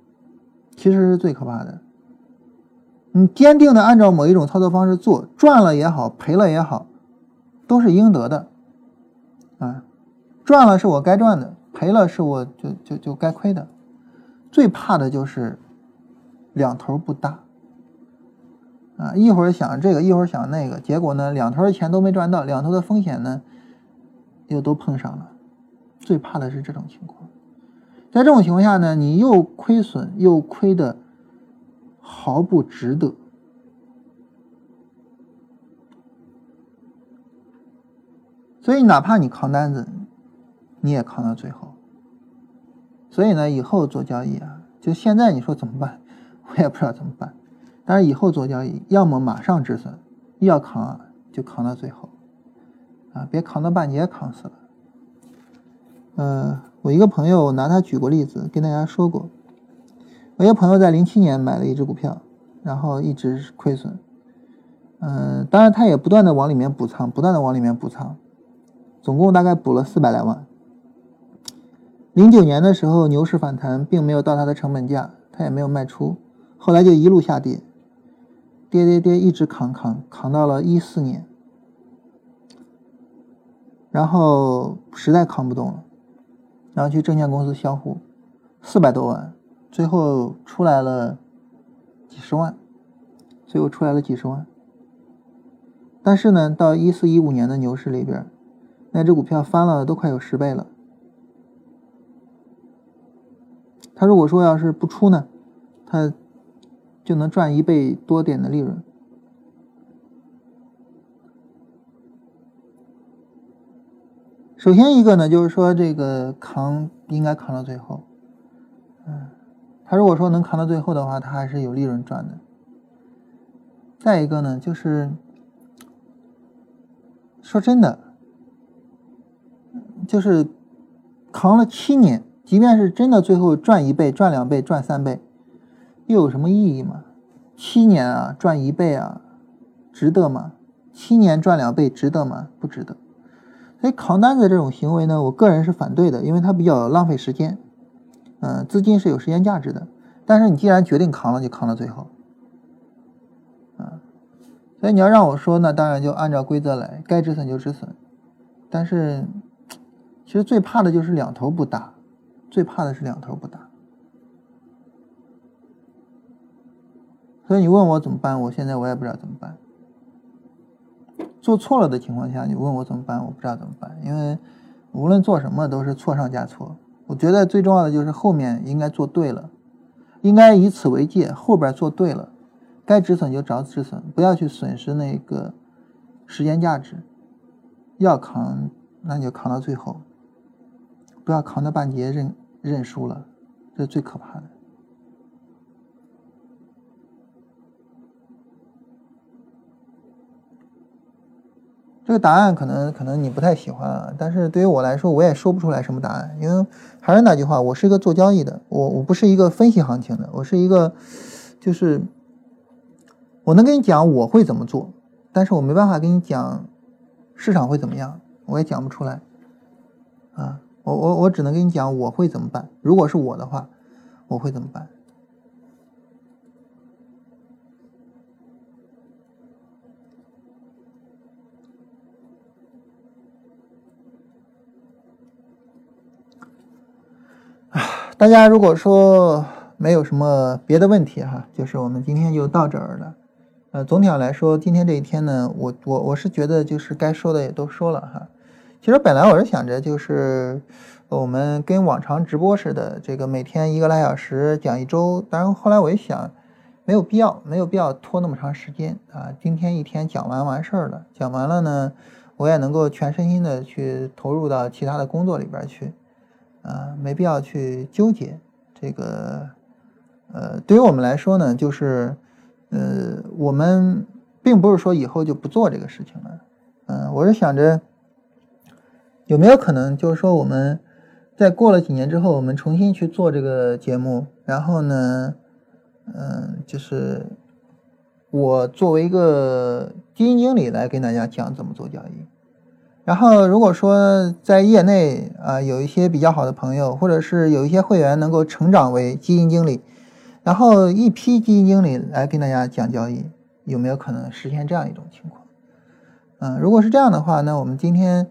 你坚定的按照某一种操作方式做，赚了也好，赔了也好，都是应得的。 啊，赚了是我该赚的，赔了是我就该亏的。最怕的就是两头不搭啊，一会儿想这个，一会儿想那个，结果呢，两头的钱都没赚到，两头的风险呢又都碰上了。最怕的是这种情况。在这种情况下呢，你又亏损又亏的毫不值得。所以哪怕你扛单子，你也扛到最后。所以呢，以后做交易啊，就现在你说怎么办，我也不知道怎么办。但是以后做交易，要么马上止损，要扛啊就扛到最后啊，别扛到半截扛死了。我一个朋友拿他举过例子，跟大家说过。我一个朋友在07年买了一只股票，然后一直亏损。当然他也不断的往里面补仓，总共大概补了400来万。09年的时候牛市反弹，并没有到他的成本价，他也没有卖出，后来就一路下跌，跌一直扛到了14年，然后实在扛不动了，然后去证券公司销户，400多万，最后出来了几十万。但是呢，到14、15年的牛市里边，那只股票翻了都快有10倍了。他如果说要是不出呢，他就能赚1倍多点的利润。首先一个呢，就是说这个应该扛到最后。他如果说能扛到最后的话，他还是有利润赚的。再一个呢，就是说真的，就是扛了7年，即便是真的最后赚1倍、赚2倍、赚3倍，又有什么意义吗？7年啊，赚1倍啊，值得吗？7年赚2倍值得吗？不值得。所以扛单子这种行为呢，我个人是反对的，因为它比较浪费时间。资金是有时间价值的，但是你既然决定扛了，就扛到最后。所以你要让我说呢，当然就按照规则来，该止损就止损。但是其实最怕的就是两头不搭，所以你问我怎么办，我现在我也不知道怎么办。做错了的情况下，你问我怎么办，我不知道怎么办，因为无论做什么都是错上加错。我觉得最重要的就是后面应该做对了，应该以此为戒，后边做对了，该止损就找止损，不要去损失那个时间价值。要扛那就扛到最后，不要扛到半截认输了，这是最可怕的。这个答案可能你不太喜欢啊，但是对于我来说，我也说不出来什么答案，因为还是那句话，我是一个做交易的，我不是一个分析行情的，我是一个就是我能跟你讲我会怎么做，但是我没办法跟你讲市场会怎么样，我也讲不出来啊。我只能跟你讲我会怎么办，如果是我的话，我会怎么办。大家如果说没有什么别的问题哈，就是我们今天就到这儿了。总体上来说，今天这一天呢，我是觉得就是该说的也都说了哈。其实本来我是想着就是我们跟往常直播似的，这个每天1个来小时讲1周，当然后来我一想没有必要拖那么长时间啊。今天一天讲完事儿了，讲完了呢，我也能够全身心的去投入到其他的工作里边去。没必要去纠结这个。对于我们来说呢，就是我们并不是说以后就不做这个事情了。我是想着有没有可能就是说我们在过了几年之后，我们重新去做这个节目，然后呢就是我作为一个基金经理来跟大家讲怎么做交易。然后如果说在业内有一些比较好的朋友，或者是有一些会员能够成长为基金经理，然后一批基金经理来跟大家讲交易，有没有可能实现这样一种情况？如果是这样的话，那我们今天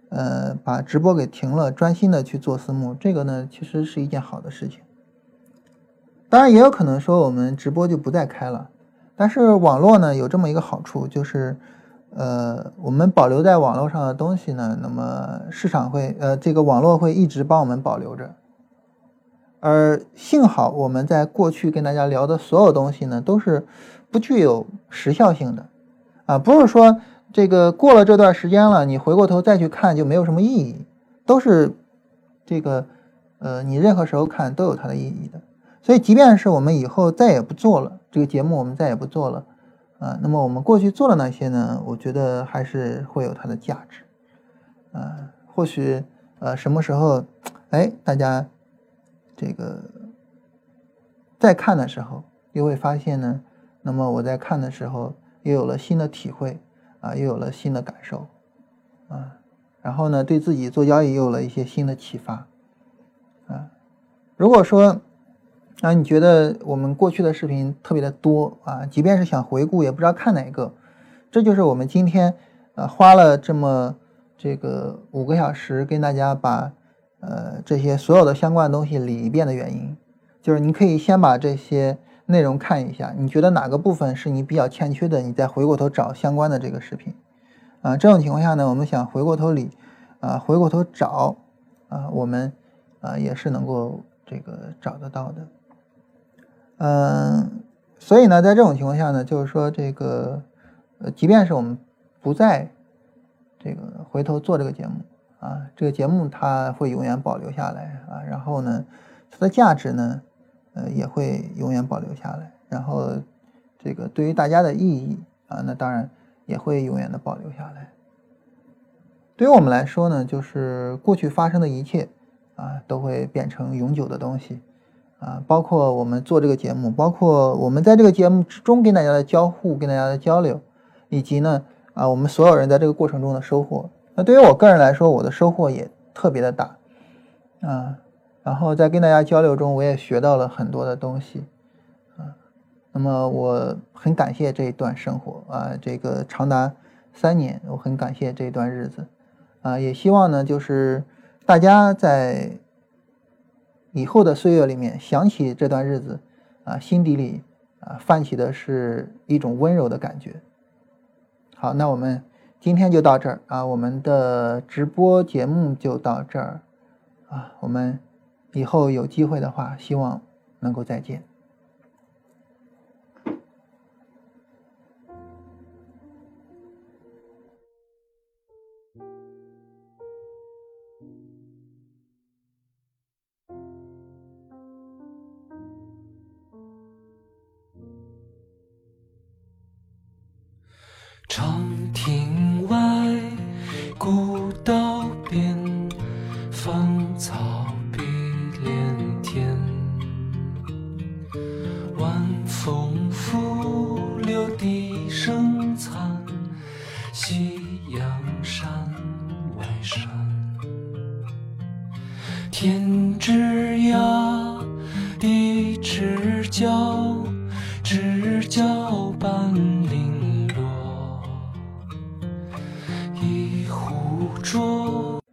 把直播给停了，专心的去做私募，这个呢其实是一件好的事情。当然也有可能说我们直播就不再开了，但是网络呢有这么一个好处，就是我们保留在网络上的东西呢，那么市场会这个网络会一直帮我们保留着。而幸好我们在过去跟大家聊的所有东西呢，都是不具有时效性的啊，不是说这个过了这段时间了，你回过头再去看就没有什么意义，都是这个你任何时候看都有它的意义的。所以即便是我们以后再也不做了，这个节目我们再也不做了啊，那么我们过去做的那些呢，我觉得还是会有它的价值啊。或许什么时候大家这个在看的时候又会发现呢，那么我在看的时候又有了新的体会啊，又有了新的感受啊，然后呢对自己做交易又有了一些新的启发啊。如果说你觉得我们过去的视频特别的多啊，即便是想回顾也不知道看哪个，这就是我们今天花了这么5个小时跟大家把这些所有的相关的东西理一遍的原因。就是你可以先把这些内容看一下，你觉得哪个部分是你比较欠缺的，你再回过头找相关的这个视频这种情况下呢，我们想回过头理回过头找我们也是能够找得到的。所以呢在这种情况下呢，就是说即便是我们不再回头做这个节目这个节目它会永远保留下来然后呢它的价值呢也会永远保留下来，然后对于大家的意义那当然也会永远的保留下来。对于我们来说呢，就是过去发生的一切都会变成永久的东西包括我们做这个节目，包括我们在这个节目之中跟大家的交互，跟大家的交流，以及呢我们所有人在这个过程中的收获。那对于我个人来说，我的收获也特别的大然后在跟大家交流中我也学到了很多的东西那么我很感谢这一段生活长达3年，我很感谢这一段日子也希望呢就是大家在以后的岁月里面想起这段日子心底里泛起的是一种温柔的感觉。好，那我们今天就到这儿我们的直播节目就到这儿我们以后有机会的话希望能够再见。 长亭外，古道边，芳草碧连天。晚风拂柳笛声残，夕阳山外山。天之涯，地之角，知交半零落。一壶浊